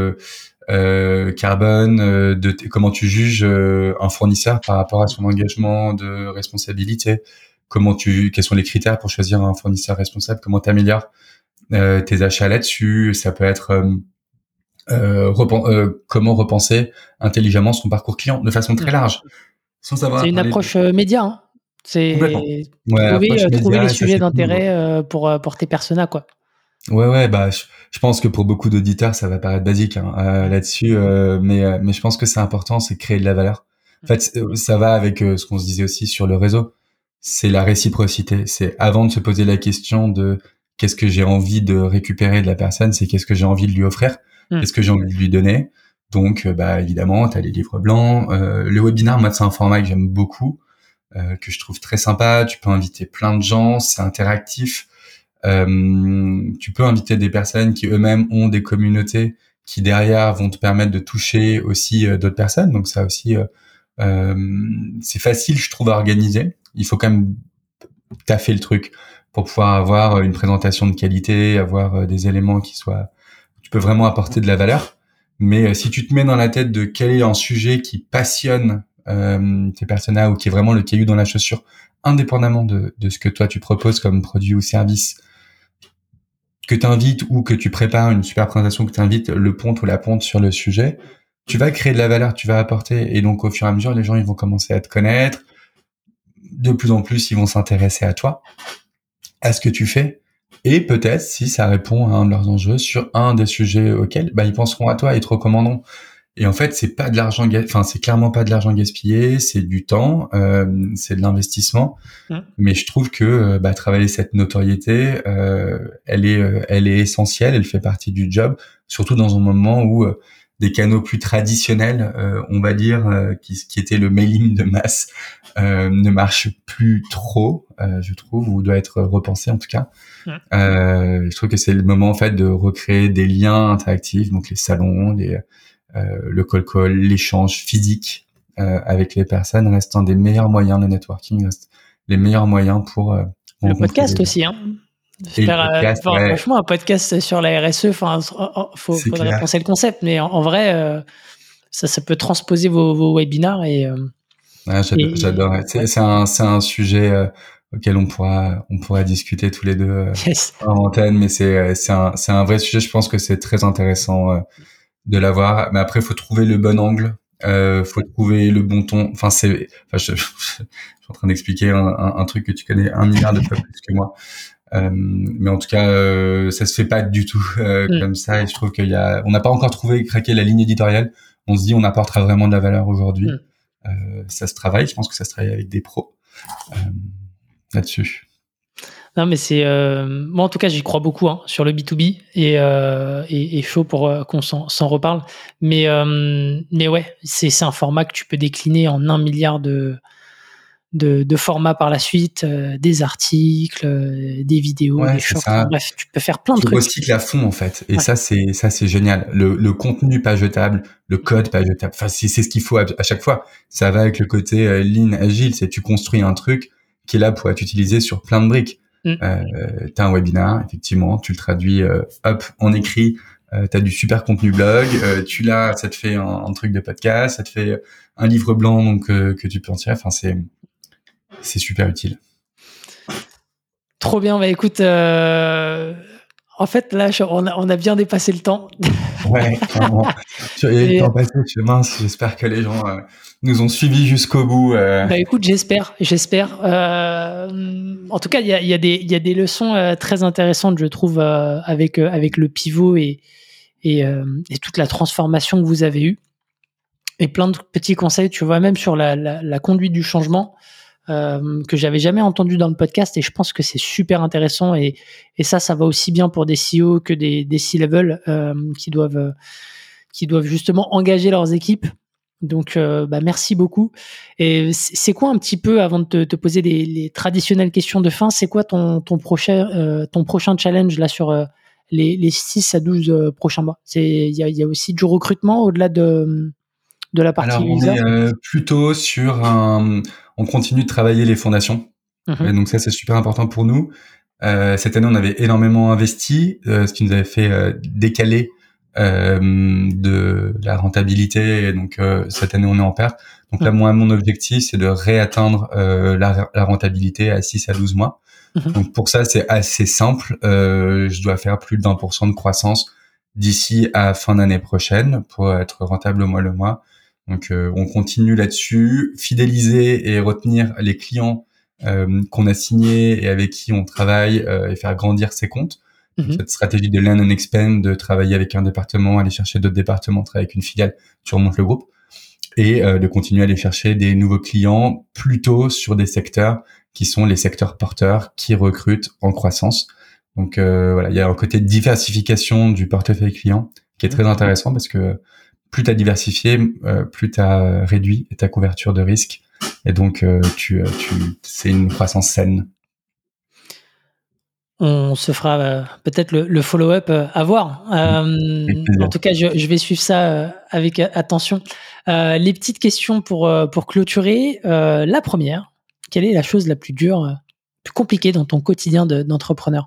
carbone, comment tu juges un fournisseur par rapport à son engagement de responsabilité, quels sont les critères pour choisir un fournisseur responsable, comment tu améliores tes achats là-dessus. Ça peut être comment repenser intelligemment son parcours client de façon très large, sans savoir. C'est une approche média, hein. C'est trouver les sujets d'intérêt pour tes personas, quoi. Ouais, bah je pense que pour beaucoup d'auditeurs ça va paraître basique là-dessus, mais je pense que c'est important, c'est de créer de la valeur. En fait, ça va avec ce qu'on se disait aussi sur le réseau. C'est la réciprocité. C'est avant de se poser la question de qu'est-ce que j'ai envie de récupérer de la personne, c'est qu'est-ce que j'ai envie de lui offrir, qu'est-ce que j'ai envie de lui donner. Donc, évidemment, t'as les livres blancs. Le webinar, moi, c'est un format que j'aime beaucoup, que je trouve très sympa. Tu peux inviter plein de gens, c'est interactif. Tu peux inviter des personnes qui eux-mêmes ont des communautés qui derrière vont te permettre de toucher aussi d'autres personnes. Donc ça aussi, c'est facile, je trouve, à organiser. Il faut quand même taffer le truc pour pouvoir avoir une présentation de qualité, avoir des éléments tu peux vraiment apporter de la valeur. Mais si tu te mets dans la tête de quel est un sujet qui passionne tes personas ou qui est vraiment le caillou dans la chaussure, indépendamment de ce que toi tu proposes comme produit ou service, que tu invites ou que tu prépares une super présentation, que tu invites le ponte ou la ponte sur le sujet, tu vas créer de la valeur, tu vas apporter. Et donc, au fur et à mesure, les gens, ils vont commencer à te connaître. De plus en plus, ils vont s'intéresser à toi, à ce que tu fais. Et peut-être, si ça répond à un de leurs enjeux sur un des sujets auxquels, ils penseront à toi et te recommanderont. Et en fait, c'est clairement pas de l'argent gaspillé, c'est du temps, c'est de l'investissement. Mais je trouve que travailler cette notoriété, elle est essentielle, elle fait partie du job, surtout dans un moment où des canaux plus traditionnels, on va dire, qui étaient le mailing de masse, ne marchent plus trop, je trouve, ou doit être repensé en tout cas. Je trouve que c'est le moment en fait de recréer des liens interactifs, donc les salons, le call, l'échange physique avec les personnes reste un des meilleurs moyens, le networking reste les meilleurs moyens pour le podcast aussi, hein. Franchement, un podcast sur la RSE, faudrait penser le concept, mais en vrai, ça peut transposer vos webinars et. J'adore. C'est un sujet auquel on pourra discuter tous les deux en antenne, mais c'est un vrai sujet. Je pense que c'est très intéressant de l'avoir. Mais après, faut trouver le bon angle. Faut trouver le bon ton. Je suis en train d'expliquer un truc que tu connais 1 milliard de fois plus que moi. Mais en tout cas, ça se fait pas du tout comme ça. Et je trouve on n'a pas encore craqué la ligne éditoriale. On se dit, on apportera vraiment de la valeur aujourd'hui. Ça se travaille. Je pense que ça se travaille avec des pros là-dessus. Non, mais c'est moi en tout cas j'y crois beaucoup sur le B2B et chaud pour qu'on s'en reparle. Mais ouais, c'est un format que tu peux décliner en 1 milliard de formats par la suite, des articles, des vidéos, des shorts. Bref, tu peux faire plein de trucs. Tu recycles à fond en fait. Et ça c'est génial. Le contenu pas jetable, le code pas jetable. C'est ce qu'il faut à chaque fois. Ça va avec le côté lean, agile. C'est tu construis un truc. qui est là pour être utilisé sur plein de briques. Mm. T'as un webinar, effectivement, tu le traduis hop en écrit. T'as du super contenu blog, ça te fait un truc de podcast, ça te fait un livre blanc donc que tu peux en tirer. Enfin, c'est super utile. Trop bien. Bah écoute, en fait là, on a bien dépassé le temps. Ouais, clairement. Le temps passé, je suis mince. J'espère que les gens nous ont suivis jusqu'au bout. Bah écoute, j'espère. En tout cas, il y a des leçons très intéressantes, je trouve, avec le pivot et toute la transformation que vous avez eue. Et plein de petits conseils, tu vois, même sur la conduite du changement, que j'avais jamais entendu dans le podcast, et je pense que c'est super intéressant, et ça va aussi bien pour des CEO que des C-level qui doivent justement engager leurs équipes. Donc merci beaucoup. Et c'est quoi un petit peu, avant de te poser les traditionnelles questions de fin, c'est quoi ton prochain challenge là sur les 6 à 12 prochains mois? Il y a aussi du recrutement au-delà de la partie Alors, on user? est plutôt sur on continue de travailler les fondations. Mhm. Et donc ça, c'est super important pour nous. Cette année, on avait énormément investi, ce qui nous avait fait décaler de la rentabilité. Et donc cette année, on est en perte. Donc là, moi, mon objectif, c'est de réatteindre la rentabilité à 6 à 12 mois. Donc pour ça, c'est assez simple. Je dois faire plus de 20% de croissance d'ici à fin d'année prochaine pour être rentable le mois. Donc on continue là-dessus, fidéliser et retenir les clients qu'on a signés et avec qui on travaille et faire grandir ses comptes. Donc, cette stratégie de learn and expand, de travailler avec un département, aller chercher d'autres départements, travailler avec une filiale, tu remontes le groupe, et de continuer à aller chercher des nouveaux clients plutôt sur des secteurs qui sont les secteurs porteurs qui recrutent en croissance. Donc voilà, il y a un côté de diversification du portefeuille client qui est très intéressant, parce que plus tu as diversifié, plus tu as réduit ta couverture de risque, et donc c'est une croissance saine. On se fera peut-être le follow-up à voir. En tout cas, je vais suivre ça avec attention. Les petites questions pour clôturer. La première, quelle est la chose la plus dure, plus compliquée dans ton quotidien d'entrepreneur?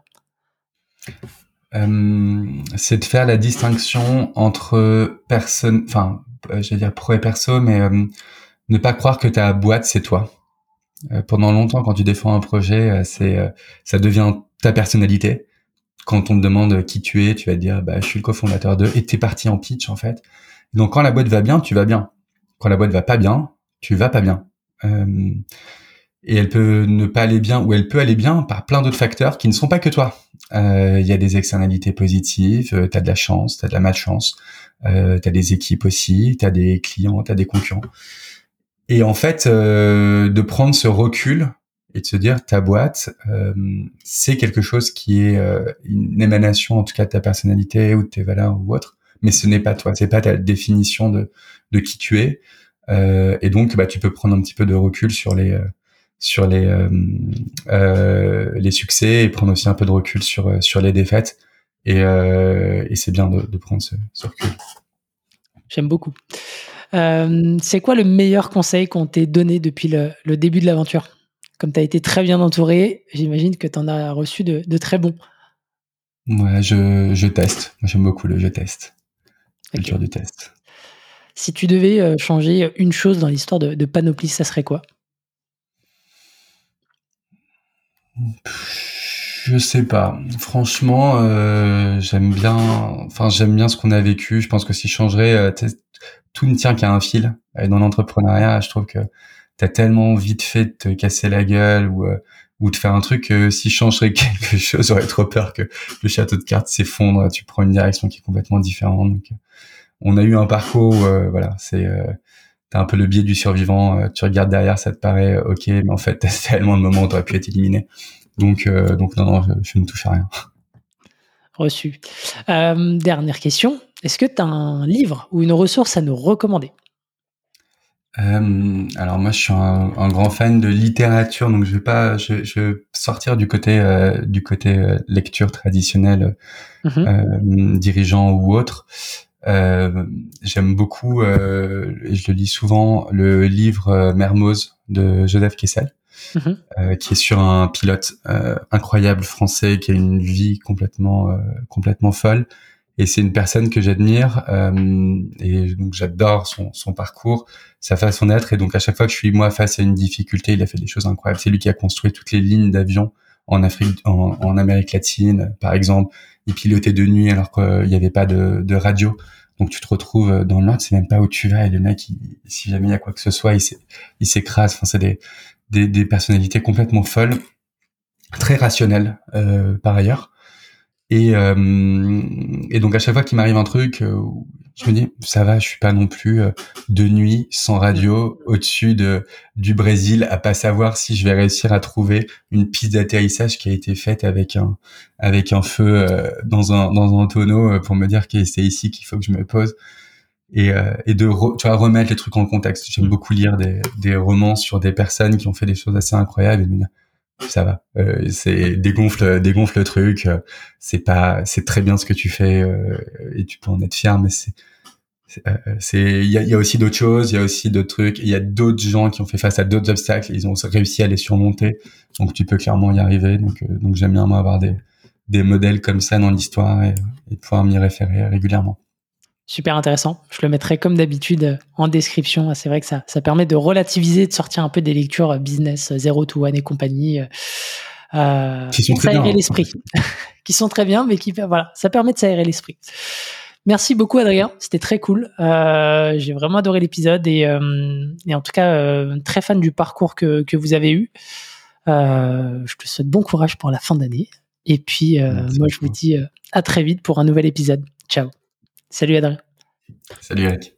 C'est de faire la distinction entre personne, enfin, j'allais dire pro et perso, mais ne pas croire que ta boîte, c'est toi. Pendant longtemps, quand tu défends un projet, ça devient ta personnalité. Quand on te demande qui tu es, tu vas te dire, je suis le cofondateur de, et t'es parti en pitch, en fait. Donc, quand la boîte va bien, tu vas bien. Quand la boîte va pas bien, tu vas pas bien. Et elle peut ne pas aller bien, ou elle peut aller bien par plein d'autres facteurs qui ne sont pas que toi. Il y a des externalités positives, t'as de la chance, t'as de la malchance, t'as des équipes aussi, t'as des clients, t'as des concurrents. Et en fait, de prendre ce recul et de se dire, ta boîte, c'est quelque chose qui est une émanation, en tout cas, de ta personnalité ou de tes valeurs ou autre, mais ce n'est pas toi, c'est pas ta définition de qui tu es. Et donc, tu peux prendre un petit peu de recul sur les succès, et prendre aussi un peu de recul sur les défaites. Et c'est bien de prendre ce recul. J'aime beaucoup. C'est quoi le meilleur conseil qu'on t'ait donné depuis le début de l'aventure? Comme tu as été très bien entouré, j'imagine que tu en as reçu de très bons. Ouais, je teste. Moi, j'aime beaucoup le je teste. Culture du test. Si tu devais changer une chose dans l'histoire de Panoply, ça serait quoi? Je sais pas. Franchement, j'aime bien ce qu'on a vécu. Je pense que si je changerais, tout ne tient qu'à un fil. Et dans l'entrepreneuriat, je trouve que t'as tellement vite fait de te casser la gueule ou de faire un truc que si je changerais quelque chose, j'aurais trop peur que le château de cartes s'effondre. Tu prends une direction qui est complètement différente. Donc, on a eu un parcours où, voilà, t'as un peu le biais du survivant. Tu regardes derrière, ça te paraît ok, mais en fait, t'as tellement de moments où t'aurais pu être éliminé. Donc non, je ne touche à rien. Reçu. Dernière question. Est-ce que tu as un livre ou une ressource à nous recommander? Alors moi, je suis un grand fan de littérature, donc je vais sortir du côté lecture traditionnelle, dirigeant ou autre. J'aime beaucoup, et je le lis souvent, le livre Mermoz de Joseph Kessel. qui est sur un pilote incroyable français qui a une vie complètement folle. Et c'est une personne que j'admire et donc j'adore son parcours, sa façon d'être. Et donc à chaque fois que je suis moi face à une difficulté, il a fait des choses incroyables. C'est lui qui a construit toutes les lignes d'avion en Afrique, en Amérique latine, par exemple. Il pilotait de nuit alors qu'il n'y avait pas de radio. Donc tu te retrouves dans le nord, tu sais même pas où tu vas. Et le mec, si jamais il y a quoi que ce soit, il s'écrase. Enfin, c'est des personnalités complètement folles, très rationnelles par ailleurs. Et donc à chaque fois qu'il m'arrive un truc, je me dis ça va, je suis pas non plus de nuit sans radio au-dessus du Brésil à pas savoir si je vais réussir à trouver une piste d'atterrissage qui a été faite avec un feu dans un tonneau pour me dire que c'est ici qu'il faut que je me pose et tu vois, remettre les trucs en contexte. J'aime beaucoup lire des romans sur des personnes qui ont fait des choses assez incroyables et me dire ça va, c'est dégonfle le truc, c'est très bien ce que tu fais et tu peux en être fier, mais il y a aussi d'autres choses, il y a aussi d'autres trucs, il y a d'autres gens qui ont fait face à d'autres obstacles, et ils ont réussi à les surmonter, donc tu peux clairement y arriver. Donc j'aime bien moi avoir des modèles comme ça dans l'histoire et pouvoir m'y référer régulièrement. Super intéressant. Je le mettrai comme d'habitude en description. C'est vrai que ça permet de relativiser, de sortir un peu des lectures business, Zero to One et compagnie. Qui sont très bien. S'aérer l'esprit. Qui sont très bien, mais voilà, ça permet de s'aérer l'esprit. Merci beaucoup, Adrien. C'était très cool. J'ai vraiment adoré l'épisode et en tout cas, très fan du parcours que vous avez eu. Je te souhaite bon courage pour la fin d'année. Et puis, moi, je vous dis à très vite pour un nouvel épisode. Ciao. Salut Adrien. Salut Eric.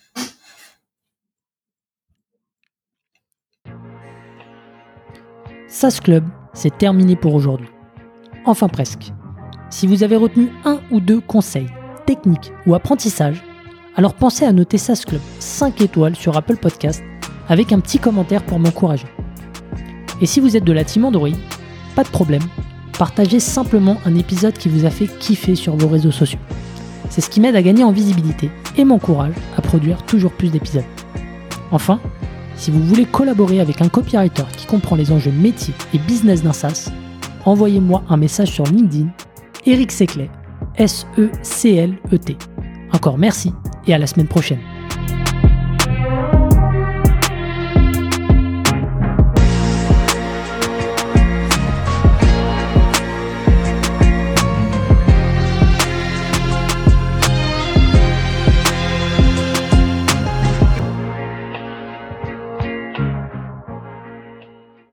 SaaS Club, c'est terminé pour aujourd'hui. Enfin presque. Si vous avez retenu un ou deux conseils, techniques ou apprentissages, alors pensez à noter SaaS Club 5 étoiles sur Apple Podcast avec un petit commentaire pour m'encourager. Et si vous êtes de la team Android, pas de problème, partagez simplement un épisode qui vous a fait kiffer sur vos réseaux sociaux. C'est ce qui m'aide à gagner en visibilité et m'encourage à produire toujours plus d'épisodes. Enfin, si vous voulez collaborer avec un copywriter qui comprend les enjeux métiers et business d'un SaaS, envoyez-moi un message sur LinkedIn, Eric Seclet, SECLET. Encore merci et à la semaine prochaine.